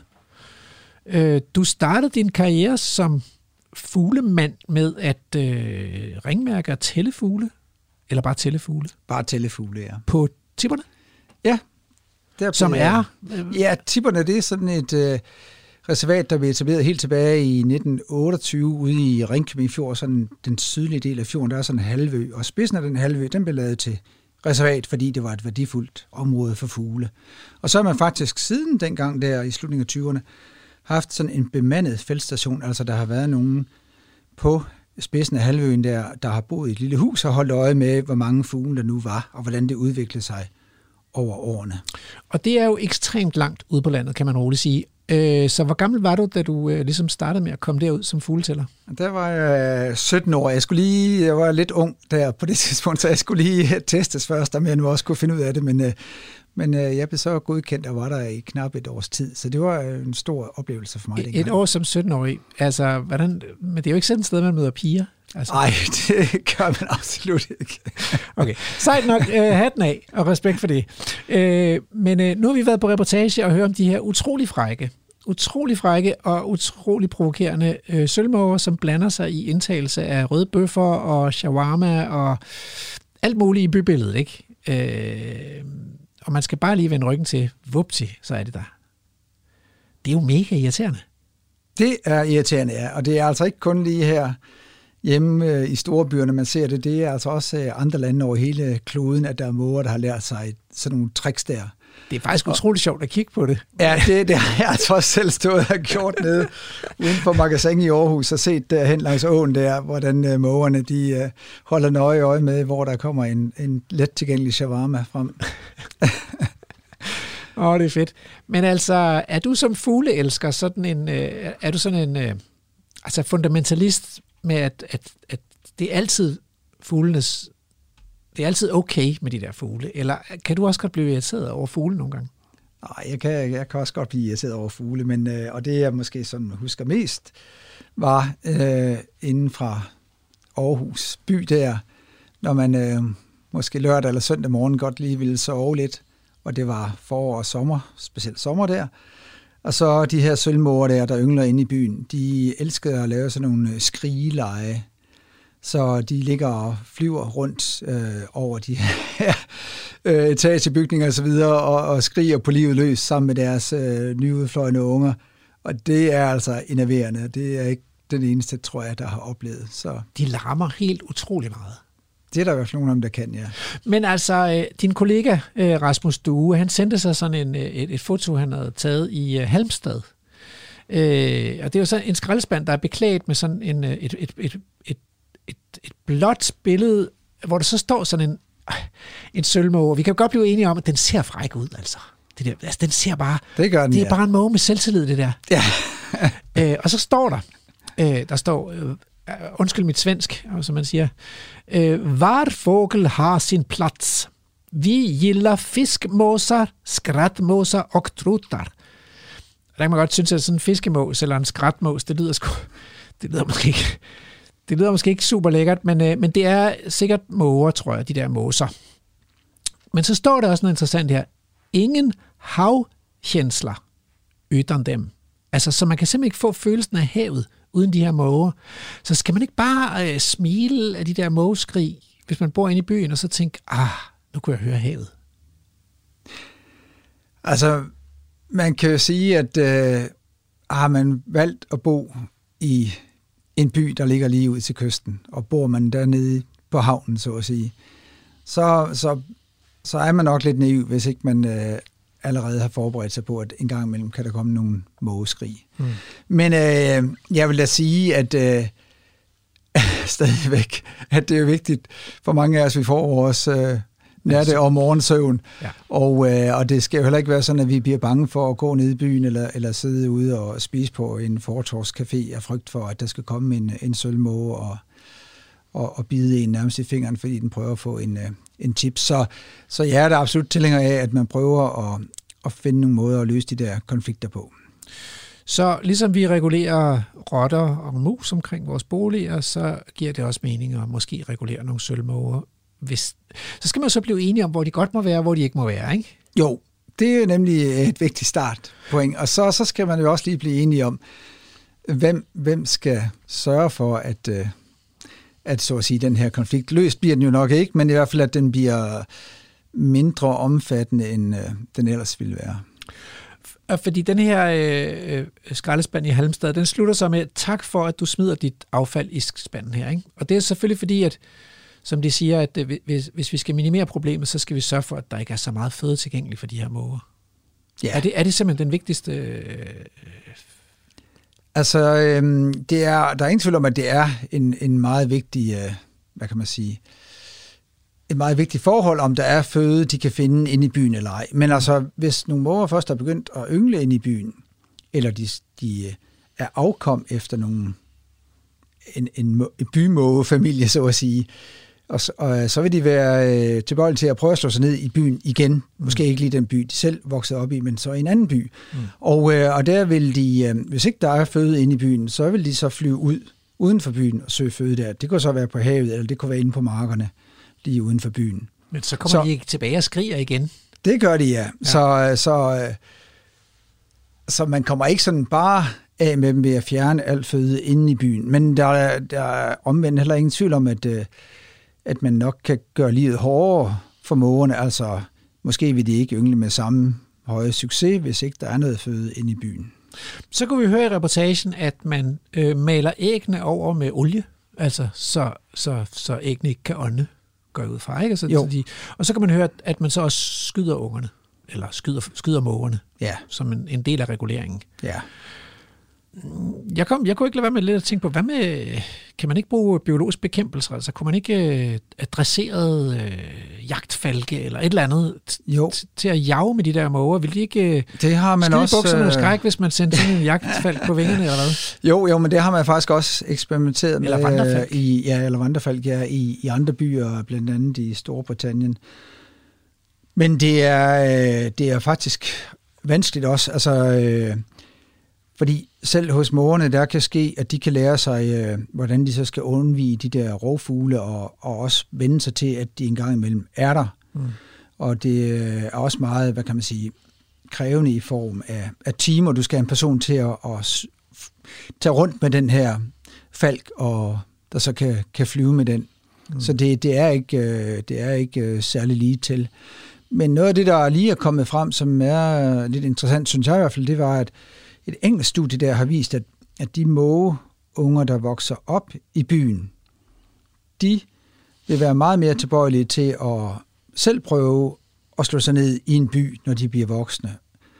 Øh, du startede din karriere som fuglemand med at øh, ringmærke og tælle fugle, eller bare tælle fugle? Bare tælle fugle, ja. På tipperne? Ja. Der som blev, er? Øh, ja, tipperne, det er sådan et øh, reservat, der blev etableret helt tilbage i nitten otteogtyve ude i Ringkøbing Fjord, sådan den sydlige del af fjorden, der er sådan en halvø, og spidsen af den halvø, den blev lavet til reservat, fordi det var et værdifuldt område for fugle. Og så har man faktisk siden dengang der i slutningen af tyverne haft sådan en bemandet feltstation, altså der har været nogen på spidsen af halvøen der, der har boet i et lille hus og holdt øje med, hvor mange fugle der nu var, og hvordan det udviklede sig over årene. Og det er jo ekstremt langt ude på landet, kan man roligt sige. Så hvor gammel var du, da du ligesom startede med at komme derud som fugletæller? Der var jeg sytten år. Jeg skulle lige, jeg var lidt ung der på det tidspunkt, så jeg skulle lige testes først, om jeg nu også kunne finde ud af det, men, men jeg blev så godkendt og var der i knap et års tid, så det var en stor oplevelse for mig. Et, et år som sytten-årig, altså, hvordan, men det er jo ikke sådan et sted, man møder piger. Altså. Nej, det gør man absolut ikke. Okay, sejt nok, uh, hatten af, og respekt for det. Uh, men uh, nu har vi været på reportage og hørt om de her utrolig frække, utrolig frække og utrolig provokerende uh, sølvmåger, som blander sig i indtagelse af røde bøffer og shawarma og alt muligt i bybilledet, ikke? Uh, og man skal bare lige vende ryggen til, vupti, så er det der. Det er jo mega irriterende. Det er irriterende, ja, og det er altså ikke kun lige her hjemme i storbyerne, man ser det, det er altså også andre lande over hele kloden, at der er måger, der har lært sig sådan nogle tricks der. Det er faktisk utroligt sjovt at kigge på det. Ja, det, det har jeg altså også selv stået og gjort nede uden for magasin i Aarhus og set derhen langs åen der, hvordan uh, mågerne de uh, holder nøje øje med, hvor der kommer en, en let tilgængelig shawarma frem. Åh, oh, det er fedt. Men altså, er du som fugleelsker sådan en, uh, er du sådan en uh, altså fundamentalist med, at, at, at det er altid fuglenes, det er altid okay med de der fugle, eller kan du også godt blive irriteret over fugle nogle gange? Nej, jeg kan, jeg kan også godt blive irriteret over fugle, men, øh, og det jeg måske sådan husker mest, var øh, inden fra Aarhus by der, når man øh, måske lørdag eller søndag morgen godt lige ville sove lidt, og det var forår og sommer, specielt sommer der. Og så de her sølvmåger der, der yngler inde i byen, de elskede at lave sådan nogle skrigeleje. Så de ligger og flyver rundt øh, over de her øh, etagebygninger og så videre, og, og skriger på livet løs sammen med deres øh, nyudfløjende unger. Og det er altså enerverende. Det er ikke den eneste, tror jeg, der har oplevet. Så de larmer helt utrolig meget. Det er der i hvert fald nogen af dem, der kan, ja. Men altså, din kollega Rasmus Due, han sendte sig sådan en, et, et foto, han havde taget i Halmstad. Øh, og det er jo sådan en skraldespand, der er beklædt med sådan en, et, et, et, et, et, et, et blåt billede, hvor der så står sådan en, en sølvmåge. Vi kan jo godt blive enige om, at den ser fræk ud, altså. Det der, altså den ser bare... Det gør den, Det er ja. bare en måge med selvtillid, det der. Ja. øh, og så står der, øh, der står... Øh, undskyld mit svensk, som man siger. Var fågel har sin plats. Vi gillar fiskmåsar, skrattmåsar og truttar. Der kan man godt synes, at sådan en fiskemås eller en skratmås, det lyder sgu, det lyder måske ikke, det lyder måske ikke super lækkert, men, men det er sikkert måger, tror jeg, de der måser. Men så står der også noget interessant her. Ingen havkjensler utan dem. Altså, så man kan simpelthen ikke få følelsen af havet uden de her måger. Så skal man ikke bare øh, smile af de der mågeskrig, hvis man bor inde i byen, og så tænke, ah, nu kunne jeg høre havet. Altså, man kan jo sige, at øh, har man valgt at bo i en by, der ligger lige ud til kysten, og bor man dernede på havnen, så at sige, så, så, så er man nok lidt naiv, hvis ikke man øh, allerede har forberedt sig på, at en gang imellem kan der komme nogle mågeskrig. Mm. Men øh, jeg vil da sige, at øh, stadigvæk, at det er vigtigt for mange af os, vi får vores øh, natte- og morgensøvn. Ja. Og, øh, og det skal jo heller ikke være sådan, at vi bliver bange for at gå ned i byen, eller, eller sidde ude og spise på en fortorvscafé af frygt for, at der skal komme en, en sølvmåge og, og, og bide en nærmest i fingeren, fordi den prøver at få en, øh, en chip. Så, så jeg er da absolut tilhænger af, at man prøver at, at finde nogle måder at løse de der konflikter på. Så ligesom vi regulerer rotter og mus omkring vores boliger, så giver det også mening at måske regulere nogle sølvmåger. Hvis, så skal man så blive enige om, hvor de godt må være, og hvor de ikke må være, ikke? Jo, det er nemlig et vigtigt startpoint. Og så, så skal man jo også lige blive enige om, hvem, hvem skal sørge for, at, at så at sige, den her konflikt løst bliver den jo nok ikke, men i hvert fald, at den bliver mindre omfattende, end den ellers ville være. Fordi den her øh, skraldespand i Halmstad, den slutter så med, tak for, at du smider dit affald i spanden her, ikke? Og det er selvfølgelig fordi, at som de siger, at hvis, hvis vi skal minimere problemet, så skal vi sørge for, at der ikke er så meget føde tilgængeligt for de her måger. Ja. Er, det, er det simpelthen den vigtigste? Øh... Altså, øhm, det er, der er ingen tvivl om, at det er en, en meget vigtig, øh, hvad kan man sige, et meget vigtigt forhold, om der er føde, de kan finde inde i byen eller ej. Men altså, hvis nogle måger først er begyndt at yngle inde i byen, eller de, de er afkom efter nogle, en, en, en bymågefamilie, så at sige, og så, og så vil de være øh, tilbøjelige til at prøve at slå sig ned i byen igen. Mm. Måske ikke lige den by, de selv voksede op i, men så i en anden by. Mm. Og, øh, og der vil de, øh, hvis ikke der er føde inde i byen, så vil de så flyve ud uden for byen og søge føde der. Det kunne så være på havet, eller det kunne være inde på markerne, lige uden for byen. Men så kommer så, de ikke tilbage og skriger igen? Det gør de, ja. ja. Så, så, øh, så man kommer ikke sådan bare af med dem ved at fjerne alt føde inde i byen. Men der er, der er omvendt heller ingen tvivl om, at øh, at man nok kan gøre livet hårdere for mågerne. Altså, måske vil de ikke yngle med samme høje succes, hvis ikke der er noget føde inde i byen. Så kunne vi høre i reportagen, at man øh, maler æggene over med olie, altså så, så, så æggene ikke kan ånde, går ud fra, ikke? Så, så de, og så kan man høre, at man så også skyder ungerne, eller skyder, skyder mågerne, ja, som en, en del af reguleringen. Ja. Jeg, kom, jeg kunne ikke lade være med lidt at tænke på, hvad med, kan man ikke bruge biologisk bekæmpelse? Altså, kunne man ikke øh, adresseret øh, jagtfalke eller et eller andet jo. T- til at jage med de der måger? Vil de ikke det har man skyde også, bukserne og skræk, hvis man sendte sådan en jagtfalk på vingerne eller hvad? Jo, jo, men det har man faktisk også eksperimenteret eller med. Vandrefalk. I, ja, eller vandrefalk, ja, i, i andre byer, blandt andet i Storbritannien. Men det er, øh, det er faktisk vanskeligt også, altså... Øh, Fordi selv hos mågerne, der kan ske, at de kan lære sig, øh, hvordan de så skal undvige de der rovfugle, og, og også vende sig til, at de engang imellem er der. Mm. Og det er også meget, hvad kan man sige, krævende i form af, af timer. Du skal have en person til at, at tage rundt med den her falk, og der så kan, kan flyve med den. Mm. Så det, det er ikke, det er ikke særlig lige til. Men noget af det, der lige er kommet frem, som er lidt interessant, synes jeg i hvert fald, det var, at et engelsk studie der har vist, at, at de mågeunger, der vokser op i byen, de vil være meget mere tilbøjelige til at selv prøve at slå sig ned i en by, når de bliver voksne,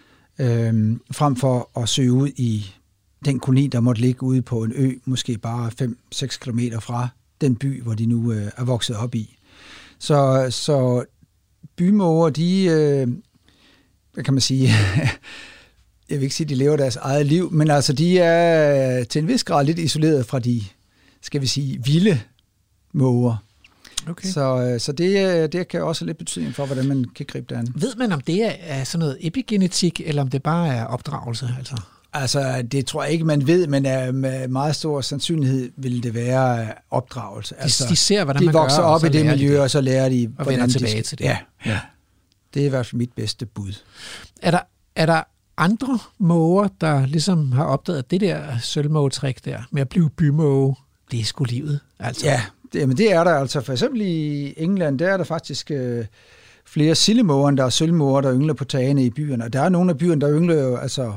øhm, frem for at søge ud i den koloni, der måtte ligge ude på en ø, måske bare fem til seks kilometer fra den by, hvor de nu øh, er vokset op i. Så, så bymåger, de, øh, hvad kan man sige... Jeg vil ikke sige, at de lever deres eget liv, men altså de er til en vis grad lidt isoleret fra de, skal vi sige, vilde måger. Okay. Så, så det, det kan også have lidt betydning for, hvordan man kan gribe det an. Ved man, om det er sådan noget epigenetik, eller om det bare er opdragelse? Altså, altså det tror jeg ikke, man ved, men med meget stor sandsynlighed vil det være opdragelse. De, altså, de ser, hvordan de man vokser gør, op i det miljø, de og så lærer de, og vender tilbage de, til det. Ja, ja. Det er i hvert fald mit bedste bud. Er der, er der andre måger, der ligesom har opdaget, at det der sølvmågetrik der med at blive bymåge, det er sgu livet? Altså. Ja, det, men det er der altså. For eksempel i England, der er der faktisk øh, flere sildemåger, end der er sølvmåger, der yngler på tagene i byerne. Og der er nogle af byerne, der yngler jo altså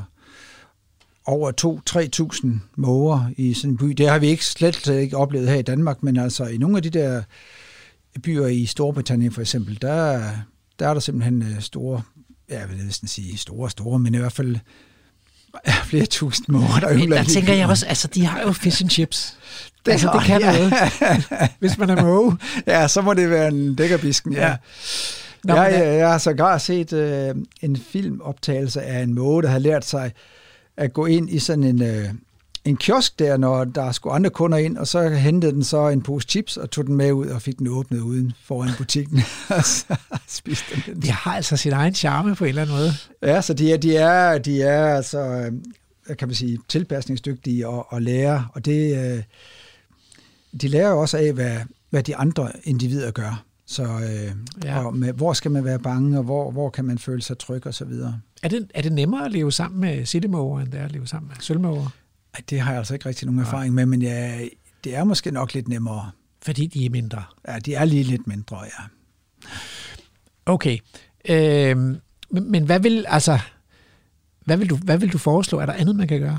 over to til tre tusind måger i sådan en by. Det har vi ikke slet ikke oplevet her i Danmark, men altså i nogle af de der byer i Storbritannien for eksempel, der, der er der simpelthen store... jeg vil næsten sige store, store, men i hvert fald flere tusind måger, der yngler. Der tænker jeg også, altså de har jo fish and chips. Det, altså, det kan ja. noget, hvis man er måge. Ja, så må det være en dækkerbisken, ja. ja. Nå, jeg, jeg, jeg har sågar set øh, en filmoptagelse af en måge, der har lært sig at gå ind i sådan en, øh, en kiosk der, når der skulle andre kunder ind, og så hentede den så en pose chips og tog den med ud og fik den åbnet uden foran butikken. Og så spiste den. De har altså sin egen charme på en eller anden måde. Ja, så de er, de er, de er altså, kan man sige, tilpasningsdygtige og, og lærer, og det, de lærer jo også af, hvad, hvad de andre individer gør. Så øh, ja. og med, hvor skal man være bange, og hvor, hvor kan man føle sig tryg og så videre. Er det, er det nemmere at leve sammen med sittemåger, end det er at leve sammen med sølvmåger? Ej, det har jeg altså ikke rigtig nogen erfaring med, men ja, det er måske nok lidt nemmere. Fordi de er mindre? Ja, de er lige lidt mindre, ja. Okay. Øh, men, men hvad vil, altså, hvad vil du, hvad vil du foreslå? Er der andet, man kan gøre?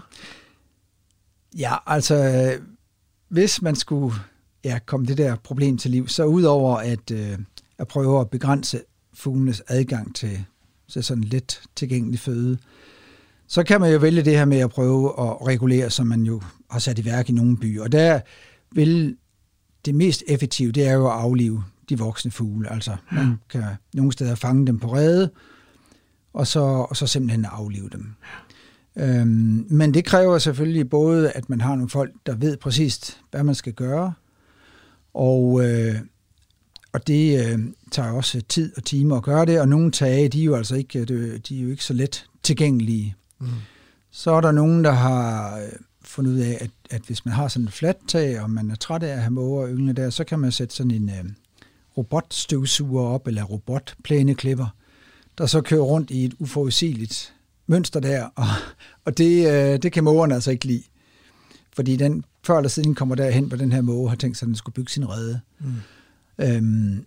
Ja, altså, hvis man skulle ja, komme det der problem til liv, så udover at, øh, at prøve at begrænse fuglenes adgang til, til sådan lidt tilgængelig føde, så kan man jo vælge det her med at prøve at regulere, som man jo har sat i værk i nogle byer. Og der vil det mest effektive, det er jo at aflive de voksne fugle. Altså, man kan nogle steder fange dem på rede, og så, og så simpelthen aflive dem. Øhm, men det kræver selvfølgelig både, at man har nogle folk, der ved præcist, hvad man skal gøre, og, øh, og det øh, tager også tid og timer at gøre det, og nogle tage, de er jo altså ikke, de er jo ikke så let tilgængelige. Mm. Så er der nogen, der har fundet ud af, at, at hvis man har sådan et fladt tag, og man er træt af at have måger og yngle der, så kan man sætte sådan en øh, robotstøvsuger op, eller robotplæneklipper, der så kører rundt i et uforudsigeligt mønster der, og, og det, øh, det kan mågerne altså ikke lide. Fordi den før eller siden kommer derhen, hvor den her måge har tænkt sig, at den skulle bygge sin rede. Mm. Øhm,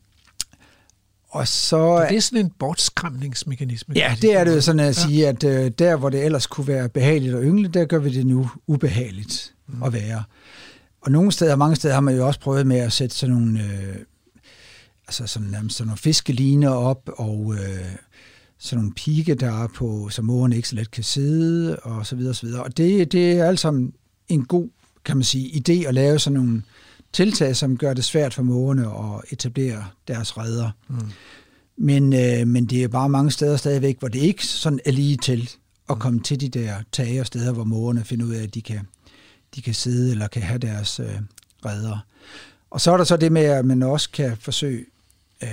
og så, det er sådan en bortskræmningsmekanisme. Ja, det er det jo sådan at sige, ja. at øh, der, hvor det ellers kunne være behageligt at yngle, der gør vi det nu ubehageligt mm. at være. Og nogle steder, mange steder har man jo også prøvet med at sætte sådan nogle, øh, altså sådan, sådan nogle fiskeliner op, og øh, sådan nogle pigge, der er på, så mågerne ikke så let kan sidde, og så videre, og så videre. Og det, det er alt sammen en god, kan man sige, idé at lave sådan nogle tiltag, som gør det svært for mågerne at etablere deres reder. Mm. Men, øh, men det er bare mange steder stadigvæk, hvor det ikke sådan er lige til at komme mm. til de der tage og steder, hvor mågerne finder ud af, at de kan, de kan sidde eller kan have deres øh, reder. Og så er der så det med, at man også kan forsøge øh,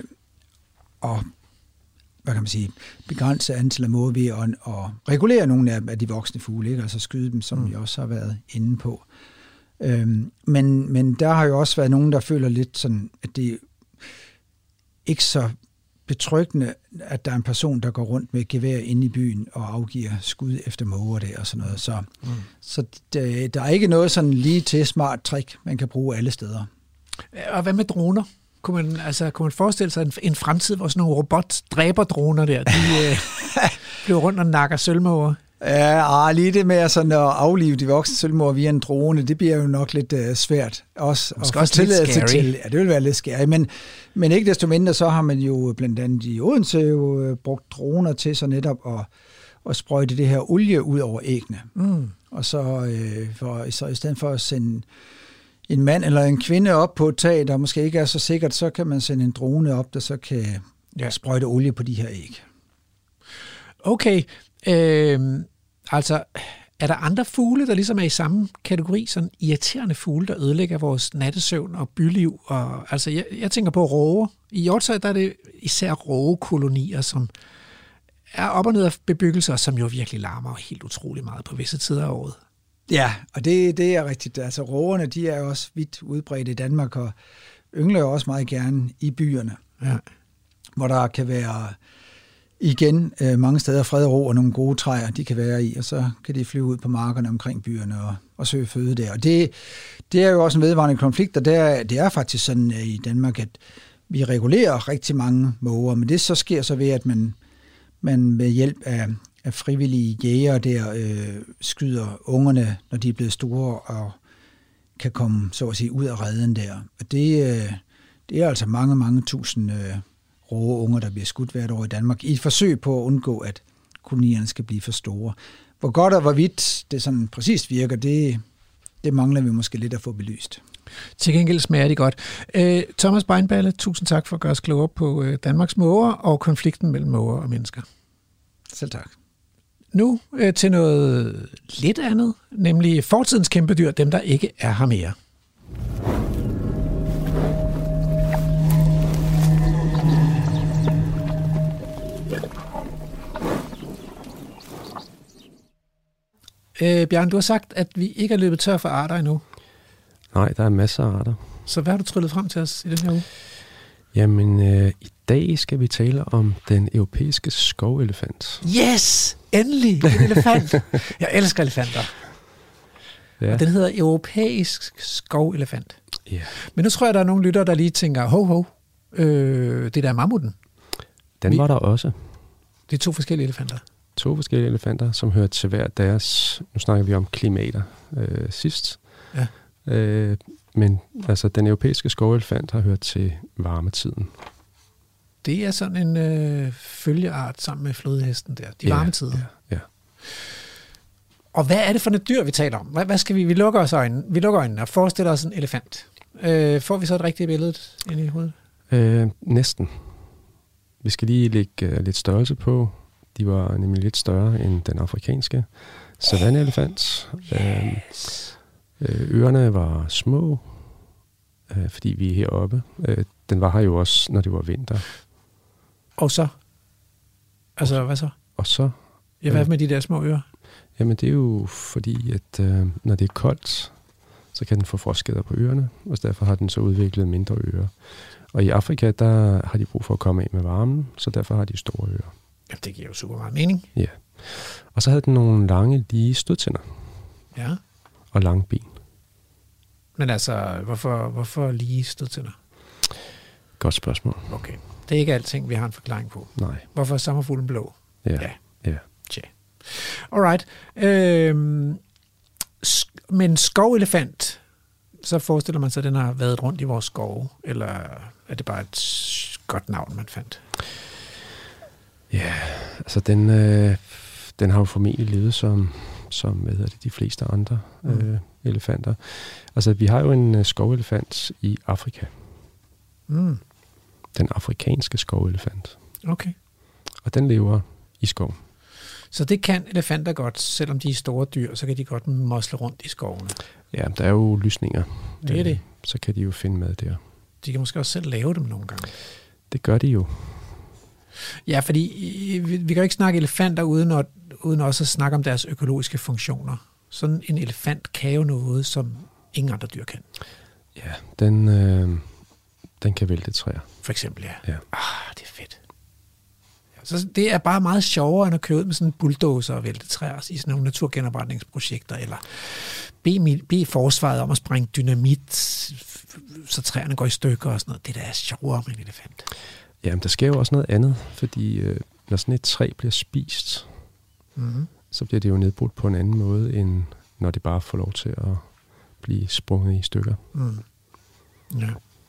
at hvad kan man sige, begrænse antallet af måger ved at, at regulere nogle af de voksne fugle, ikke? Altså skyde dem, som mm. vi også har været inde på. Øhm, men, men der har jo også været nogen, der føler lidt sådan, at det er ikke så betryggende, at der er en person, der går rundt med gevær inde i byen og afgiver skud efter måger der og sådan noget. Så, mm. så det, der er ikke noget sådan lige til smart trick, man kan bruge alle steder. Og hvad med droner? Kunne man, altså, kunne man forestille sig en, en fremtid, hvor sådan nogle robot-dræberdroner der, de øh, flyver rundt og nakker sølvmåger? Ja, ah, lige det med sådan at aflive de voksne sølvmåger via en drone, det bliver jo nok lidt uh, svært også at få tilladelse til. Ja, det vil være lidt scary, men, men ikke desto mindre, så har man jo blandt andet i Odense jo uh, brugt droner til så netop at, at sprøjte det her olie ud over æggene. Mm. Og så, uh, for, så i stedet for at sende en mand eller en kvinde op på et tag, der måske ikke er så sikkert, så kan man sende en drone op, der så kan ja. sprøjte olie på de her æg. Okay, øh, altså er der andre fugle, der ligesom er i samme kategori, sådan irriterende fugle, der ødelægger vores nattesøvn og byliv? Og, altså jeg, jeg tænker på råger. I Hjortshøj, der er det især rågekolonier, som er op og ned af bebyggelser, som jo virkelig larmer helt utrolig meget på visse tider af året. Ja, og det, det er rigtigt. Altså rågerne, de er også vidt udbredt i Danmark, og yngler også meget gerne i byerne, ja. hvor der kan være igen øh, mange steder fred og ro og nogle gode træer, de kan være i, og så kan de flyve ud på markerne omkring byerne og, og søge føde der. Og det, det er jo også en vedvarende konflikt, og det er, det er faktisk sådan i Danmark, at vi regulerer rigtig mange måger, men det så sker så ved, at man, man ved hjælp af at frivillige jæger der øh, skyder ungerne, når de er blevet store og kan komme, så at sige, ud af reden der. Og det, øh, det er altså mange, mange tusind øh, råge unger, der bliver skudt hvert år i Danmark, i et forsøg på at undgå, at kolonierne skal blive for store. Hvor godt og hvor vidt det sådan præcist virker, det, det mangler vi måske lidt at få belyst. Til gengæld smager de godt. Øh, Thomas Beinballe, tusind tak for at gøre os klogere på øh, Danmarks måger og konflikten mellem måger og mennesker. Selv tak. Nu øh, til noget lidt andet, nemlig fortidens kæmpedyr, dem der ikke er her mere. Øh, Bjørn, du har sagt, at vi ikke er løbet tør for arter endnu. Nej, der er masser af arter. Så hvad har du tryllet frem til os i den her uge? Jamen, øh, i dag skal vi tale om den europæiske skovelefant. Yes! Endelig! En elefant! Jeg elsker elefanter. Ja. Og den hedder europæisk skovelefant. Ja. Men nu tror jeg, der er nogle lyttere, der lige tænker, ho, ho, øh, det der er mammuten. Den vi, var der også. Det er to forskellige elefanter. To forskellige elefanter, som hører til hver deres, nu snakker vi om klimater øh, sidst. Ja. Øh, men altså, den europæiske skovelefant har hørt til varmetiden. Det er sådan en øh, følgeart sammen med flodhesten der, de ja, varme tider. Ja, ja. Og hvad er det for et dyr, vi taler om? Hvad, hvad skal vi? Vi lukker os øjnene, vi lukker øjnene og forestiller os en elefant. Øh, får vi så et rigtigt billede ind i hovedet? Øh, næsten. Vi skal lige lægge uh, lidt størrelse på. De var nemlig lidt større end den afrikanske savanneelefant. Yes. Øh, ørerne var små, øh, fordi vi er heroppe. Øh, den var her jo også, når det var vinter. Og så? Altså, og, hvad så? Og så? Ja, hvad med de der små ører? Jamen, det er jo fordi, at øh, når det er koldt, så kan den få frostskader på ørerne, og derfor har den så udviklet mindre ører. Og i Afrika, der har de brug for at komme af med varmen, så derfor har de store ører. Jamen, det giver jo super meget mening. Ja. Og så havde den nogle lange, lige stødtænder. Ja. Og lange ben. Men altså, hvorfor, hvorfor lige stødtænder? Godt spørgsmål. Okay. Det er ikke alting, vi har en forklaring på. Nej. Hvorfor er sommerfuglen blå? Ja. Ja. ja. Tja. Alright. Øhm, sk- men skovelefant, så forestiller man sig, at den har været rundt i vores skove, eller er det bare et godt navn, man fandt? Ja, altså den, øh, den har jo formentlig levet som, som hvad hedder det, de fleste andre mm. øh, elefanter. Altså vi har jo en øh, skovelefant i Afrika. Mm. Den afrikanske skovelefant. Okay. Og den lever i skov. Så det kan elefanter godt, selvom de er store dyr, så kan de godt mosle rundt i skovene. Ja, der er jo lysninger. Det er det. Så kan de jo finde mad der. De kan måske også selv lave dem nogle gange. Det gør de jo. Ja, fordi vi, vi kan jo ikke snakke elefanter uden, at, uden også at snakke om deres økologiske funktioner. Sådan en elefant kan jo noget, som ingen andre dyr kan. Ja, den, øh, den kan vælte træer. For eksempel, ja. ja. Ah, det er fedt. Så det er bare meget sjovere, end at køre ud med sådan en bulldozer og vælte træer i sådan nogle naturgenopretningsprojekter, eller bede, bede forsvaret om at sprænge dynamit, så træerne går i stykker og sådan noget. Det der er sjovere med en elefant. Jamen, der sker jo også noget andet, fordi øh, når sådan et træ bliver spist, mm-hmm. så bliver det jo nedbrudt på en anden måde, end når det bare får lov til at blive sprunget i stykker. Mm. Ja.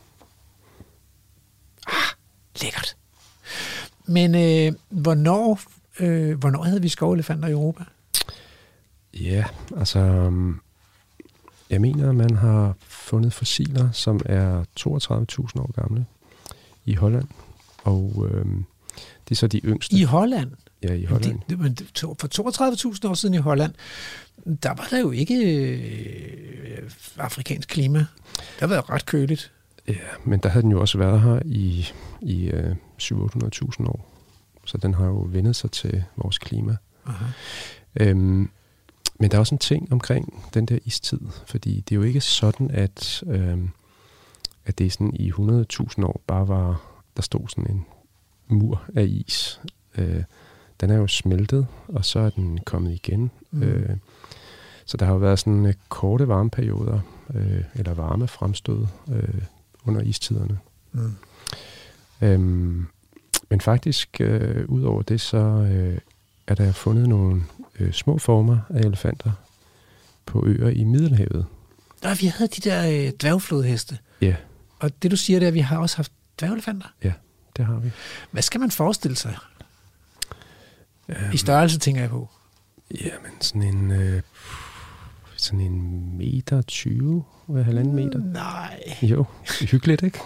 Ah, lækkert. Men øh, hvornår, øh, hvornår havde vi skovelefanter i Europa? Ja, altså, jeg mener, at man har fundet fossiler, som er toogtredive tusind år gamle i Holland. Og øh, det er så de yngste. I Holland? Ja, i Holland. Men, det, men det, for toogtredive tusind år siden i Holland, der var der jo ikke øh, afrikansk klima. Det har været ret køligt. Ja, men der havde den jo også været her i, i øh, syv hundrede til otte hundrede tusind år. Så den har jo vendet sig til vores klima. Aha. Øhm, men der er også en ting omkring den der istid, fordi det er jo ikke sådan, at, øh, at det sådan i hundrede tusind år bare var, der stod sådan en mur af is. Øh, den er jo smeltet, og så er den kommet igen. Mm. Øh, så der har jo været sådan øh, korte varmeperioder, øh, eller varme fremstød øh, under istiderne. Mm. Øhm, men faktisk, øh, ud over det, så øh, er der fundet nogle øh, små former af elefanter på øer i Middelhavet. Ja, vi havde de der øh, dværgflodheste. Ja. Og det, du siger, det er, at vi har også haft dværgelefanter. Ja, det har vi. Hvad skal man forestille sig? Um, I størrelse, tænker jeg på. Jamen, sådan en... Øh, sådan en meter tyve, eller halvanden meter. Nej. Jo, hyggeligt, ikke?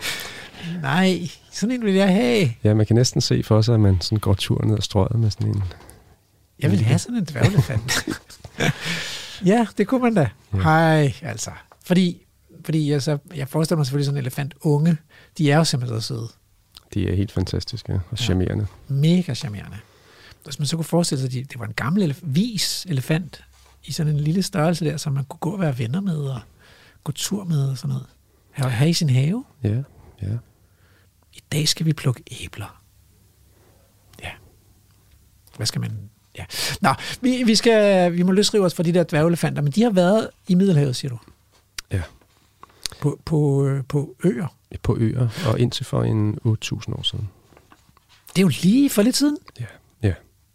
Nej, sådan en vil jeg have. Ja, man kan næsten se for sig, at man sådan går tur ned ad strøget med sådan en Jeg vil have sådan en dværgelefant. Ja, det kunne man da. Ja. Hej, altså. Fordi, fordi altså, jeg forestiller mig selvfølgelig sådan en elefant unge. De er jo simpelthen så søde. De er helt fantastiske og charmerende. Ja, mega charmerende. Hvis man så kunne forestille sig, at det var en gammel elef- vis elefant i sådan en lille størrelse der, som man kunne gå og være venner med og gå tur med og sådan noget. Have, have i sin have. Ja, ja. I dag skal vi plukke æbler. Ja. Hvad skal man... Ja. Nå, vi, vi, skal, vi må løsrive os fra de der dværgelefanter, men de har været i Middelhavet, siger du? Ja. På, på, på øer? På øer, og indtil for en otte tusind år siden. Det er jo lige for lidt siden. Ja, ja.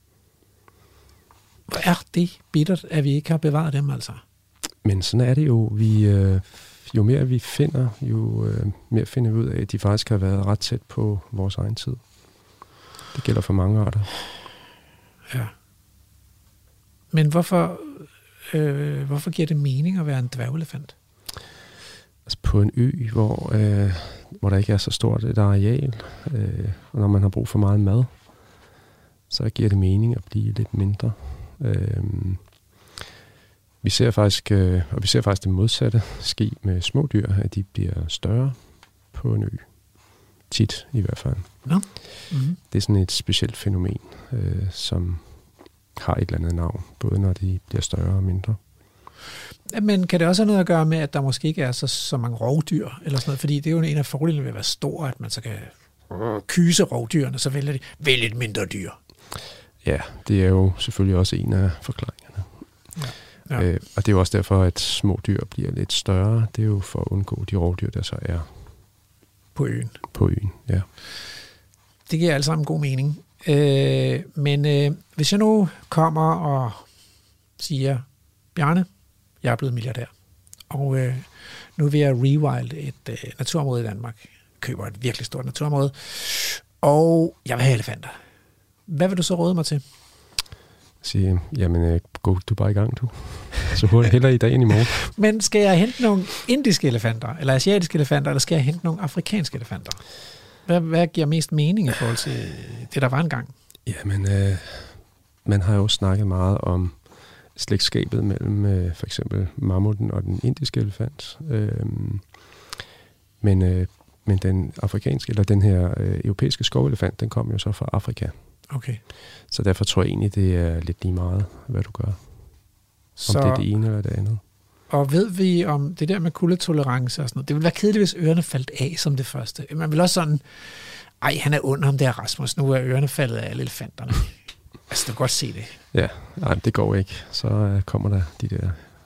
Hvor er det bittert, at vi ikke har bevaret dem, altså? Men sådan er det jo. Vi, øh, jo mere vi finder, jo øh, mere finder vi ud af, at de faktisk har været ret tæt på vores egen tid. Det gælder for mange arter. Ja. Men hvorfor, øh, hvorfor giver det mening at være en dværgelefant? Altså på en ø, hvor, øh, hvor der ikke er så stort et areal, øh, og når man har brug for meget mad, så giver det mening at blive lidt mindre. Øh, vi ser faktisk, øh, og vi ser faktisk det modsatte ske med små dyr, at de bliver større på en ø. Tit i hvert fald. No. Mm-hmm. Det er sådan et specielt fænomen, øh, som har et eller andet navn, både når de bliver større og mindre. Men kan det også have noget at gøre med, at der måske ikke er så, så mange rovdyr, eller sådan noget? Fordi det er jo en af fordelene ved at være stor, at man så kan kyse rovdyrene, så vælger de vælge et mindre dyr. Ja, det er jo selvfølgelig også en af forklaringerne. Ja. Ja. Øh, og det er jo også derfor, at små dyr bliver lidt større. Det er jo for at undgå de rovdyr, der så er på øen. På øen, ja. Det giver alt sammen god mening. Øh, men øh, hvis jeg nu kommer og siger, Bjarne, jeg er blevet milliardær, og øh, nu vil jeg rewild et øh, naturområde i Danmark. Køber et virkelig stort naturområde, og jeg vil have elefanter. Hvad vil du så råde mig til? Sige, jamen, øh, gå du bare i gang, du. Så hurtigt hellere i dag end i morgen. Men skal jeg hente nogle indiske elefanter, eller asiatiske elefanter, eller skal jeg hente nogle afrikanske elefanter? Hvad, hvad giver mest mening i forhold til det, der var engang? Jamen, øh, man har jo snakket meget om slægtskabet mellem øh, for eksempel mammuten og den indiske elefant. Øh, men, øh, men den afrikanske, eller den her øh, europæiske skovelefant, den kom jo så fra Afrika. Okay. Så derfor tror jeg egentlig, det er lidt lige meget, hvad du gør. Om så, det er det ene eller det andet. Og ved vi om det der med kuldetolerance og sådan noget? Det ville være kedeligt, hvis ørerne faldt af som det første. Man vil også sådan, ej, han er under ham der, Rasmus. Nu er ørerne faldet af alle elefanterne. Altså, du kan godt se det. Ja, nej, det går ikke. Så øh, kommer der de der...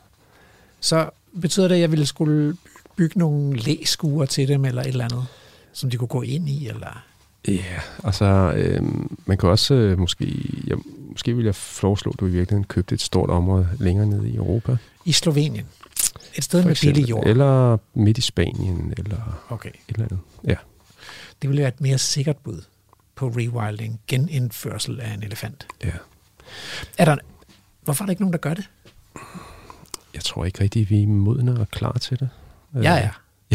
Så betyder det, at jeg ville skulle bygge nogle læskuer til dem, eller et eller andet, som de kunne gå ind i, eller... Ja, altså, øh, man kan også øh, måske, ja, måske vil jeg foreslå, at du i virkeligheden købte et stort område længere nede i Europa. I Slovenien? Et sted med billig jord? Eller midt i Spanien, eller okay. et eller andet. Ja. Det ville være et mere sikkert bud på rewilding, genindførsel af en elefant. Ja. Er der, hvorfor er der ikke nogen, der gør det? Jeg tror ikke rigtig, vi er modne og klar til det. Ja, ja.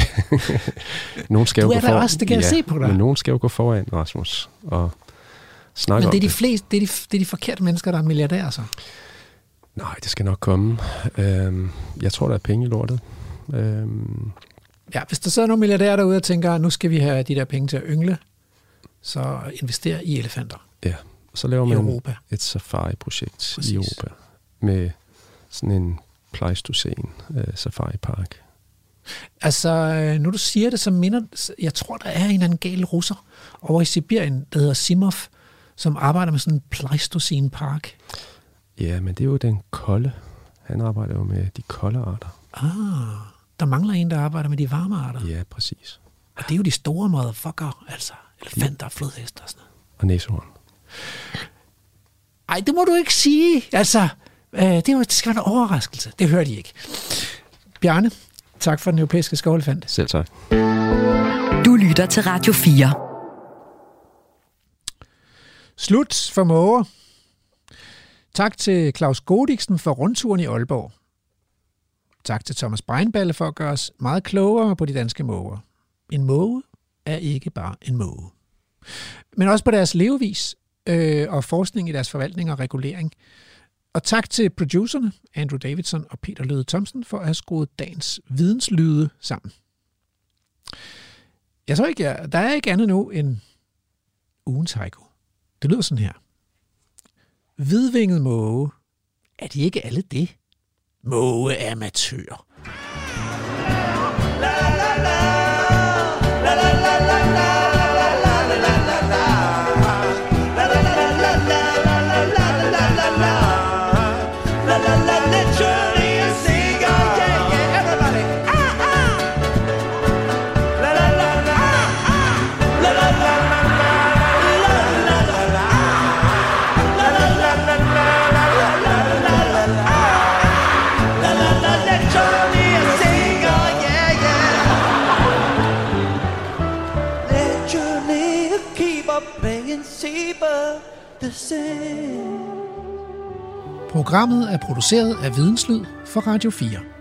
nogen skal du jo er gå der for... også, det kan ja, jeg se på dig. Men nogen skal jo gå foran, Rasmus, og snakke Men det er om de det. fleste, det er de, det er de forkerte mennesker, der er milliardærer, så? Nej, det skal nok komme. Øhm, jeg tror, der er penge i lortet. Øhm, ja, hvis der sidder nogle milliardærer derude og tænker, nu skal vi have de der penge til at yngle, så investere i elefanter. Ja, så laver man Europa. et safari-projekt i Europa med sådan en Pleistocene uh, safari-park. Altså, nu du siger det, så minder... Jeg tror, der er en anden gal russer over i Sibirien, der hedder Simov, som arbejder med sådan en Pleistocene-park. Ja, men det er jo den kolde. Han arbejder jo med de kolde arter. Ah, der mangler en, der arbejder med de varme arter. Ja, præcis. Og det er jo de store motherfucker, altså elefanter, flodhester og sådan noget. Og næsehorn. Ej, det må du ikke sige. Altså, øh, det, er jo, det skal være en overraskelse. Det hører de ikke. Bjarne, tak for den europæiske skovelefant. Selv tak. Du lytter til Radio fire. Slut for måger. Tak til Claus Godiksen for rundturen i Aalborg. Tak til Thomas Breinballe for at gøre os meget klogere på de danske måger. En måge er ikke bare en måge. Men også på deres levevis øh, og forskning i deres forvaltning og regulering. Og tak til producerne, Andrew Davidson og Peter Løde Thomsen, for at have skruet dagens videnslyde sammen. Jeg tror ikke, jeg, der er ikke andet nu end ugens haiku. Det lyder sådan her. Hvidvinget måge. Er de ikke alle det? Mågeamatør. Programmet er produceret af Videnslyd for Radio fire.